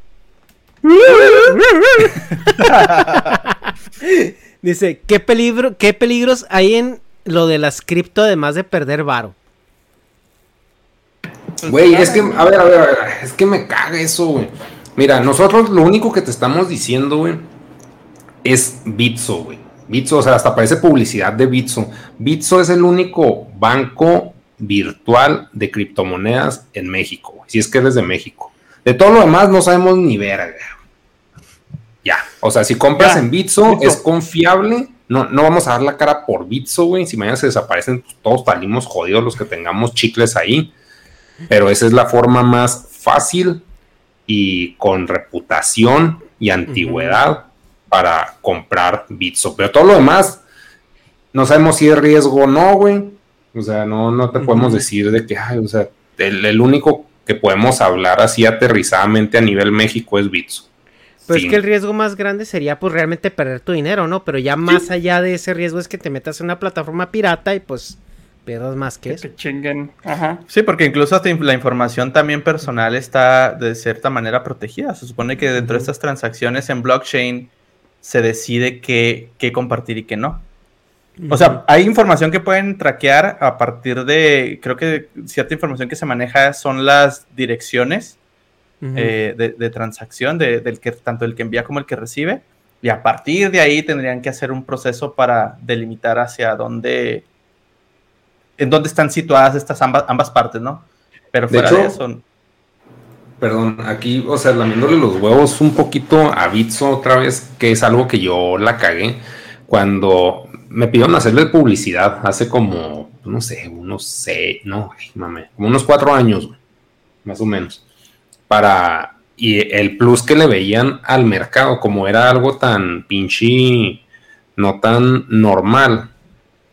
Dice, ¿qué peligros hay en lo de las cripto además de perder varo? Güey, es que, a ver, es que me caga eso, güey. Mira, nosotros lo único que te estamos diciendo, güey, es Bitso, güey. Bitso, o sea, hasta parece publicidad de Bitso. Bitso es el único banco virtual de criptomonedas en México, güey, si es que eres de México. De todo lo demás no sabemos ni verga. Ya, o sea, si compras en Bitso, es confiable. No vamos a dar la cara por Bitso, güey. Si mañana se desaparecen, pues todos salimos jodidos los que tengamos chicles ahí. Pero esa es la forma más fácil y con reputación y antigüedad para comprar Bitso. Pero todo lo demás, no sabemos si es riesgo o no, güey. O sea, no te podemos decir de que, o sea, el único que podemos hablar así aterrizadamente a nivel México es Bitso. Pues es que el riesgo más grande sería pues realmente perder tu dinero, ¿no? Pero ya más allá de ese riesgo es que te metas en una plataforma pirata y pues pierdas más que eso. Te chinguen. Ajá. Sí, porque incluso hasta la información también personal está de cierta manera protegida. Se supone que dentro de estas transacciones en blockchain se decide qué compartir y qué no. O sea, hay información que pueden traquear a partir de, creo que cierta información que se maneja son las direcciones de transacción, tanto el que envía como el que recibe, y a partir de ahí tendrían que hacer un proceso para delimitar hacia dónde, en dónde están situadas estas ambas partes, ¿no? Pero fuera de eso... Perdón, aquí, o sea, lamiéndole los huevos un poquito a Bitso otra vez, que es algo que yo la cagué, cuando me pidieron hacerle publicidad hace como, no sé, como unos 4 años, güey, más o menos. Y el plus que le veían al mercado, como era algo tan pinche, no tan normal,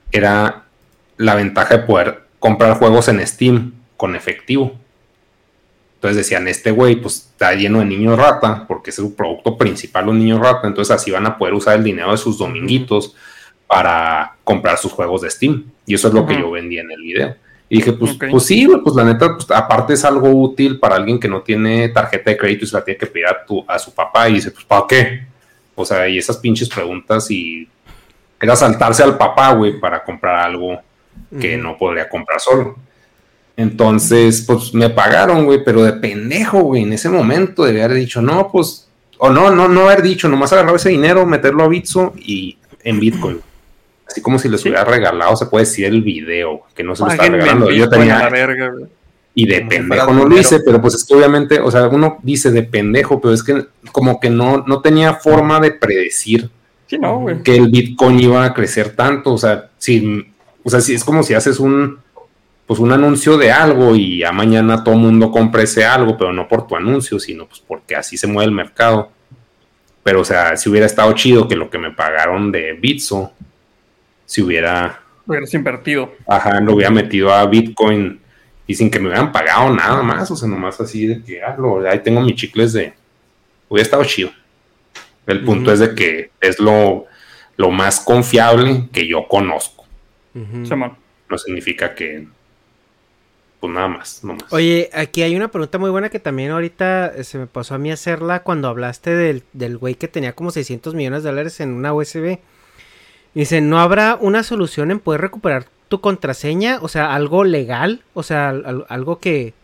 era la ventaja de poder comprar juegos en Steam con efectivo. Entonces decían, este güey pues está lleno de niños rata, porque es su producto principal, los niños rata, entonces así van a poder usar el dinero de sus dominguitos para comprar sus juegos de Steam. Y eso es lo que yo vendí en el video. Y dije, pues sí, pues la neta, pues aparte es algo útil para alguien que no tiene tarjeta de crédito y se la tiene que pedir a su papá. Y dice, pues ¿para qué? O sea, y esas pinches preguntas y era saltarse al papá, güey, para comprar algo que no podría comprar solo. Entonces, pues me pagaron, güey, pero de pendejo, güey, en ese momento debía haber dicho, no, pues, o no haber dicho, nomás agarrar ese dinero, meterlo a Bitso y en Bitcoin. Así como si les hubiera regalado, se puede decir, el video, que no se lo estaba regalando. Yo tenía... La verga, güey. Y de pendejo no lo hice, pero pues es que obviamente, o sea, uno dice de pendejo, pero es que como que no tenía forma de predecir que el Bitcoin iba a crecer tanto. O sea, si es como si haces un anuncio de algo y ya mañana todo el mundo compra ese algo, pero no por tu anuncio, sino pues porque así se mueve el mercado. Pero, o sea, si hubiera estado chido que lo que me pagaron de Bitso, si hubieras invertido. Ajá, lo hubiera metido a Bitcoin y sin que me hubieran pagado nada más, o sea, nomás así de que, ahí tengo mis chicles de... Hubiera estado chido. El punto es de que es lo más confiable que yo conozco. No significa que... Pues nada más. Oye, aquí hay una pregunta muy buena que también ahorita se me pasó a mí hacerla cuando hablaste del güey que tenía como $600 millones en una USB. Dice, ¿no habrá una solución en poder recuperar tu contraseña? O sea, algo legal, o sea, algo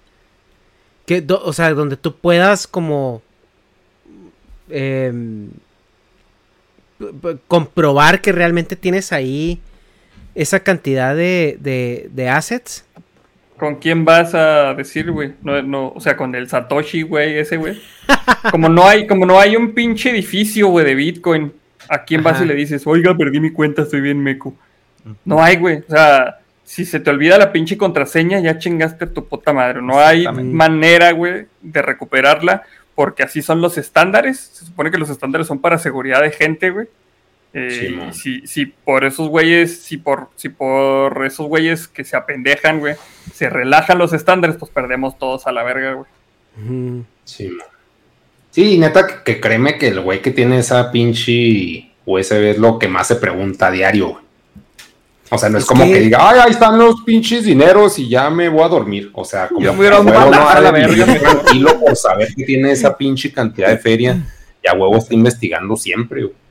o sea, donde tú puedas como comprobar que realmente tienes ahí esa cantidad de assets. ¿Con quién vas a decir, güey? No, o sea, con el Satoshi, güey, ese güey. Como no hay un pinche edificio, güey, de Bitcoin. ¿A quién vas y le dices, oiga, perdí mi cuenta, estoy bien meco? No hay, güey. O sea, si se te olvida la pinche contraseña, ya chingaste tu puta madre. No hay manera, güey, de recuperarla, porque así son los estándares. Se supone que los estándares son para seguridad de gente, güey. Si por esos güeyes, si por esos güeyes que se apendejan, güey, se relajan los estándares, pues perdemos todos a la verga, güey. Sí, neta, que créeme que el güey que tiene esa pinche USB es lo que más se pregunta a diario. O sea, no es como que diga, ahí están los pinches dineros y ya me voy a dormir. O sea, como que a huevo no a la verga tranquilo por saber que tiene esa pinche cantidad de feria y a huevo está investigando siempre, güey.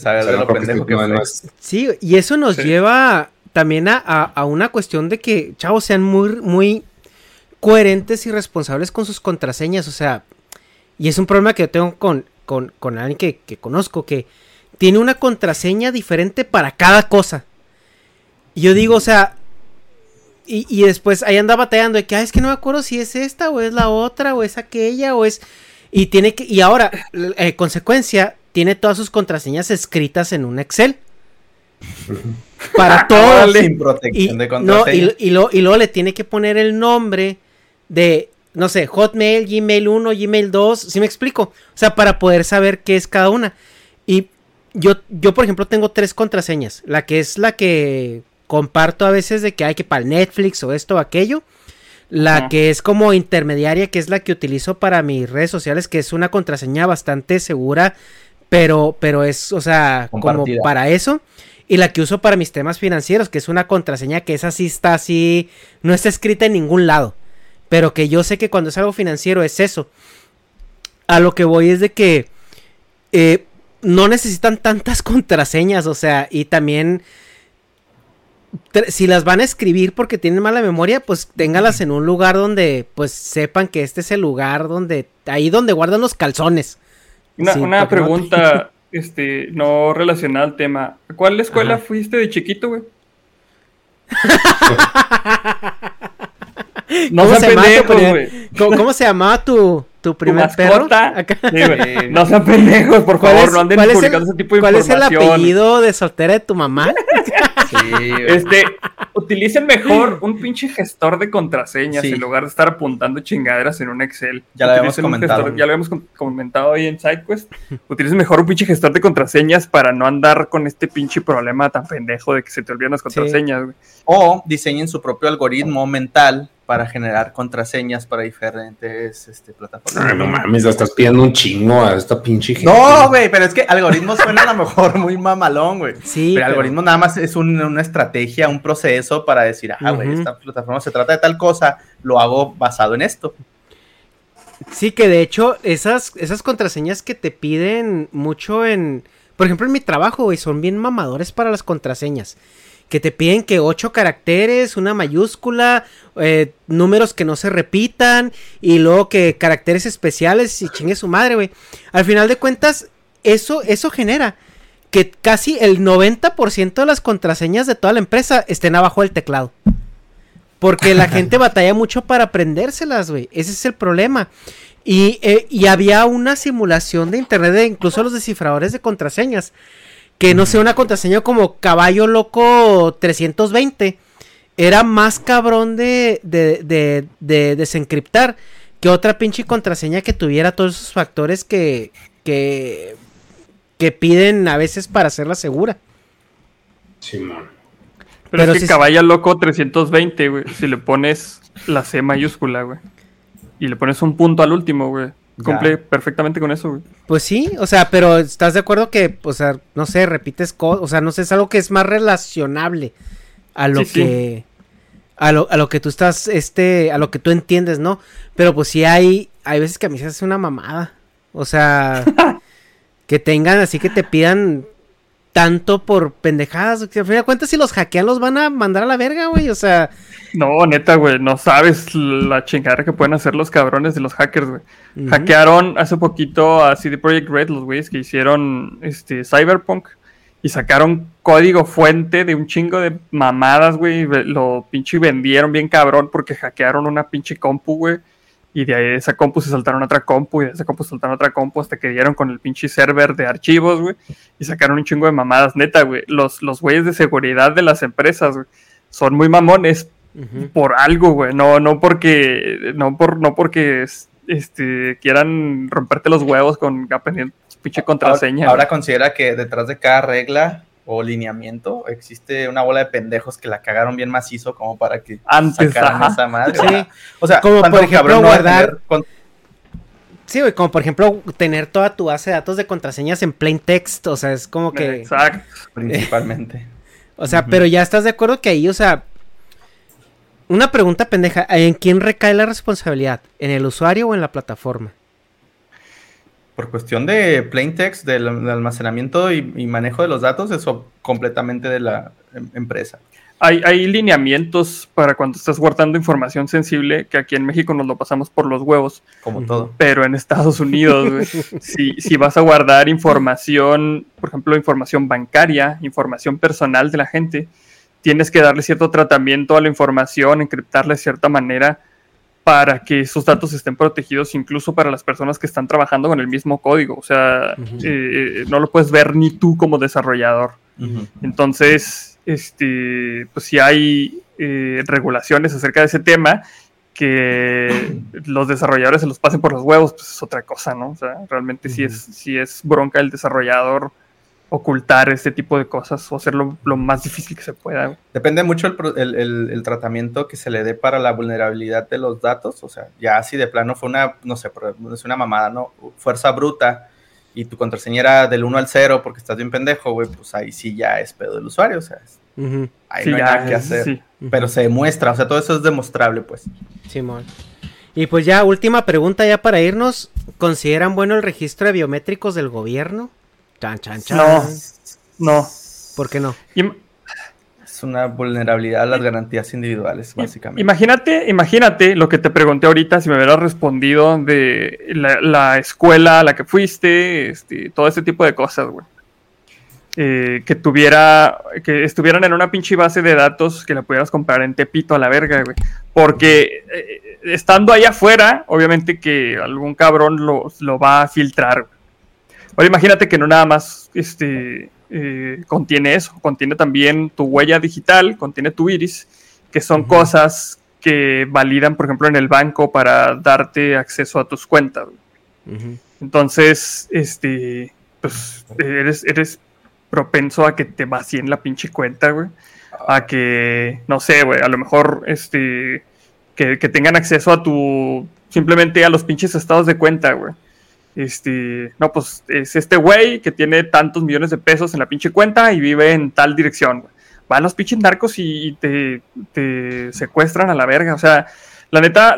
Sí, y eso nos lleva también a una cuestión de que, chavos, sean muy, muy coherentes y responsables con sus contraseñas, o sea, y es un problema que yo tengo con alguien que conozco, que tiene una contraseña diferente para cada cosa. Y yo digo, o sea, y después ahí anda batallando de que, es que no me acuerdo si es esta, o es la otra, o es aquella, o es... Y ahora, consecuencia, tiene todas sus contraseñas escritas en un Excel. Para todos. Sin protección de contraseña. Y luego le tiene que poner el nombre de, no sé, Hotmail, Gmail 1, Gmail 2, ¿sí me explico? O sea, para poder saber qué es cada una. Y yo por ejemplo, tengo 3 contraseñas. La que es la que comparto a veces de que hay que para el Netflix o esto o aquello. La que es como intermediaria, que es la que utilizo para mis redes sociales, que es una contraseña bastante segura, pero es, o sea, como para eso. Y la que uso para mis temas financieros, que es una contraseña que esa sí está así, no está escrita en ningún lado, pero que yo sé que cuando es algo financiero es eso. A lo que voy es de que no necesitan tantas contraseñas, o sea, y también... Si las van a escribir porque tienen mala memoria, pues téngalas en un lugar donde pues sepan que este es el lugar ahí donde guardan los calzones. Una pregunta no relacionada al tema. ¿A cuál escuela fuiste de chiquito, güey? ¿Cómo se llamaba tu primer perro? Sí, no sean pendejos, por favor, no anden publicando ese tipo de información. ¿Cuál es el apellido de soltera de tu mamá? Sí, utilicen mejor un pinche gestor de contraseñas en lugar de estar apuntando chingaderas en un Excel. Ya lo habíamos comentado. Ya lo habíamos comentado hoy en SideQuest. Utilicen mejor un pinche gestor de contraseñas para no andar con este pinche problema tan pendejo de que se te olvidan las contraseñas, güey. O diseñen su propio algoritmo mental para generar contraseñas para diferentes plataformas. Ay, no mames, la estás pidiendo un chingo a esta pinche gente. No, güey, pero es que algoritmos suena a lo mejor muy mamalón, güey. Sí, pero algoritmo nada más es una estrategia, un proceso para decir, güey, esta plataforma se trata de tal cosa, lo hago basado en esto. Sí, que de hecho, esas contraseñas que te piden mucho por ejemplo, en mi trabajo, güey, son bien mamadores para las contraseñas. Que te piden que 8 caracteres, una mayúscula, números que no se repitan, y luego que caracteres especiales y chingue su madre, güey. Al final de cuentas, eso genera que casi el 90% de las contraseñas de toda la empresa estén abajo del teclado. Porque la gente batalla mucho para aprendérselas, güey. Ese es el problema. Y había una simulación de internet de incluso los descifradores de contraseñas. Que no sé, una contraseña como Caballo Loco 320 era más cabrón de desencriptar que otra pinche contraseña que tuviera todos esos factores que piden a veces para hacerla segura. Sí, man. Pero es que Caballo Loco 320, güey, si le pones la C mayúscula, güey, y le pones un punto al último, güey, cumple perfectamente con eso, güey. Pues sí, o sea, pero ¿estás de acuerdo que, o sea, no sé, repites cosas, o sea, no sé, es algo que es más relacionable a lo que... Sí. A lo que tú estás, a lo que tú entiendes, ¿no? Pero pues sí hay veces que a mí se hace una mamada. O sea, que tengan así que te pidan tanto por pendejadas. Que al fin de cuentas, si los hackean, los van a mandar a la verga, güey. O sea... No, neta, güey, no sabes la chingada que pueden hacer los cabrones de los hackers, güey. Hackearon hace poquito a CD Projekt Red, los güeyes que hicieron Cyberpunk, y sacaron código fuente de un chingo de mamadas, güey. Lo pinche vendieron bien cabrón porque hackearon una pinche compu, güey. Y de ahí de esa compu se saltaron otra compu, y de esa compu se saltaron otra compu hasta que dieron con el pinche server de archivos, güey. Y sacaron un chingo de mamadas, neta, güey. Los güeyes de seguridad de las empresas, güey, son muy mamones por algo, güey. No porque quieran romperte los huevos con aprendiendo pinche contraseña. Ahora considera que detrás de cada regla o lineamiento existe una bola de pendejos que la cagaron bien macizo como para que sacaran esa madre. Sí. O sea, como por ejemplo guardar... Sí, güey, como por ejemplo tener toda tu base de datos de contraseñas en plain text, o sea, es como que... Exacto. Principalmente. O sea, pero ya estás de acuerdo que ahí, o sea... Una pregunta pendeja, ¿en quién recae la responsabilidad? ¿En el usuario o en la plataforma? Por cuestión de plain text, del almacenamiento y manejo de los datos, eso completamente de la empresa. Hay lineamientos para cuando estás guardando información sensible, que aquí en México nos lo pasamos por los huevos. Como todo. Pero en Estados Unidos, güey, si vas a guardar información, por ejemplo, información bancaria, información personal de la gente, tienes que darle cierto tratamiento a la información, encriptarla de cierta manera para que esos datos estén protegidos incluso para las personas que están trabajando con el mismo código. O sea, no lo puedes ver ni tú como desarrollador. Entonces, pues si hay regulaciones acerca de ese tema, que los desarrolladores se los pasen por los huevos, pues es otra cosa, ¿no? O sea, realmente sí es bronca el desarrollador ocultar este tipo de cosas o hacerlo lo más difícil que se pueda. Depende mucho el tratamiento que se le dé para la vulnerabilidad de los datos. O sea, ya si de plano fue una, no sé, es una mamada, ¿no? Fuerza bruta y tu contraseña era del 1 al 0 porque estás bien pendejo, güey, pues ahí sí ya es pedo del usuario, o sea, ahí no hay nada que hacer. Sí. Pero se demuestra, o sea, todo eso es demostrable, pues. Simón. Y pues ya, última pregunta ya para irnos. ¿Consideran bueno el registro de biométricos del gobierno? Chan, chan, chan. No. ¿Por qué no? Es una vulnerabilidad a las garantías individuales, básicamente. Imagínate lo que te pregunté ahorita, si me hubieras respondido de la escuela a la que fuiste, todo ese tipo de cosas, güey. Que estuvieran en una pinche base de datos que la pudieras comprar en Tepito a la verga, güey. Porque estando allá afuera, obviamente que algún cabrón lo va a filtrar, güey. Ahora imagínate que no nada más contiene eso, contiene también tu huella digital, contiene tu iris, que son cosas que validan, por ejemplo, en el banco para darte acceso a tus cuentas. Entonces, pues eres propenso a que te vacíen la pinche cuenta, güey. A que, no sé, güey, a lo mejor que tengan acceso a simplemente a los pinches estados de cuenta, güey. No, pues es este güey que tiene tantos millones de pesos en la pinche cuenta y vive en tal dirección, güey. Van los pinches narcos y te secuestran a la verga. O sea, la neta,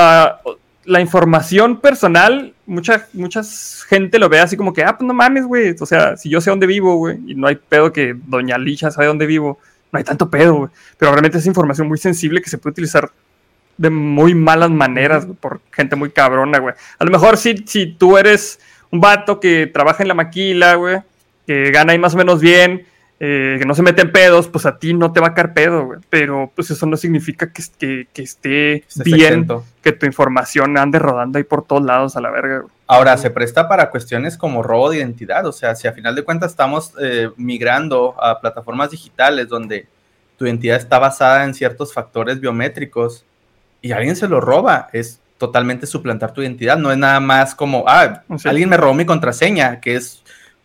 la información personal, mucha gente lo ve así como que, pues no mames, güey. O sea, si yo sé dónde vivo, güey, y no hay pedo que doña Licha sabe dónde vivo, no hay tanto pedo, güey. Pero realmente es información muy sensible que se puede utilizar de muy malas maneras, güey, por gente muy cabrona, güey. A lo mejor si tú eres un vato que trabaja en la maquila, güey, que gana ahí más o menos bien, que no se mete en pedos, pues a ti no te va a caer pedo, güey. Pero pues eso no significa que esté bien, exento, que tu información ande rodando ahí por todos lados a la verga, güey. Ahora, se presta para cuestiones como robo de identidad, o sea, si a final de cuentas estamos migrando a plataformas digitales donde tu identidad está basada en ciertos factores biométricos y alguien se lo roba, es totalmente suplantar tu identidad, no es nada más como, sí, alguien me robó mi contraseña, que es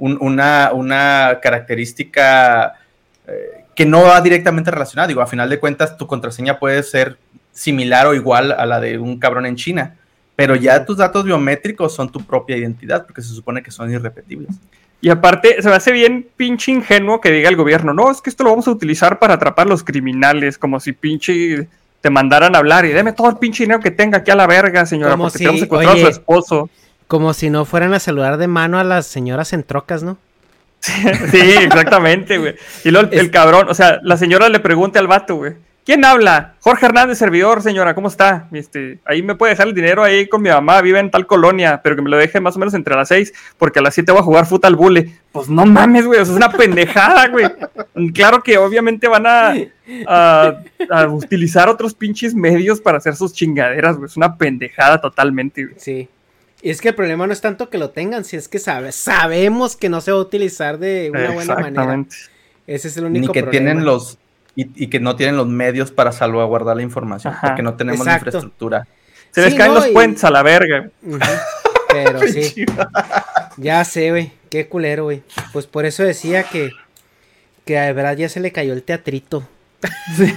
una característica que no va directamente relacionada. Digo, a final de cuentas tu contraseña puede ser similar o igual a la de un cabrón en China, pero ya tus datos biométricos son tu propia identidad, porque se supone que son irrepetibles. Y aparte, se me hace bien pinche ingenuo que diga el gobierno, no, es que esto lo vamos a utilizar para atrapar a los criminales, como si pinche te mandaran a hablar y deme todo el pinche dinero que tenga aquí a la verga, señora, como porque tenemos secuestrado a su esposo. Como si no fueran a saludar de mano a las señoras en trocas, ¿no? Sí, exactamente, güey. Y luego el cabrón, o sea, la señora le pregunta al vato, güey, ¿quién habla? Jorge Hernández, servidor, señora, ¿cómo está? Ahí me puede dejar el dinero ahí con mi mamá, vive en tal colonia, pero que me lo deje más o menos entre las 6, porque a las 7 voy a jugar fútbol bule. Pues no mames, güey, eso es una pendejada, güey. Claro que obviamente van a utilizar otros pinches medios para hacer sus chingaderas, güey. Es una pendejada totalmente, güey. Sí. Y es que el problema no es tanto que lo tengan, si es que sabemos que no se va a utilizar de una buena manera. Ese es el único problema. Ni que tienen y que no tienen los medios para salvaguardar la información, porque no tenemos la infraestructura. Se les caen los puentes a la verga. Pero sí. Ya sé, güey. Qué culero, güey. Pues por eso decía que de verdad ya se le cayó el teatrito. Sí.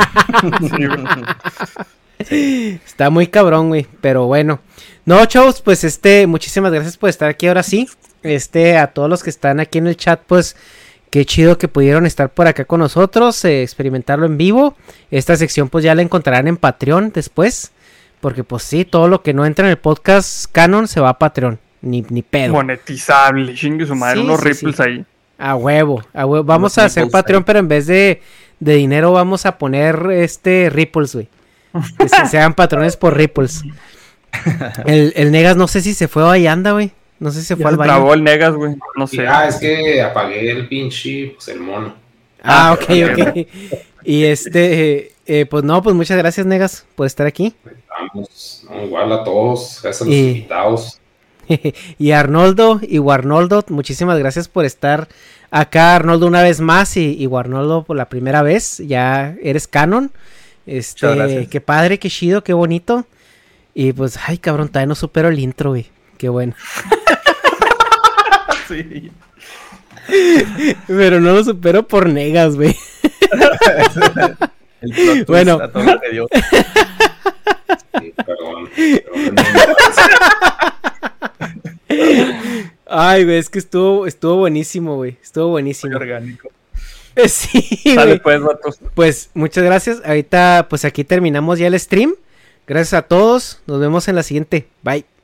Sí. Está muy cabrón, güey. Pero bueno. No, chavos, pues muchísimas gracias por estar aquí ahora sí. A todos los que están aquí en el chat, pues qué chido que pudieron estar por acá con nosotros, experimentarlo en vivo. Esta sección pues ya la encontrarán en Patreon después, porque pues sí, todo lo que no entra en el podcast canon se va a Patreon, ni pedo. Monetizable, chingue su madre, sí, unos ripples ahí. A huevo. Vamos a hacer Patreon, pero en vez de dinero vamos a poner ripples, güey. Que se hagan patrones por ripples. El Negas no sé si se fue o ahí anda, güey. No sé si se fue al baño. Trabó el Negas, güey. No sé. Es que apagué el pinche, pues el mono. Ok. Y pues no, pues muchas gracias, Negas, por estar aquí. Vamos, igual a todos, gracias a los invitados. Y Arnoldo y Warnoldo, muchísimas gracias por estar acá, Arnoldo una vez más y Warnoldo por la primera vez. Ya eres canon. Qué padre, qué chido, qué bonito. Y pues, ay, cabrón, todavía no supero el intro, güey. Qué bueno. Sí. Pero no lo supero por Negas, güey. El plot bueno. A todo lo que dio. Sí, perdón. Ay, güey, es que estuvo buenísimo, güey. Estuvo buenísimo. Muy orgánico. Sí, Dale, pues, vatos. Pues, muchas gracias. Ahorita, pues aquí terminamos ya el stream. Gracias a todos. Nos vemos en la siguiente. Bye.